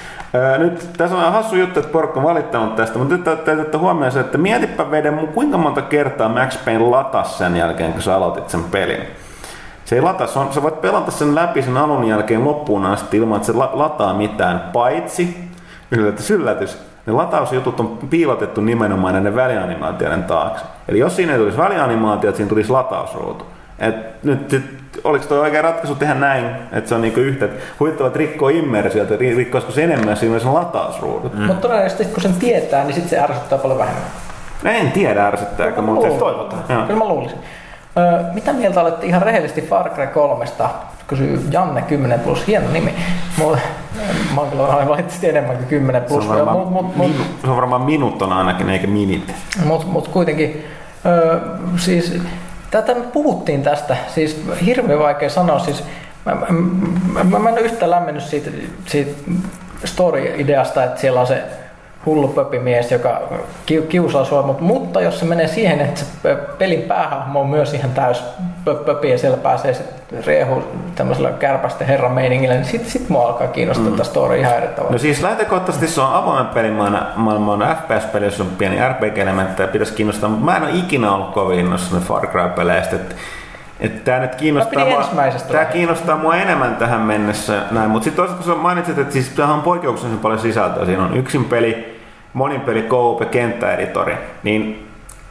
Nyt tässä on hassu juttu, että porukka on valittanut tästä, mutta nyt täytyy ottaa huomioon se, että mietipä Vede, kuinka monta kertaa Max Payne latasi sen jälkeen, kun sä aloitit sen pelin. Se ei lataa, sä voit pelata sen läpi sen alun jälkeen loppuun asti ilman, että se lataa mitään, paitsi, yllätys, yllätys, ne latausjutut on piilotettu nimenomaan näiden välianimaatioiden taakse. Eli jos siinä ei tulisi välianimaatiot, siinä tulisi latausruutu. Et nyt, nyt oliko tuo oikea ratkaisu tehdä näin, että se on niinku yhtä, että huvittavat rikkoo immersiota, rikkoisiko se enemmän siinä sen latausruudut. Mm. Mutta todennäköisesti kun sen tietää, niin sitten se ärsyttää paljon vähemmän. En tiedä ärsyttääkö, mutta toivotaan. Kyllä mä luulisin. Öö, mitä mieltä olette ihan rehellisesti Far Cry kolmesta? Kysyy Janne kymmenen plus, hieno nimi. Mulla, mä oon kyllä valitettavasti enemmän kuin kymmenen plus. Se on varmaan, mut, mut, mut, se on varmaan minuuton ainakin, eikä minit. Mutta mut kuitenkin, öö, siis tätä me puhuttiin tästä, siis hirveän vaikea sanoa, siis mä, mä, mä, mä en ole yhtään lämmennyt siitä, siitä story-ideasta, että siellä on se hullu pöpimies, joka kiusaa sua, mutta, mutta jos se menee siihen, että se pelin päähahmo on myös ihan täys pöpi ja siellä pääsee sitten riehu tämmöisellä kärpästen herran meiningillä, niin sitten sit mua alkaa kiinnostaa mm. tämä story ihan eri tavalla. No siis lähtökohtaisesti se on avoimen pelimaailman maailman F P S-peli, jossa on pieni R P G-elementtejä, pitäisi kiinnostaa, mutta mä en ole ikinä ollut kovin innostunut Far Cry-peleistä. Että tää nyt kiinnostaa mua, tää kiinnostaa mua enemmän tähän mennessä näin, mutta sitten toisaalta kun sä mainitsit, että siis tämähän on poikkeuksellisen paljon sisältöä, siinä on yksin peli, monin peli, co-op ja kenttäeditori, niin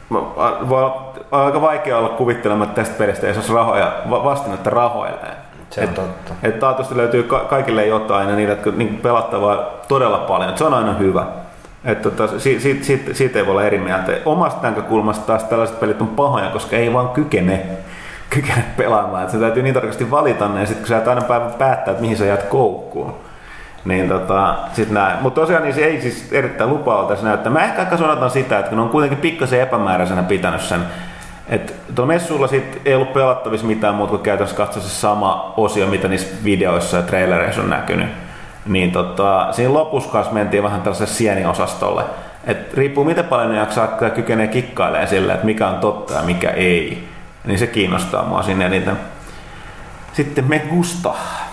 voi olla aika vaikea olla kuvittelemaan, että tästä pelistä ei saisi rahoja, vastinetta rahoilleen. Se on totta. Että taatusti löytyy ka- kaikille jotain ja niitä, jotka niin pelattavaa todella paljon, et se on aina hyvä. Että tota, si- si- si- siitä ei voi olla eri mieltä. Omasta näkökulmasta taas tällaiset pelit on pahoja, koska ei vaan kykene. kykene pelaamaan. Et se täytyy niin tarkasti valita ne, ja sitten kun sä et aina päivä päättää, että mihin sä jäät koukkuun. Niin tota, sit näin. Mutta tosiaan niin se ei siis erittäin lupaavalta näyttää. Mä ehkä aika sanotaan sitä, että kun ne on kuitenkin pikkasen epämääräisenä pitänyt sen. Että tuolla messuilla sit ei ollut pelattavissa mitään muuta kuin käytännössä katsoa se sama osio, mitä niissä videoissa ja trailereissa on näkynyt. Niin tota, siinä lopussa kanssa mentiin vähän tällaiselle sieniosastolle. Et riippuu miten paljon ne jaksaa kykenee kikkailemaan sille, että mikä on totta ja mikä ei. Niin se kiinnostaa mua sinne eniten. Sitten me gusta.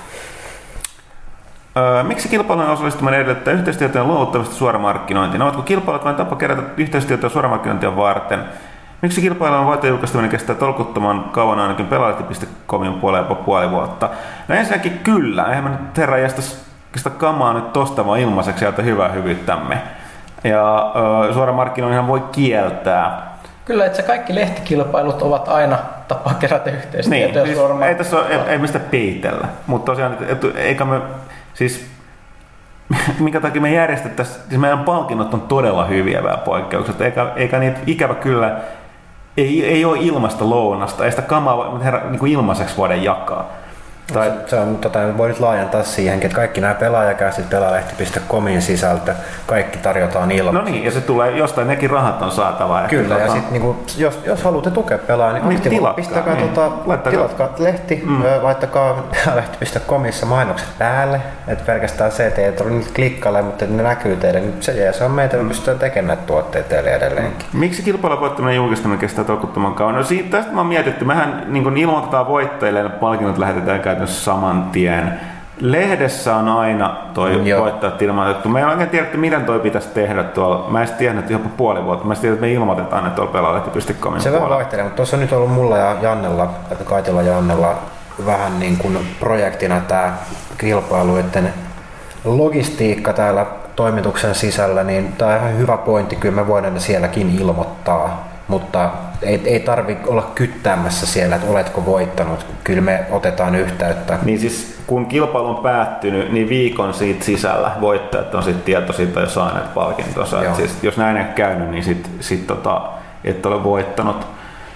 Öö, miksi kilpailun osallistuminen edellyttää yhteistyötä luovuttamista suoramarkkinointiin? Ovatko kilpailut vain tapa kerätä yhteistyötä suoramarkkinointia varten? Miksi kilpailun voittajulkaistaminen kestää tolkuttoman kauan ainakin pelaajalehti piste comin puolella jopa puoli vuotta? No ensinnäkin kyllä. Eihän mä nyt herra jästä kamaa nyt tosta vaan ilmaiseksi sieltä hyvää hyvyyttämme. Ja öö, suoramarkkinointihan voi kieltää. Kyllä, että se kaikki lehtikilpailut ovat aina tapa kerätä yhteistyötä. Niin, siis ei tässä ole, ei, ei mistä peitellä, mutta tosiaan, että eikä me, siis minkä takia me järjestettäisiin, siis meidän palkinnot on todella hyviä vähän poikkeukset, eikä, eikä niitä ikävä kyllä, ei, ei ole ilmasta lounasta, ei sitä kamaa herra, niin kuin ilmaiseksi voida jakaa. Tai se on, tota, voi nyt laajentaa siihenkin, että kaikki nämä pelaajakästit pelaalehti piste comin sisältö, kaikki tarjotaan ilman. No niin, ja se tulee jostain, nekin rahat on saatava. Kyllä, ja sitten niinku, jos, jos haluatte tukea pelaajaa, niin, niin tilatkaa, pistäkää, niin. Tota, tilatkaa lehti, mm. laittakaa pelaalehti piste comissa mainokset päälle, että pelkästään se, että ei tarvitse klikkailla, mutta ne näkyy teille, niin se jää, se on meitä, me pystytään tekemään näitä tuotteita teille edelleenkin. Mm. Miksi kilpailun voittaminen julkistaminen kestää tolkuttoman kauan? No siitä, tästä mä oon mietitty, mehän niin ilmoitetaan voittajille ja palkinnot lähetetään käytännössä saman tien. Lehdessä on aina toi voittajat ilmoitettu. Me ei oikein tiedetty, miten toi pitäisi tehdä tuolla. Mä en tiedä, että jopa puoli vuotta. Mä en tiedä, että me ilmoitetaan, että tuolla pelaalehti piste comin se vähän vaihtelee, mutta tuossa on nyt ollut mulla ja Jannella, Kaitilla Jannella vähän niin kuin projektina tämä kilpailuiden logistiikka täällä toimituksen sisällä, niin tämä on ihan hyvä pointti. Kyllä me voidaan sielläkin ilmoittaa, mutta ei, ei tarvitse olla kyttäämässä siellä, että oletko voittanut. Kyllä me otetaan yhteyttä. Niin siis kun kilpailu on päättynyt, niin viikon siitä sisällä voittajat on sitten tietoisia ja saaneet palkintonsa. Siis, jos näin ei käynyt, niin sitten sit tota, et ole voittanut.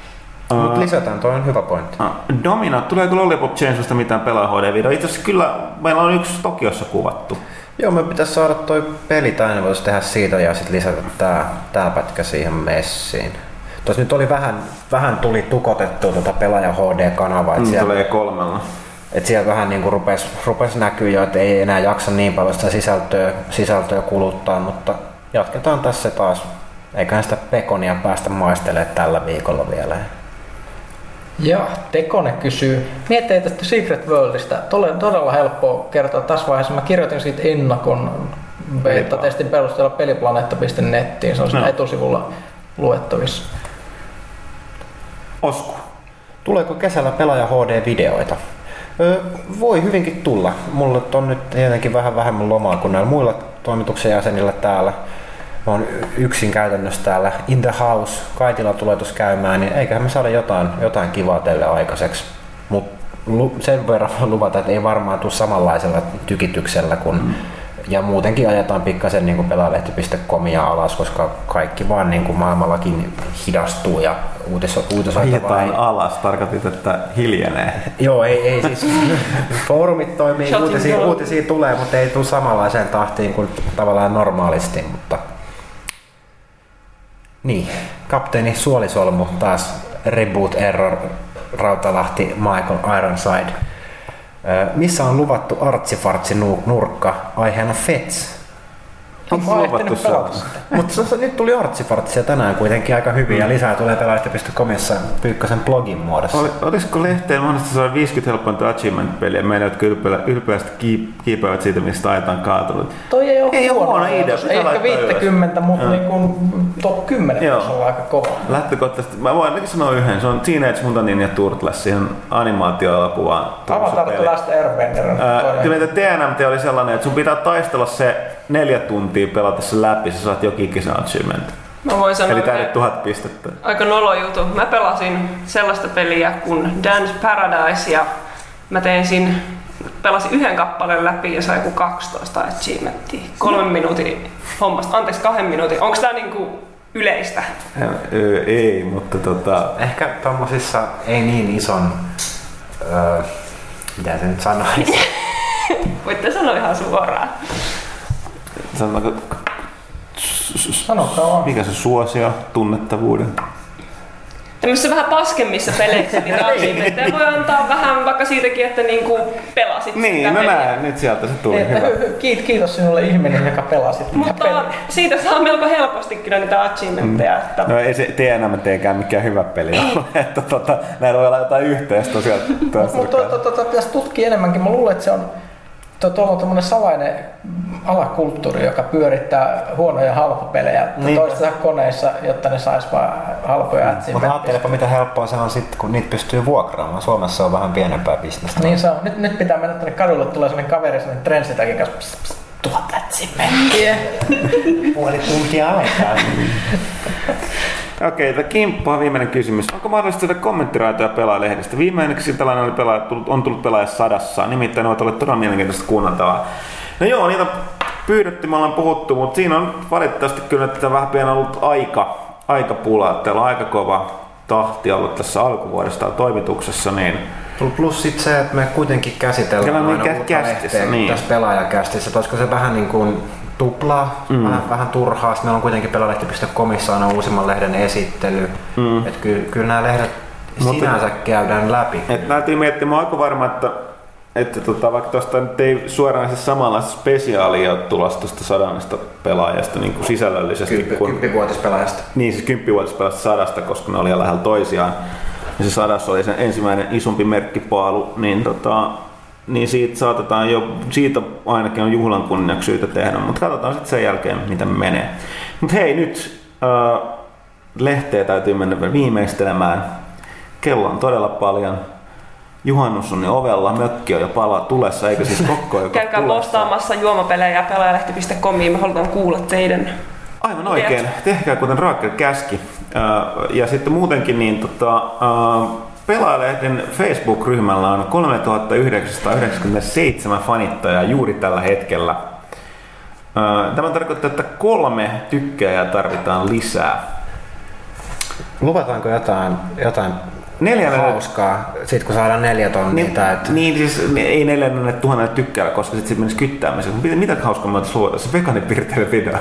Mutta lisätään, toi on hyvä pointti. Uh, Domino, tuleeko Lollipop Chainsawsta mitään pelaa H D-video? Itse asiassa kyllä meillä on yksi Tokiossa kuvattu. Joo, me pitäisi saada toi peli tänne, voitaisiin tehdä siitä ja sitten lisätä tää, tää pätkä siihen messiin. Tuossa nyt oli vähän, vähän tuli tukotettua tuota pelaaja H D-kanavaa. Mm, tulee kolmella. Että siellä vähän niinku rupes, rupes näkyy jo, että ei enää jaksa niin paljon sitä sisältöä, sisältöä kuluttaa, mutta jatketaan tässä taas. Eiköhän sitä pekonia päästä maistelemaan tällä viikolla vielä. Ja Tekone kysyy, miettii tästä Secret Worldista. Todella, todella helppoa kertoa tässä vaiheessa. Mä kirjoitin siitä ennakon beta-testin perusteella peliplaneetta piste nettiin. Se on no. etusivulla luettavissa. Osku. Tuleeko kesällä pelaaja H D-videoita? Öö, voi hyvinkin tulla. Mulla on nyt jotenkin vähän vähemmän lomaa kuin näillä muilla toimituksen jäsenillä täällä. Mä oon yksin käytännössä täällä in the house, kaitilla tuletus käymään, niin eiköhän me saada jotain, jotain kivaa teille aikaiseksi. Mut sen verran luvata, että ei varmaan tule samanlaisella tykityksellä kuin mm. ja muutenkin ajetaan pikkasen niin pelaalehti piste comia alas, koska kaikki vaan niin kuin maailmallakin hidastuu ja uutisoita ajetaan alas, tarkoitit, että hiljenee. Joo, ei, ei siis. Foorumit toimii, uutisia, uutisia tulee, mutta ei tule samanlaiseen tahtiin kuin tavallaan normaalisti. Mutta niin, kapteeni Suolisolmu taas reboot error, Rautalahti Michael Ironside. Missä on luvattu artsifartsi nurkka aiheena Fets? Onko luvattu sellaista? Mutta nyt tuli artsifartsia tänään kuitenkin aika hyvin mm. ja lisää tulee pelaajalehti piste comissa Pyykkösen blogin muodossa. Oli, olisiko lehteen mahdollista saada viisikymmentä helpointa achievement-peliä meillä, jotka ylpeästi kiipeävät siitä, mistä ajetaan kaatunut? Toi ei ole ei huono, huono idea. Ehkä viisikymmentä, mutta niin top kymmenen on aika kova. Lähtökohtaisesti, mä voin ainakin sanoa yhden, se on Teenage Mutant Ninja Turtles, siihen animaatioelokuvaan. Avatar The Last Airbender. Kyllä T N M T oli sellainen, että sun pitää taistella se neljä tuntia pelata se läpi, sä saat jokin ikisen achievement. Mä voin sanoa, eli tänne tuhat pistettä. Aika nolo juttu. Mä pelasin sellaista peliä kuin Dance Paradise ja mä tein siinä, pelasin yhden kappaleen läpi ja sain joku kaksitoista achievementtia. Kolmen minuutin hommasta. Anteeksi, kahden minuutin. Onko tää niinku yleistä? Öö, ei, mutta tota... Ehkä tommosissa ei niin ison... Öö, mitä se nyt sanoisi? Voitte sanoa ihan suoraan. Sanotaanko... Sanokaa. Mikä se suosio tunnettavuuden? Tämmöisissä vähän paskemmissa peleissä niin achievementteja voi antaa vähän vaikka siitäkin, että niinku pelasit niin, sitä no näin, nyt sieltä se tuli. Että hyvä. Kiit, kiitos sinulle ihminen, joka pelasit. Mutta siitä saa melko helposti kyllä niitä achievementteja. Mm. Että... No ei se T N M T:kään mikään hyvä peli ole. että tota, näillä voi olla jotain yhteistä sieltä. Mutta to, to, to, pitäisi tutkia enemmänkin. Mä luulen, että se on tuolla on tämmöinen salainen alakulttuuri, joka pyörittää huonoja halpapelejä niin. toistensa koneissa, jotta ne sais vaan halpoja etsiä. Mutta ajattelepa mitä helppoa se on sitten, kun niitä pystyy vuokraamaan. Suomessa on vähän pienempää bisnestä. Niin se on. Nyt, nyt pitää mennä tänne kadulle, tulee sellainen kaveri sellainen trenssitäkin kanssa. Pss, pss, tuhat etsimenttiä. Puoli tuntia aikaa. Okei, okay, kimppaa viimeinen kysymys. Onko mahdollista saada kommenttiraitoja pelaajalehdestä? Viimeiseksi tällainen oli pelaaja, on tullut pelaaja sadassa, nimittäin ovat olleet todella mielenkiintoista kuunneltavaa. No joo, niitä pyydettiin, me ollaan puhuttu, mutta siinä on valitettavasti kyllä, että vähän pian ollut aika, aika pula. Teillä on aika kova tahti ollut tässä alkuvuodesta toimituksessa. Niin... Plus sit se, että me kuitenkin käsitellään aina uutta kästissä, lehteä niin. tässä pelaajakästissä. Olisiko se vähän niin kuin tuplaa, mm. vähän, vähän turhaa. Sitten meillä on kuitenkin pelaalehti piste comissa aina uusimman lehden esittely. Mm. Että kyllä, kyllä nämä lehdet Mutta, sinänsä käydään läpi. Et täytyy miettiä, mä oon aika varma, että, että tota, vaikka tuosta nyt ei suoraan samanlaista spesiaalia ole tulossa tuosta sadannesta pelaajasta niin kuin sisällöllisesti. Kymppi, kun, kymppivuotispelaajasta. Niin, siis kymppivuotispelaajasta sadasta, koska ne oli jo lähellä toisiaan. Ja se sadas oli sen ensimmäinen isompi merkkipaalu, niin tota, niin siitä saatetaan jo, siitä ainakin on juhlan kunniaksi syytä tehdä, mutta katsotaan sitten sen jälkeen, miten menee. Mutta hei, nyt äh, lehteä täytyy mennä viimeistelemään. Kello on todella paljon. Juhannus on jo ovella, mökki on jo palaa tulessa, eikö siis kokko joka Käykää postaamassa juomapelejä pelaajalehti piste comiin, me halutaan kuulla teidän. Aivan oikein, ideat. Tehkää kuten Raakel käski. Äh, ja sitten muutenkin niin tota... Äh, Pelaajalehden Facebook-ryhmällä on kolmetuhatta yhdeksänsataayhdeksänkymmentäseitsemän fanittajaa juuri tällä hetkellä. Tämä tarkoittaa, että kolme tykkääjää tarvitaan lisää. Luvataanko jotain, jotain neljännelle... hauskaa, sit kun saadaan neljä tonnia Niin, täytyy. niin siis ei neljännelle tuhannelle tykkäällä, koska sit se menisi kyttäämiseen. Mitä, mitä hauskaa me oltais luoda? Se vegaanipirteinen video.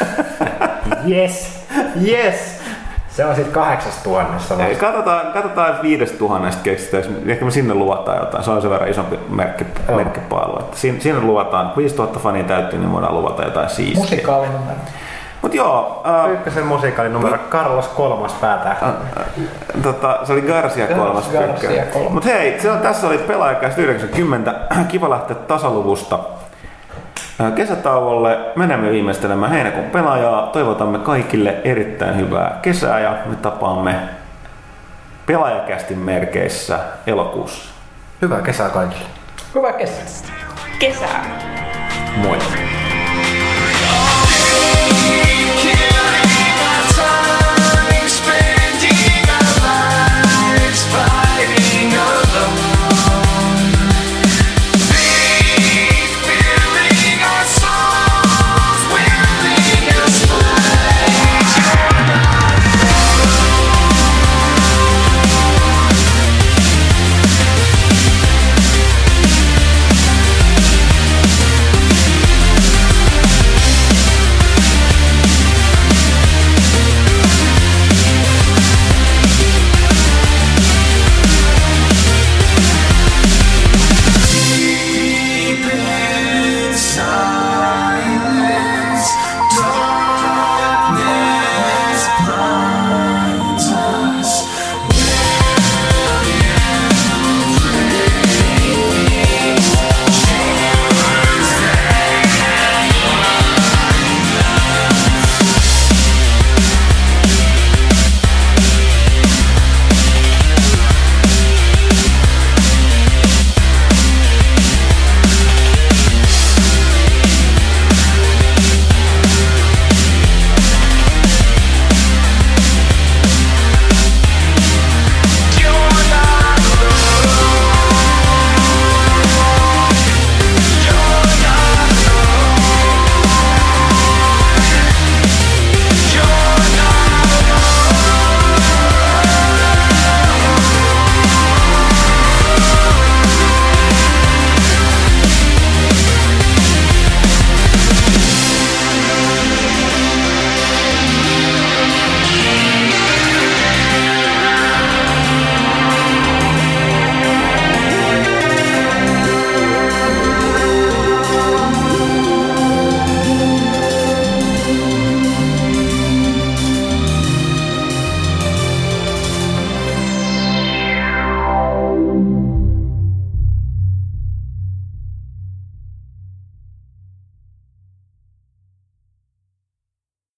Yes, yes! Se on sit kahdeksas tuhannessa vasta. Katsotaan, katsotaan viidestä tuhannesta keksitään. Ehkä me sinne luotaan jotain. Se on sen verran isompi merkki, merkkipaalu. Sinne, sinne luotaan. viisituhatta fania täytyy, niin voidaan luvata jotain siistiä. Musikaalinumero. Mut joo. Äh, Ykkösen musiikaalinumero Carlos kolmas päätää. Äh, äh, tota, se oli Garcia kolmas pyykkä. Mut hei, se on, tässä oli Pelaajakäst yhdeksänkymmentä. Kiva lähteä tasaluvusta kesätauolle. Menemme viimeistelemään heinäkuun pelaajaa. Toivotamme kaikille erittäin hyvää kesää ja me tapaamme Pelaajakästin merkeissä elokuussa. Hyvää kesää kaikille. Hyvää kesää. Kesää. Moi!